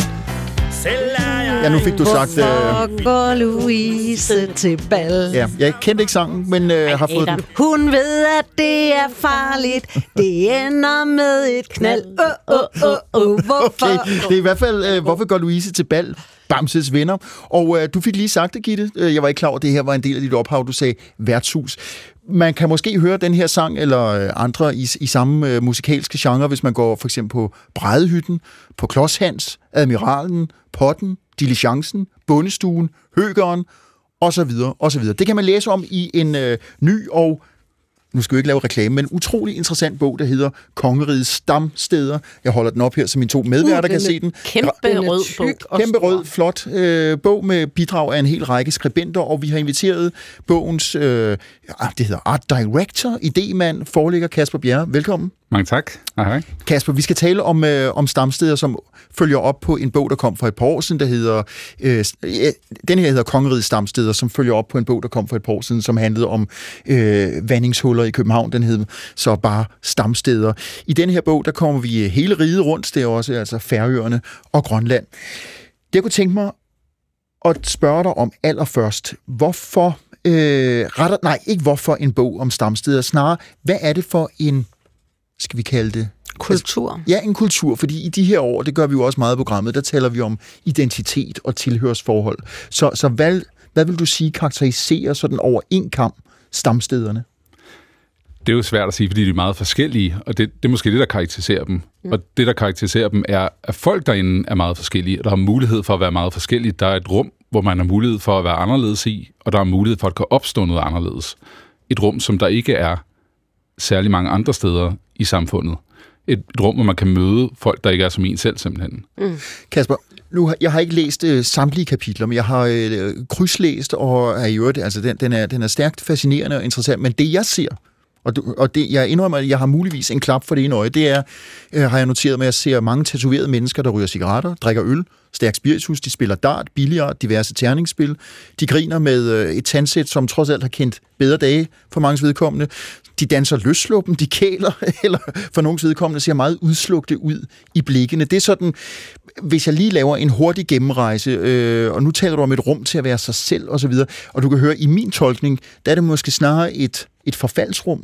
Ja, nu fik du sagt... Hvorfor går Louise til bal? Ja, jeg kendte ikke sangen, men øh, har fået den. Hun ved, at det er farligt. Det ender med et knald. Åh, åh, åh, åh, hvorfor? Okay, det er i hvert fald, øh, hvorfor går Louise til bal? Bamses venner. Og øh, du fik lige sagt det, Gitte. Jeg var ikke klar over, at det her var en del af dit ophav. Du sagde værtshus. Man kan måske høre den her sang, eller andre i, i samme øh, musikalske genre, hvis man går for eksempel på Brædehytten, på Klodshans, Admiralen, Potten, Diligencen, Bondestuen, Høgeren, og så videre, og så videre. Det kan man læse om i en øh, ny og, nu skal jeg ikke lave reklame, men utrolig interessant bog, der hedder Kongerigets Stamsteder. Jeg holder den op her, så mine to medværter uh, kan se den. Kæmpe rød bog. Kæmpe rød, flot øh, bog med bidrag af en hel række skribenter, og vi har inviteret bogens, øh, det hedder Art Director, idémand, forlægger Kasper Bjerre. Velkommen. Mange tak. Hej, hej. Kasper, vi skal tale om, øh, om stamsteder, som følger op på en bog, der kom for et par år siden, der hedder, øh, den her hedder Kongerigets Stamsteder, som følger op på en bog, der kom for et par år siden, som handlede om øh, vandingshuller i København. Den hed så bare Stamsteder. I den her bog, der kommer vi hele riget rundt, det er også altså Færøerne og Grønland. Det jeg kunne tænke mig at spørge dig om allerførst, hvorfor, øh, retter, nej, ikke hvorfor en bog om stamsteder, snarere, hvad er det for en, skal vi kalde det? Kultur. Ja, en kultur, fordi i de her år, det gør vi jo også meget i programmet, der taler vi om identitet og tilhørsforhold. Så, så hvad, hvad vil du sige karakteriserer sådan over en kamp stamstederne? Det er jo svært at sige, fordi de er meget forskellige, og det, det er måske det, der karakteriserer dem. Mm. Og det, der karakteriserer dem, er, at folk derinde er meget forskellige, og der har mulighed for at være meget forskellige. Der er et rum, hvor man har mulighed for at være anderledes i, og der er mulighed for at kan opstå noget anderledes. Et rum, som der ikke er særlig mange andre steder i samfundet. Et, et rum, hvor man kan møde folk, der ikke er som en selv, simpelthen. Mm. Kasper, nu har, jeg har ikke læst øh, samtlige kapitler, men jeg har øh, krydslæst, og er i øvrigt, altså den, den, er, den er stærkt fascinerende og interessant, men det jeg ser, og, du, og det, jeg indrømmer, at jeg har muligvis en klap for det ene øje, det er, øh, har jeg noteret med, at jeg ser mange tatoverede mennesker, der ryger cigaretter, drikker øl, stærk spiritus, de spiller dart, billiard, diverse terningsspil, de griner med øh, et tandsæt, som trods alt har kendt bedre dage for manges vedkommende. De danser løsluppen, de kæler, eller for nogens vedkommende ser meget udslugte ud i blikkene. Det er sådan, hvis jeg lige laver en hurtig gennemrejse, øh, og nu taler du om et rum til at være sig selv osv., og, og du kan høre, i min tolkning, der er det måske snarere et, et forfaldsrum.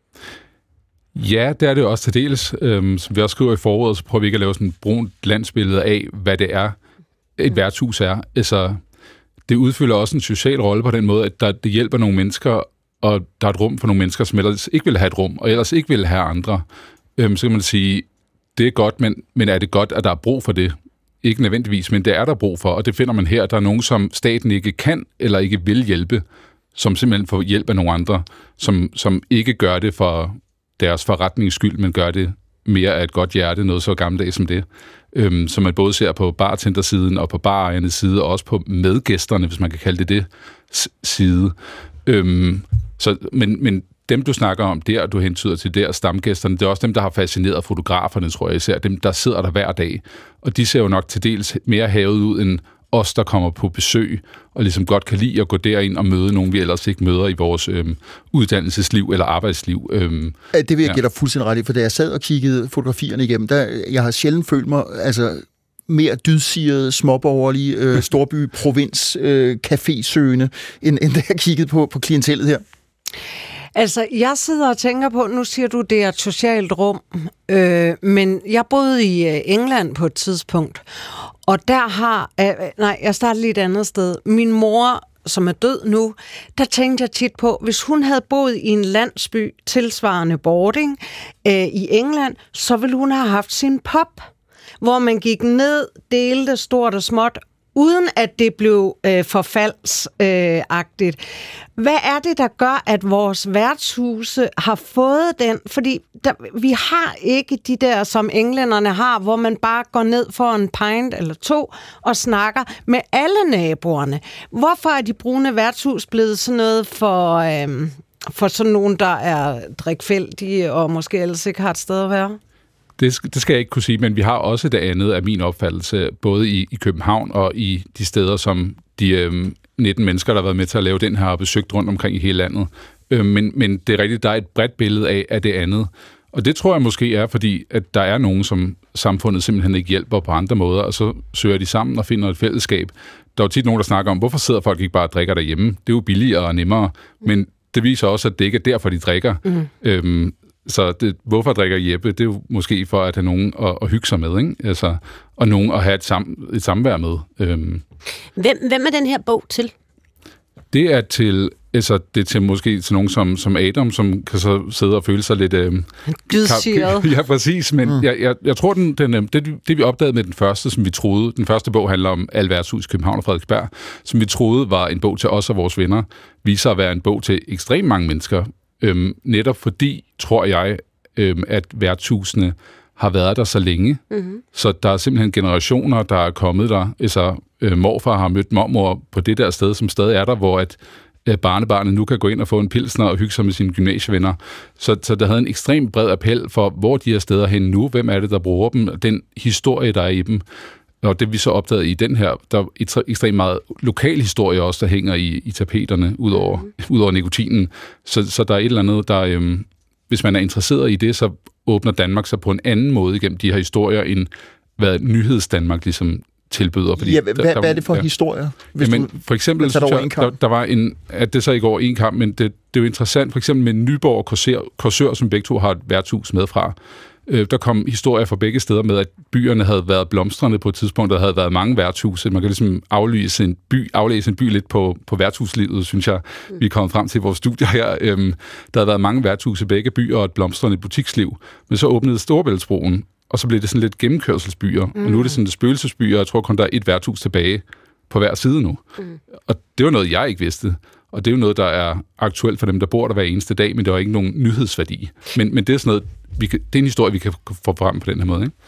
Ja, det er det også til dels. Øhm, som vi også skriver i foråret, så prøver vi ikke at lave sådan et brunt glansbillede af, hvad det er, et værtshus er. Altså, det udfylder også en social rolle på den måde, at der, det hjælper nogle mennesker, og der er et rum for nogle mennesker, som ellers ikke vil have et rum, og ellers ikke vil have andre. Øhm, så kan man sige, det er godt, men, men er det godt, at der er brug for det? Ikke nødvendigvis, men det er der brug for, og det finder man her. Der er nogen, som staten ikke kan eller ikke vil hjælpe, som simpelthen får hjælp af nogle andre, som, som ikke gør det for deres forretnings skyld, men gør det mere af et godt hjerte, noget så gammeldags som det. Øhm, som man både ser på bartendersiden og på barejernes side, og også på medgæsterne, hvis man kan kalde det det, side. Øhm, så, men, men dem, du snakker om der, du hentyder til der, stamgæsterne, det er også dem, der har fascineret fotograferne, tror jeg især. Dem, der sidder der hver dag. Og de ser jo nok til dels mere havet ud end os, der kommer på besøg, og ligesom godt kan lide at gå derind og møde nogen, vi ellers ikke møder i vores øhm, uddannelsesliv eller arbejdsliv. Øhm, det vil jeg ja. give dig fuldstændig ret i, for da jeg sad og kiggede fotografierne igennem, der, jeg har sjældent følt mig altså, mere dydsigede, småborgerlige, øh, storby, provins, øh, cafésøgende, end, end da jeg kiggede på, på klientellet her. Altså, jeg sidder og tænker på, nu siger du, det er et socialt rum, øh, men jeg boede i øh, England på et tidspunkt, og der har, øh, nej, jeg starter lige et andet sted. Min mor, som er død nu, der tænkte jeg tit på, hvis hun havde boet i en landsby tilsvarende Bording øh, i England, så ville hun have haft sin pub, hvor man gik ned, delte stort og småt, uden at det blev øh, forfaldsagtigt. Øh, Hvad er det, der gør, at vores værtshuse har fået den? Fordi der, vi har ikke de der, som englænderne har, hvor man bare går ned for en pint eller to og snakker med alle naboerne. Hvorfor er de brune værtshus blevet sådan noget for, øh, for sådan nogen, der er drikfældige og måske ellers ikke har et sted at være? Det, det skal jeg ikke kunne sige, men vi har også det andet af min opfattelse, både i, i København og i de steder, som de øhm, nitten mennesker, der har været med til at lave den her, har besøgt rundt omkring i hele landet. Øhm, men, men det er rigtigt, der er et bredt billede af, af det andet. Og det tror jeg måske er, fordi at der er nogen, som samfundet simpelthen ikke hjælper på andre måder, og så søger de sammen og finder et fællesskab. Der er jo tit nogen, der snakker om, hvorfor sidder folk ikke bare og drikker derhjemme? Det er jo billigere og nemmere, men det viser også, at det ikke er derfor, de drikker. Mm. Øhm, så det, hvorfor drikker Jeppe? Det er jo måske for at have nogen at, at hygge sig med, ikke? Altså, og nogen at have et, sam, et samvær med. Øhm. Hvem, hvem er den her bog til? Det er til, altså, det er til måske til nogen som, som Adam, som kan så sidde og føle sig lidt... Øh, Gudsyret. Ja, præcis, men mm. jeg, jeg, jeg tror, den, den, det, det vi opdagede med den første, som vi troede, den første bog handler om Alle værtshus i København og Frederiksberg, som vi troede var en bog til os og vores venner, viser at være en bog til ekstremt mange mennesker. Øhm, netop fordi, tror jeg, øhm, at værtshusene har været der så længe. Mm-hmm. Så der er simpelthen generationer, der er kommet der. Altså, øh, morfar har mødt mormor på det der sted, som stadig er der, hvor at øh, barnebarnet nu kan gå ind og få en pilsner og hygge sig med sine gymnasievenner. Så, så der havde en ekstremt bred appel for, hvor de er steder hen nu, hvem er det, der bruger dem, og den historie, der er i dem. Og det vi så opdagede i den her, der er ekstremt meget lokal historie også, der hænger i, i tapeterne, ud over, mm. ud over nikotinen. Så, så der er et eller andet, der... Øh, hvis man er interesseret i det, så åbner Danmark sig på en anden måde igennem de her historier, end hvad Nyhedsdanmark ligesom tilbyder. Fordi ja, hvad, der, der, hvad er det for ja. historier? Hvis Jamen, du, for eksempel, synes jeg, der, der var en, at det så ikke over en kamp, men det, det er jo interessant, for eksempel med Nyborg og Korsør, Korsør, som begge to har et værtshus med fra. Øh, der kom historier fra begge steder med, at byerne havde været blomstrende på et tidspunkt, der havde været mange værtshuse. Man kan ligesom aflæse en by, aflæse en by lidt på, på værtshuslivet, synes jeg. Mm. Vi er kommet frem til vores studier her. Øhm, der havde været mange værtshuse i begge byer og et blomstrende butiksliv. Men så åbnede Storebæltsbroen, og så blev det sådan lidt gennemkørselsbyer. Mm. Og nu er det sådan et spøgelsesbyer, og jeg tror kun, der er et værtshus tilbage på hver side nu. Mm. Og det var noget, jeg ikke vidste. Og det er jo noget, der er aktuelt for dem, der bor der hver eneste dag, men der er ikke nogen nyhedsværdi. Men, men det er sådan noget, vi kan, det er en historie, vi kan få frem på den her måde, ikke?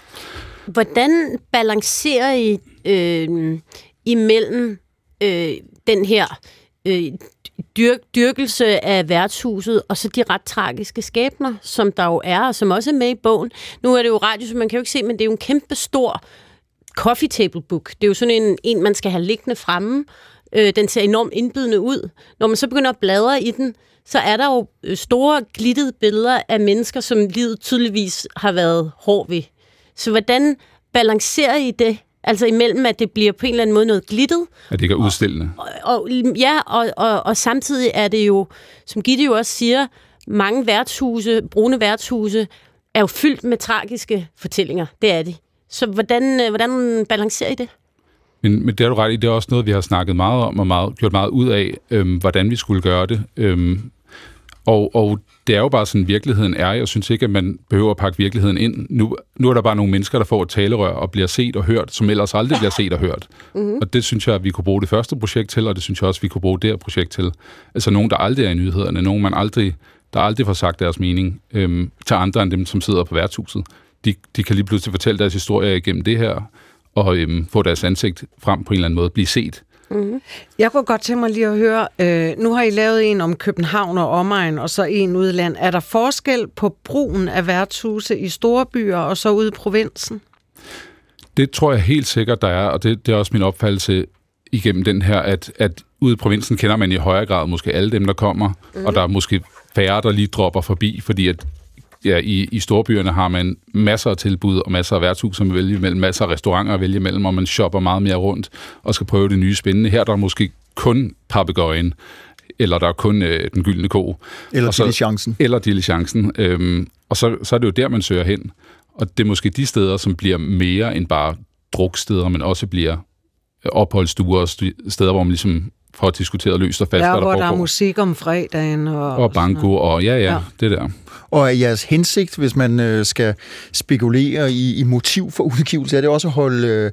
Hvordan balancerer I øh, imellem øh, den her øh, dyr, dyrkelse af værtshuset og så de ret tragiske skæbner, som der jo er, og som også er med i bogen? Nu er det jo radio, så man kan jo ikke se, men det er jo en kæmpe stor coffee table book. Det er jo sådan en, en man skal have liggende fremme. Øh, den ser enormt indbydende ud. Når man så begynder at bladre i den, så er der jo store, glittede billeder af mennesker, som livet tydeligvis har været hård ved. Så hvordan balancerer I det? Altså imellem, at det bliver på en eller anden måde noget glittet. At det ikke er udstillende. Og, og, ja, og, og, og samtidig er det jo, som Gitte jo også siger, mange værtshuse, brune værtshuse, er jo fyldt med tragiske fortællinger. Det er de. Så hvordan, hvordan balancerer I det? Men, men det er du ret i, det er også noget, vi har snakket meget om og meget, gjort meget ud af, øhm, hvordan vi skulle gøre det. Øhm, og, og det er jo bare sådan, virkeligheden er. Jeg synes ikke, at man behøver at pakke virkeligheden ind. Nu, nu er der bare nogle mennesker, der får et talerør og bliver set og hørt, som ellers aldrig bliver set og hørt. Mm-hmm. Og det synes jeg, at vi kunne bruge det første projekt til, og det synes jeg også, at vi kunne bruge det her projekt til. Altså nogen, der aldrig er i nyhederne, nogen, man aldrig, der aldrig får sagt deres mening øhm, til andre end dem, som sidder på værtshuset. De, de kan lige pludselig fortælle deres historie igennem det her, og øhm, få deres ansigt frem på en eller anden måde, blive set. Mm-hmm. Jeg kunne godt tænke mig lige at høre, øh, nu har I lavet en om København og omegn, og så en udland. Er der forskel på brugen af værtshuse i store byer og så ude i provinsen? Det tror jeg helt sikkert, der er, og det, det er også min opfattelse igennem den her, at, at ude i provinsen kender man i højere grad måske alle dem, der kommer, mm-hmm. og der er måske færre, der lige dropper forbi, fordi at ja, i, i storbyerne har man masser af tilbud og masser af værtshus at vælge imellem, masser af restauranter at vælge imellem, og man shopper meget mere rundt og skal prøve det nye spændende. Her der er måske kun papegøjen, eller der er kun øh, den gyldne ko. Eller diligencen. Eller diligencen. Øhm, og så, så er det jo der, man søger hen. Og det er måske de steder, som bliver mere end bare druksteder, men også bliver opholdsstuer og steder, hvor man ligesom får diskuteret løst og fast, ja, hvad der hvor foregår. der er musik om fredagen. Og, og banko, og ja, ja, ja, det der. Og er jeres hensigt, hvis man øh, skal spekulere i, i motiv for udgivelse, er det også at holde øh,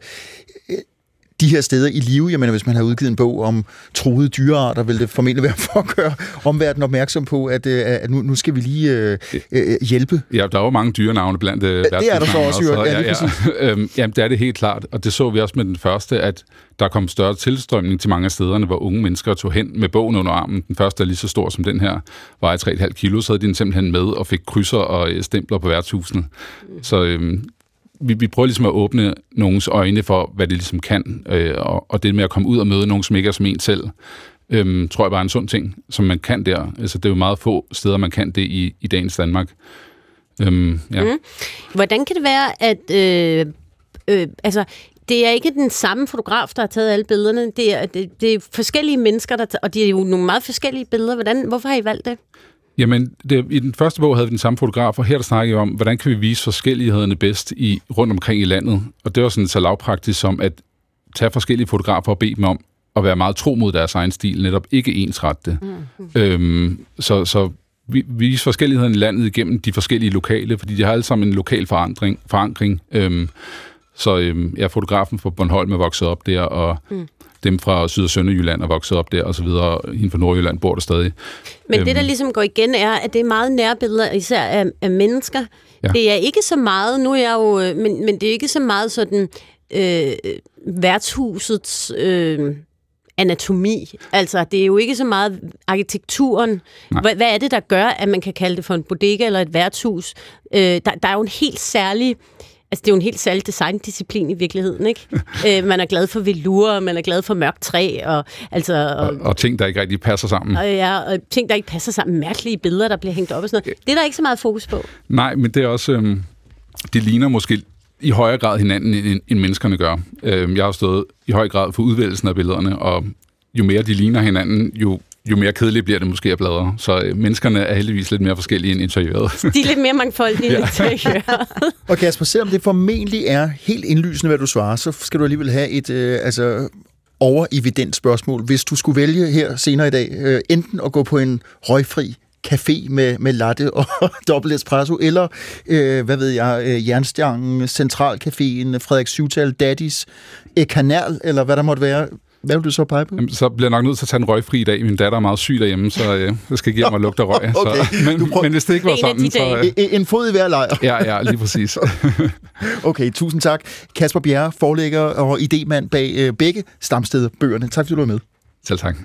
de her steder i live? Jeg mener, hvis man har udgivet en bog om truede dyrearter, vil det formentlig være for at gøre omverdenen opmærksom på, at, øh, at nu, nu skal vi lige øh, øh, hjælpe. Ja, der er jo mange dyrenavne blandt øh, det er der så også, også. Ja, ja, ja. øhm, jamen, det er det helt klart, og det så vi også med den første, at der kom større tilstrømning til mange af stederne, hvor unge mennesker tog hen med bogen under armen. Den første er lige så stor som den her, vejer tre komma fem kilo, så havde de den simpelthen med og fik krydser og stempler på værtshusene. Mm. Så øhm, vi, vi prøver ligesom at åbne nogens øjne for, hvad det ligesom kan, øh, og, og det med at komme ud og møde nogen, som ikke er som en selv, øhm, tror jeg bare er en sund ting, som man kan der. Altså, det er jo meget få steder, man kan det i, i dagens Danmark. Øhm, ja. Mm. Hvordan kan det være, at... Øh, øh, altså, det er ikke den samme fotograf, der har taget alle billederne. Det er, det, det er forskellige mennesker, der tager, og det er jo nogle meget forskellige billeder. Hvordan, hvorfor har I valgt det? Jamen, det, i den første bog havde vi den samme fotograf, og her der snakker jeg om, hvordan kan vi vise forskellighederne bedst i, rundt omkring i landet. Og det var sådan så lavpraktisk som at tage forskellige fotografer og bede dem om at være meget tro mod deres egen stil, netop ikke ensrette det. Mm. Øhm, så, så vi vise forskellighederne i landet igennem de forskellige lokale, fordi de har alle sammen en lokal forandring, forankring. Øhm, så øhm, ja, fotografen fra Bornholm er vokset op der, og mm. dem fra Syd- og Sønderjylland er vokset op der, og så videre. Hende fra Nordjylland bor der stadig. Men øhm, det, der ligesom går igen, er, at det er meget nærbilleder, især af, af mennesker. Ja. Det er ikke så meget, nu er jeg jo, men, men det er ikke så meget sådan øh, værtshusets øh, anatomi. Altså, det er jo ikke så meget arkitekturen. Hvad, hvad er det, der gør, at man kan kalde det for en bodega eller et værtshus? Øh, der, der er jo en helt særlig... Altså, det er jo en helt særlig designdisciplin i virkeligheden, ikke? øh, man er glad for velour, man er glad for mørkt træ, og, altså, og, og, og ting, der ikke rigtig passer sammen. Og, ja, og ting, der ikke passer sammen. Mærkelige billeder, der bliver hængt op og sådan noget. Det er der ikke så meget fokus på. Nej, men det er også... Øhm, det ligner måske i højere grad hinanden, end, end menneskerne gør. Øhm, jeg har stået i høj grad for udvælgelsen af billederne, og jo mere de ligner hinanden, jo jo mere kedeligt bliver det måske at bladre. Så øh, menneskerne er heldigvis lidt mere forskellige end interiøret. De er lidt mere mangfoldige end interiøret. Og Kasper, selvom det formentlig er helt indlysende, hvad du svarer, så skal du alligevel have et øh, altså, overevident spørgsmål. Hvis du skulle vælge her senere i dag, øh, enten at gå på en røgfri café med, med latte og dobbelt espresso, eller, øh, hvad ved jeg, øh, Jernstjernen, Centralcaféen, Frederik Syvtal, Daddys, Kanal, eller hvad der måtte være. Hvad vil du så pege på? Jamen, så bliver jeg nok nødt til at tage en røgfri dag. Min datter er meget syg derhjemme, så øh, jeg skal give mig at lugte af røg. Okay. Så, men, men hvis det ikke var sådan, så... Øh... En, en fod i hver lejr. Ja, ja, lige præcis. Okay, tusind tak. Kasper Bjerre, forlægger og idémand bag øh, begge Stamsted-bøgerne. Tak, fordi du var med. Selv tak.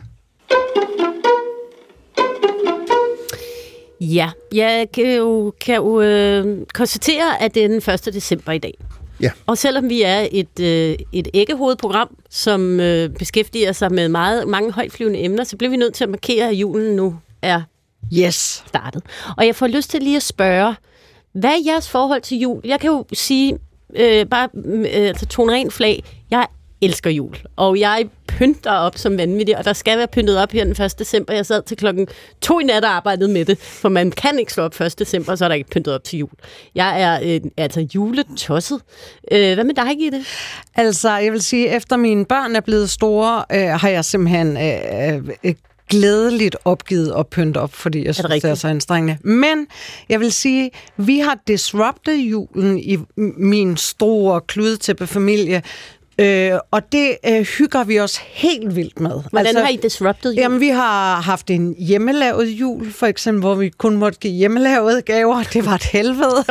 Ja, jeg kan jo, kan jo øh, konstatere, at det er den første december i dag. Ja. Og selvom vi er et, øh, et æggehovedprogram, som øh, beskæftiger sig med meget, mange højtflyvende emner, så bliver vi nødt til at markere, at julen nu er yes. startet. Og jeg får lyst til lige at spørge, hvad er jeres forhold til jul? Jeg kan jo sige, øh, bare øh, tone ren flag, jeg elsker jul, og jeg pynter op som vanvittig, og der skal være pyntet op her den første december. Jeg sad til klokken to i nat og arbejdede med det, for man kan ikke slå op første december, så er der ikke pyntet op til jul. Jeg er øh, altså juletosset. Øh, hvad med dig, Gitte? Altså, jeg vil sige, efter mine børn er blevet store, øh, har jeg simpelthen øh, øh, glædeligt opgivet at pynte op, fordi jeg synes, det, det er så anstrengende. Men jeg vil sige, vi har disruptet julen i min store kludetæppefamilie. Øh, og det øh, hygger vi os helt vildt med. Hvordan altså, har I disrupted jul? Jamen, vi har haft en hjemmelavet jul, for eksempel, hvor vi kun måtte give hjemmelavede gaver. Det var et helvede.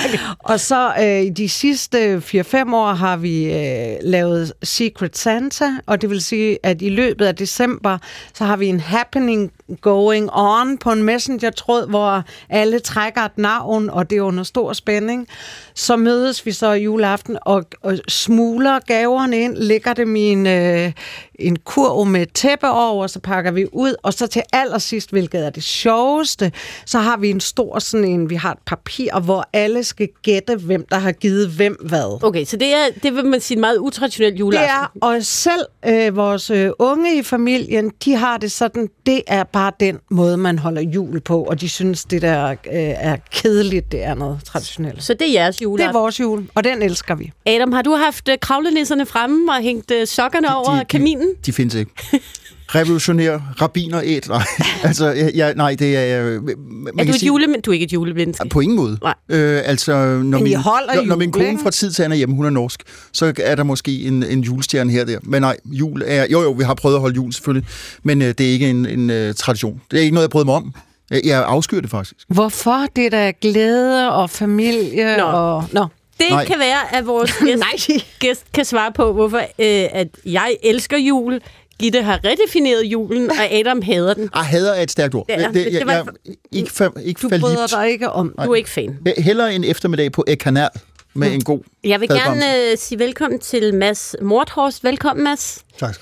Og så øh, i de sidste fire fem år har vi øh, lavet Secret Santa, og det vil sige, at i løbet af december, så har vi en happening going on på en messenger-tråd, hvor alle trækker et navn, og det er under stor spænding. Så mødes vi så juleaften og, og smugler gaverne ind, lægger dem i en, øh, en kurv med et tæppe over, så pakker vi ud, og så til allersidst, hvilket er det sjoveste, så har vi en stor sådan en, vi har et papir, hvor alle skal gætte, hvem der har givet hvem hvad. Okay, så det er, det vil man sige, meget utraditionelt juleaften. Det er, og selv øh, vores øh, unge i familien, de har det sådan, det er bare den måde, man holder jul på, og de synes, det der øh, er kedeligt, det er noget traditionelt. Så det er jeres juleaften? Det er vores jul, og den elsker vi. Adam, har du haft øh, kravlenisserne fremme og hængt øh, sokkerne de, over de, kaminen? De, de findes ikke. Revolutionær, rabbiner, æt. Nej, altså, jeg, nej, det er... Man er du et jule, du er ikke et julemenneske? På ingen måde. Øh, altså, når min, når, når min kone fra tid til anden er hjemme, hun er norsk, så er der måske en, en julestjerne her og der. Men nej, jul er... Jo, jo, vi har prøvet at holde jul selvfølgelig, men øh, det er ikke en, en uh, tradition. Det er ikke noget, jeg bryder mig om. Jeg, jeg afskyr det faktisk. Hvorfor? Det er da glæde og familie Nå. og... Nå. Det Nej. kan være, at vores gæst, gæst kan svare på, hvorfor øh, at jeg elsker jul. Gitte har redefineret julen, og Adam hader den. Ah, hader er et stærkt ord. Det er, det, jeg, det var, jeg, ikke fa, ikke du bryder dig ikke om. Du er ikke fan. Hellere en eftermiddag på Kanal med mm. en god Jeg vil gerne uh, sige velkommen til Mads Mordhorst. Velkommen, Mads. Tak skal du have.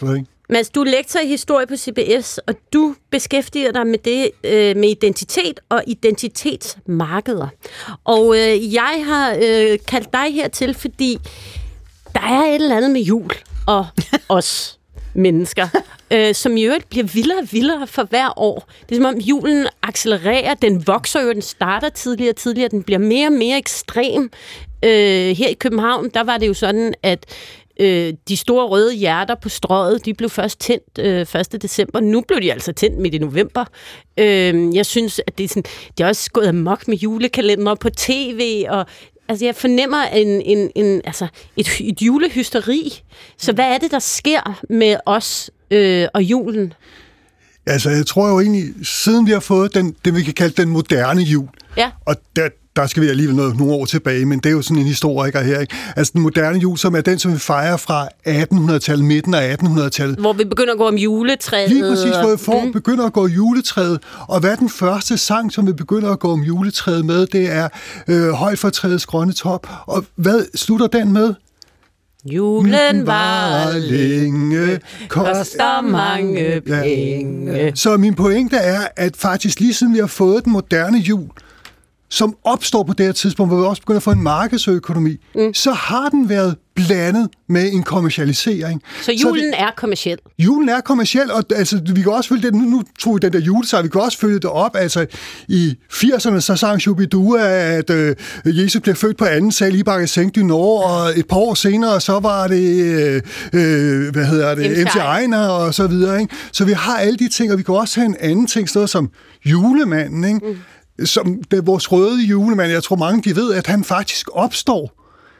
Mads, du er lektor i historie på C B S, og du beskæftiger dig med det øh, med identitet og identitetsmarkeder. Og øh, jeg har øh, kaldt dig hertil, fordi der er et eller andet med jul og os mennesker, øh, som i øvrigt bliver vildere og vildere for hver år. Det er som om julen accelererer, den vokser jo, den starter tidligere og tidligere, den bliver mere og mere ekstrem. Øh, her i København, der var det jo sådan, at øh, de store røde hjerter på strøget, de blev først tændt øh, første december. Nu blev de altså tændt midt i november. Øh, jeg synes, at det er, sådan, det er også gået amok med julekalender på tv, og altså, jeg fornemmer en, en, en, altså, et, et julehysteri. Så hvad er det, der sker med os øh, og julen? Altså, jeg tror jo egentlig, siden vi har fået den, det, vi kan kalde den moderne jul, ja. og der, der skal vi alligevel noget, nogle år tilbage, men det er jo sådan en historiker her, ikke? Altså, den moderne jul, som er den, som vi fejrer fra attenhundredetallet, midten af attenhundredetallet. Hvor vi begynder at gå om juletræet. Lige præcis, hvor vi får, mm. begynder at gå juletræet. Og hvad er den første sang, som vi begynder at gå om juletræet med? Det er øh, Højt for træets grønne top. Og hvad slutter den med? Julen var længe, koster mange penge. Ja. Så min pointe er, at faktisk lige siden vi har fået den moderne jul, som opstår på det her tidspunkt, hvor vi også begynder at få en markedsøkonomi, mm. så har den været blandet med en kommercialisering. Så julen så det, er kommerciel? Julen er kommerciel, og altså, vi kan også følge det, nu, nu tog vi den der julesang, vi kan også følge det op, altså i firserne, så sang Shubidua, at øh, Jesus blev født på anden sal i Bakke Saint du Nord, og et par år senere, så var det, øh, hvad hedder det, M C Ejner og så videre, ikke? Så vi har alle de ting, og vi kan også have en anden ting, sådan noget som julemanden, ikke? Mm. Som det er vores røde julemand. Jeg tror mange de ved, at han faktisk opstår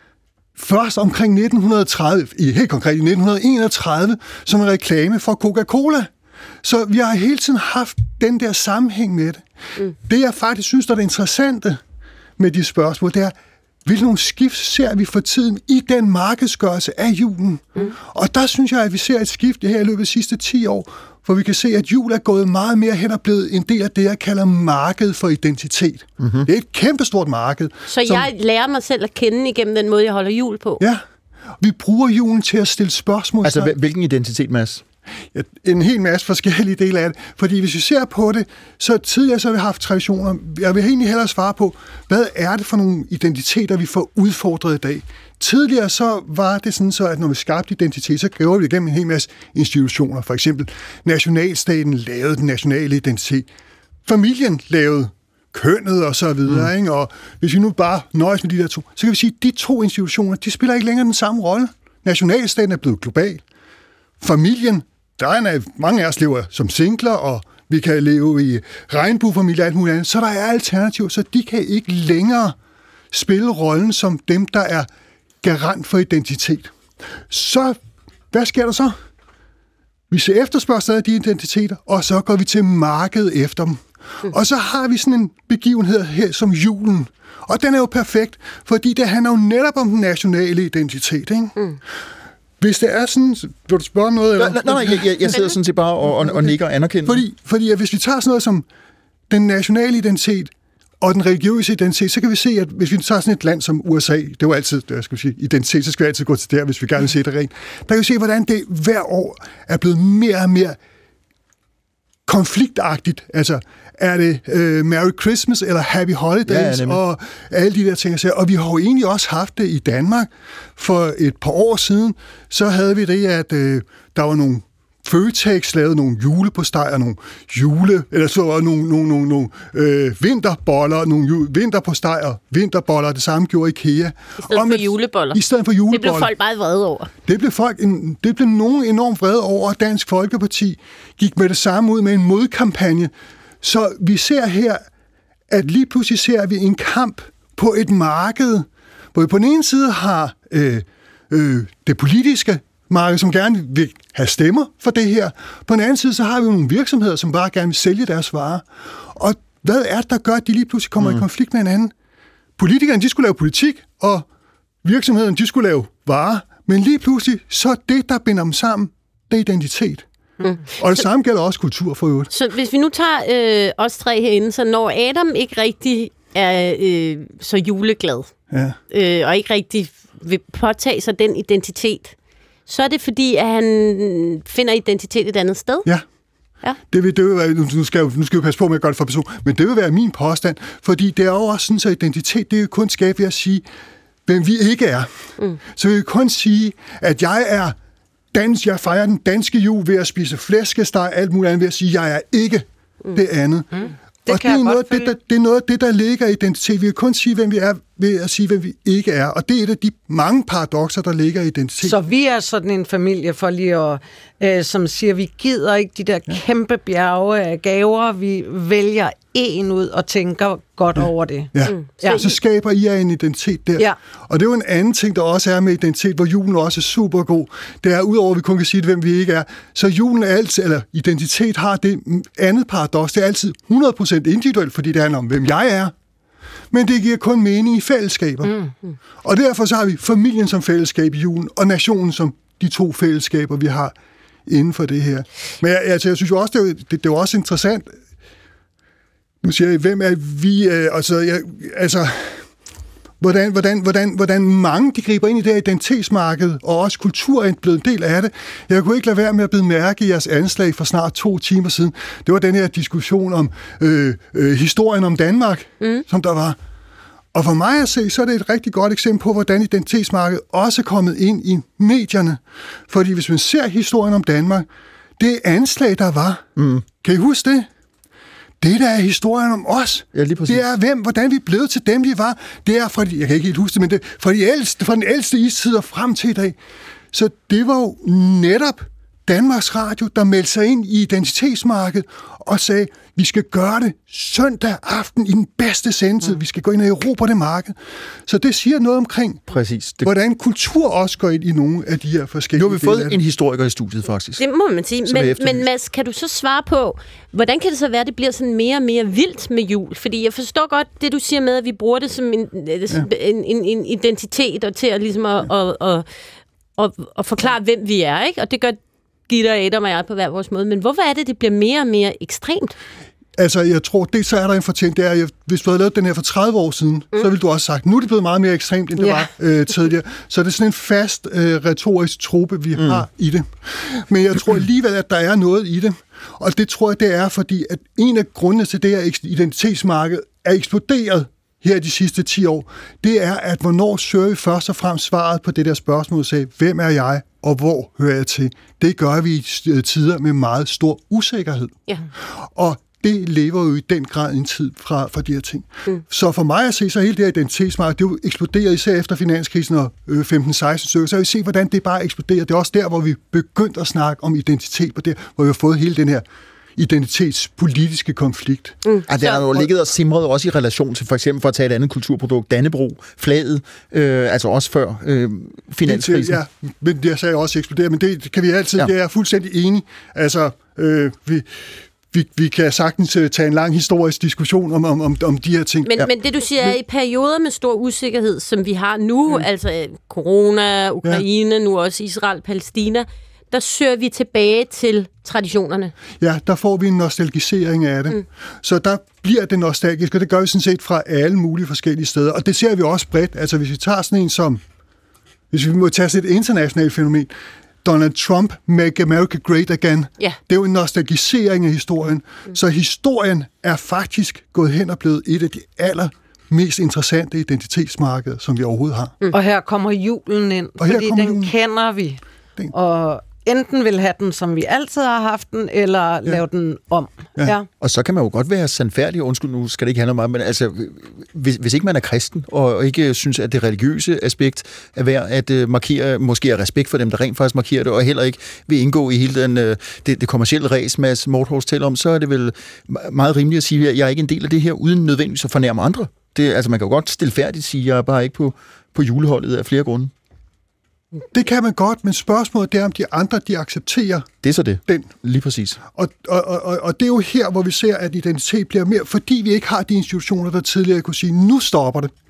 først omkring nitten tredive, i helt konkret i nitten enogtredive, som en reklame for Coca-Cola. Så vi har hele tiden haft den der sammenhæng med det. Mm. Det jeg faktisk synes, der er det interessante med de spørgsmål, det er, hvilke nogle skift ser vi for tiden i den markedsgørelse af julen? Mm. Og der synes jeg, at vi ser et skift her i løbet af de sidste ti år, hvor vi kan se, at jul er gået meget mere hen og blevet en del af det, jeg kalder marked for identitet. Mm-hmm. Det er et kæmpestort marked. Så som, jeg lærer mig selv at kende igennem den måde, jeg holder jul på? Ja. Vi bruger julen til at stille spørgsmål. Altså, hvilken identitet, Mads? Ja, en hel masse forskellige dele af det. Fordi hvis vi ser på det, så tidligere så har vi haft traditioner. Jeg vil egentlig hellere svare på, hvad er det for nogle identiteter, vi får udfordret i dag? Tidligere så var det sådan så, at når vi skabte identitet, så gjorde vi det gennem en hel masse institutioner. For eksempel nationalstaten lavede den nationale identitet. Familien lavede kønnet og så videre. Mm. Ikke? Og hvis vi nu bare nøjes med de der to, så kan vi sige, at de to institutioner, de spiller ikke længere den samme rolle. Nationalstaten er blevet global. Familien, der er mange af os lever som singler, og vi kan leve i regnbuefamilier og alt muligt andet, så der er alternativer, så de kan ikke længere spille rollen som dem, der er garant for identitet. Så, hvad sker der så? Vi ser efterspørgsel af de identiteter, og så går vi til markedet efter dem. Mm. Og så har vi sådan en begivenhed her som julen. Og den er jo perfekt, fordi det handler jo netop om den nationale identitet, ikke? Mm. Hvis det er sådan... Vil du spørge noget? Eller? Nej, nej, nej, jeg, jeg sidder sådan set bare og, og, og nikker anerkendende. Fordi, fordi at hvis vi tager sådan noget som den nationale identitet og den religiøse identitet, så kan vi se, at hvis vi tager sådan et land som U S A, det var altid, der skal vi sige, identitet, så skal vi altid gå til der, hvis vi gerne vil se det rent. Der kan vi se, hvordan det hver år er blevet mere og mere konfliktagtigt. Altså, er det øh, Merry Christmas eller Happy Holidays ja, og alle de der ting. Og vi har jo egentlig også haft det i Danmark. For et par år siden, så havde vi det, at øh, der var nogle Føtex lavede nogle julepostej og nogle jule, eller så var nogle, nogle, nogle, nogle øh, vinterboller, nogle ju, vinterpostejer, vinterboller, det samme gjorde IKEA. I stedet og for juleboller. I stedet for juleboller. Det blev folk meget vrede over. Det blev folk, en, det blev nogen enormt vrede over, og Dansk Folkeparti gik med det samme ud med en modkampagne. Så vi ser her, at lige pludselig ser vi en kamp på et marked, hvor vi på den ene side har øh, øh, det politiske marked, som gerne vil have stemmer for det her. På den anden side, så har vi jo nogle virksomheder, som bare gerne vil sælge deres varer. Og hvad er det, der gør, at de lige pludselig kommer mm. i konflikt med hinanden? Politikerne, de skulle lave politik, og virksomhederne, de skulle lave varer. Men lige pludselig, så er det, der binder dem sammen, det er identitet. Mm. Og det samme gælder også kultur for øvrigt. Så hvis vi nu tager øh, os tre herinde, så når Adam ikke rigtig er øh, så juleglad, ja. øh, og ikke rigtig vil påtage sig den identitet, så er det fordi, at han finder identitet et andet sted? Ja. Ja. Det vil, det vil være, nu skal, jeg, nu skal jeg passe på med at gøre det for person, men det vil være min påstand, fordi det er jo også sådan, så identitet, det er jo kun skabt ved at sige, hvem vi ikke er. Mm. Så vi vil kun sige, at jeg er dans, jeg fejrer den danske jul ved at spise flæskesteg, alt muligt andet ved at sige, at jeg er ikke mm. det andet. Mm. Det og det er, noget, det, der, det er noget af det, der ligger i identitet. Vi kan kun sige, hvem vi er, ved at sige, hvem vi ikke er. Og det er et af de mange paradokser, der ligger i identitet. Så vi er sådan en familie, for lige at, øh, som siger, vi gider ikke de der ja. kæmpe bjerge af gaver. Vi vælger en ud og tænker godt ja. over det. Ja. Mm. ja, så skaber I en identitet der. Ja. Og det er jo en anden ting, der også er med identitet, hvor julen også er super god. Det er, udover at vi kun kan sige, hvem vi ikke er, så julen er altid, eller identitet har det andet paradoks. Det er altid hundrede procent individuelt, fordi det handler om, hvem jeg er. Men det giver kun mening i fællesskaber. Mm. Mm. Og derfor så har vi familien som fællesskab i julen, og nationen som de to fællesskaber, vi har inden for det her. Men jeg, altså, jeg synes jo også, det er, det, det er også interessant. Nu siger jeg, hvem er vi? Øh, altså, jeg, altså hvordan, hvordan, hvordan, hvordan mange de griber ind i det her identitetsmarked, og også kultur er blevet en del af det. Jeg kunne ikke lade være med at bide mærke i jeres anslag for snart to timer siden. Det var den her diskussion om øh, øh, historien om Danmark, mm. som der var. Og for mig at se, så er det et rigtig godt eksempel på, hvordan identitetsmarkedet også er kommet ind i medierne. Fordi hvis man ser historien om Danmark, det anslag, der var, mm. kan I huske det? Det, der er historien om os, ja, lige præcis. Det er, hvem, hvordan vi er blevet til dem, vi var. Det er fra de, jeg kan ikke helt huske det, men det fra, de ældste, fra den ældste istid og frem til i dag. Så det var jo netop Danmarks Radio, der meldte sig ind i identitetsmarkedet og sagde, vi skal gøre det søndag aften i den bedste sendetid. Mm. Vi skal gå ind og erobre det marked. Så det siger noget omkring, præcis. Det... hvordan kultur også går ind i nogle af de her forskellige. Nu har vi fået en historiker i studiet, faktisk. Det må man sige. Men, men Mads, kan du så svare på, hvordan kan det så være, at det bliver sådan mere og mere vildt med jul? Fordi jeg forstår godt det, du siger med, at vi bruger det som en, ja. en, en, en identitet og til at, ligesom at, ja. at, at, at, at forklare, hvem vi er, ikke? Og det gør Gitte og Adam og jeg på hver vores måde. Men hvorfor er det, det bliver mere og mere ekstremt? Altså, jeg tror, det så er der en fortjent, det er, at hvis du havde lavet den her for tredive år siden, mm. så ville du også sagt, nu er det blevet meget mere ekstremt, end det yeah. var øh, tidligere. Så det er sådan en fast øh, retorisk trope, vi mm. har i det. Men jeg tror alligevel, at der er noget i det. Og det tror jeg, det er, fordi at en af grundene til det her identitetsmarked er eksploderet her de sidste ti år, det er, at hvornår søger vi først og fremmest svaret på det der spørgsmål, sagde, hvem er jeg, og hvor hører jeg til? Det gør vi i tider med meget stor usikkerhed. Ja. Og det lever jo i den grad en tid fra, fra de her ting. Mm. Så for mig at se, så hele det her identitetsmarked, det er jo eksploderet især efter finanskrisen og øh, femten seksten stykker, så har vi set, hvordan det bare eksploderer. Det er også der, hvor vi begyndt at snakke om identitet, på det, hvor vi har fået hele den her identitetspolitiske konflikt. Mm. Ja, der har jo ligget og simret også i relation til, for eksempel for at tage et andet kulturprodukt, Dannebrog, flaget, øh, altså også før øh, finanskrisen. Ja, men det sagde jeg også eksplodere, men det kan vi altid, ja. Jeg er fuldstændig enig. Altså, øh, vi... Vi, vi kan sagtens tage en lang historisk diskussion om, om, om, om de her ting. Men, ja. men det, du siger, er i perioder med stor usikkerhed, som vi har nu, mm. altså corona, Ukraine, ja. Nu også Israel, Palæstina, der søger vi tilbage til traditionerne. Ja, der får vi en nostalgisering af det. Mm. Så der bliver det nostalgisk, og det gør vi sådan set fra alle mulige forskellige steder. Og det ser vi også bredt. Altså hvis vi tager sådan en som, hvis vi må tage sådan et internationalt fænomen, Donald Trump, Make America Great Again. Yeah. Det er jo en nostalgisering af historien. Mm. Så historien er faktisk gået hen og blevet et af de aller mest interessante identitetsmarkeder, som vi overhovedet har. Mm. Og her kommer julen ind, og fordi den julen. Kender vi. Den. Og enten vil have den, som vi altid har haft den, eller ja. Lave den om. Ja. Ja. Og så kan man jo godt være sandfærdig, undskyld, nu skal det ikke handle om mig, men altså, hvis, hvis ikke man er kristen, og ikke synes, at det religiøse aspekt er værd at uh, markere, måske er respekt for dem, der rent faktisk markerer det, og heller ikke vil indgå i hele den, uh, det, det kommercielle ræs, Mads Morthors taler om, så er det vel meget rimeligt at sige, at jeg er ikke en del af det her, uden nødvendigvis at fornærme andre. Det, altså, man kan jo godt stilfærdigt sige, at jeg er bare ikke på, på juleholdet af flere grunde. Det kan man godt, men spørgsmålet er, om de andre, de accepterer det er så det. Den. Lige præcis. Og, og, og, og det er jo her, hvor vi ser, at identitet bliver mere, fordi vi ikke har de institutioner, der tidligere kunne sige, nu stopper det.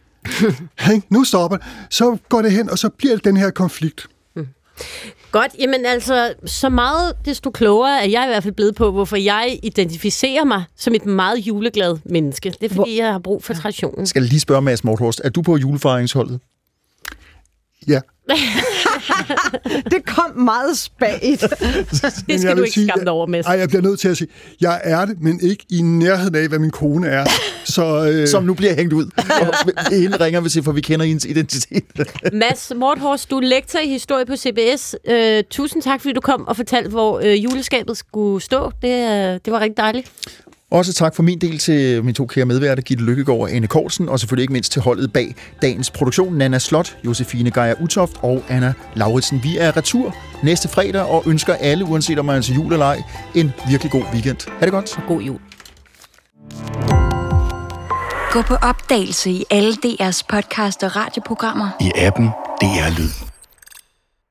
nu stopper det. Så går det hen, og så bliver det den her konflikt. Mm. Godt, jamen altså, så meget desto klogere er jeg i hvert fald blevet på, hvorfor jeg identificerer mig som et meget juleglad menneske. Det er fordi, hvor... jeg har brug for traditionen. Skal jeg lige spørge, Mads Morthorst, er du på julefejringsholdet? Ja. Det kom meget spagt. Det skal du ikke skamme dig over, Mads. Nej, jeg bliver nødt til at sige, jeg er det, men ikke i nærheden af, hvad min kone er. Så, øh... Som nu bliver hængt ud. Og hende ringer vi til, for vi kender hendes identitet. Mads Morthorst, du er lektor i historie på C B S. Uh, tusind tak, fordi du kom og fortalte, hvor uh, juleskabet skulle stå. Det, uh, det var rigtig dejligt. Også tak for min del til mine to kære medværter, Gitte Lykkegaard og Anne Kortsen, og selvfølgelig ikke mindst til holdet bag dagens produktion, Nana Slot, Josefine Geyer Utoft og Anna Lauritsen. Vi er retur næste fredag og ønsker alle, uanset om man er til jul eller ej, en virkelig god weekend. Ha' det godt. God jul. Gå på opdagelse i alle D R's podcast og radioprogrammer. I appen D R Lyd.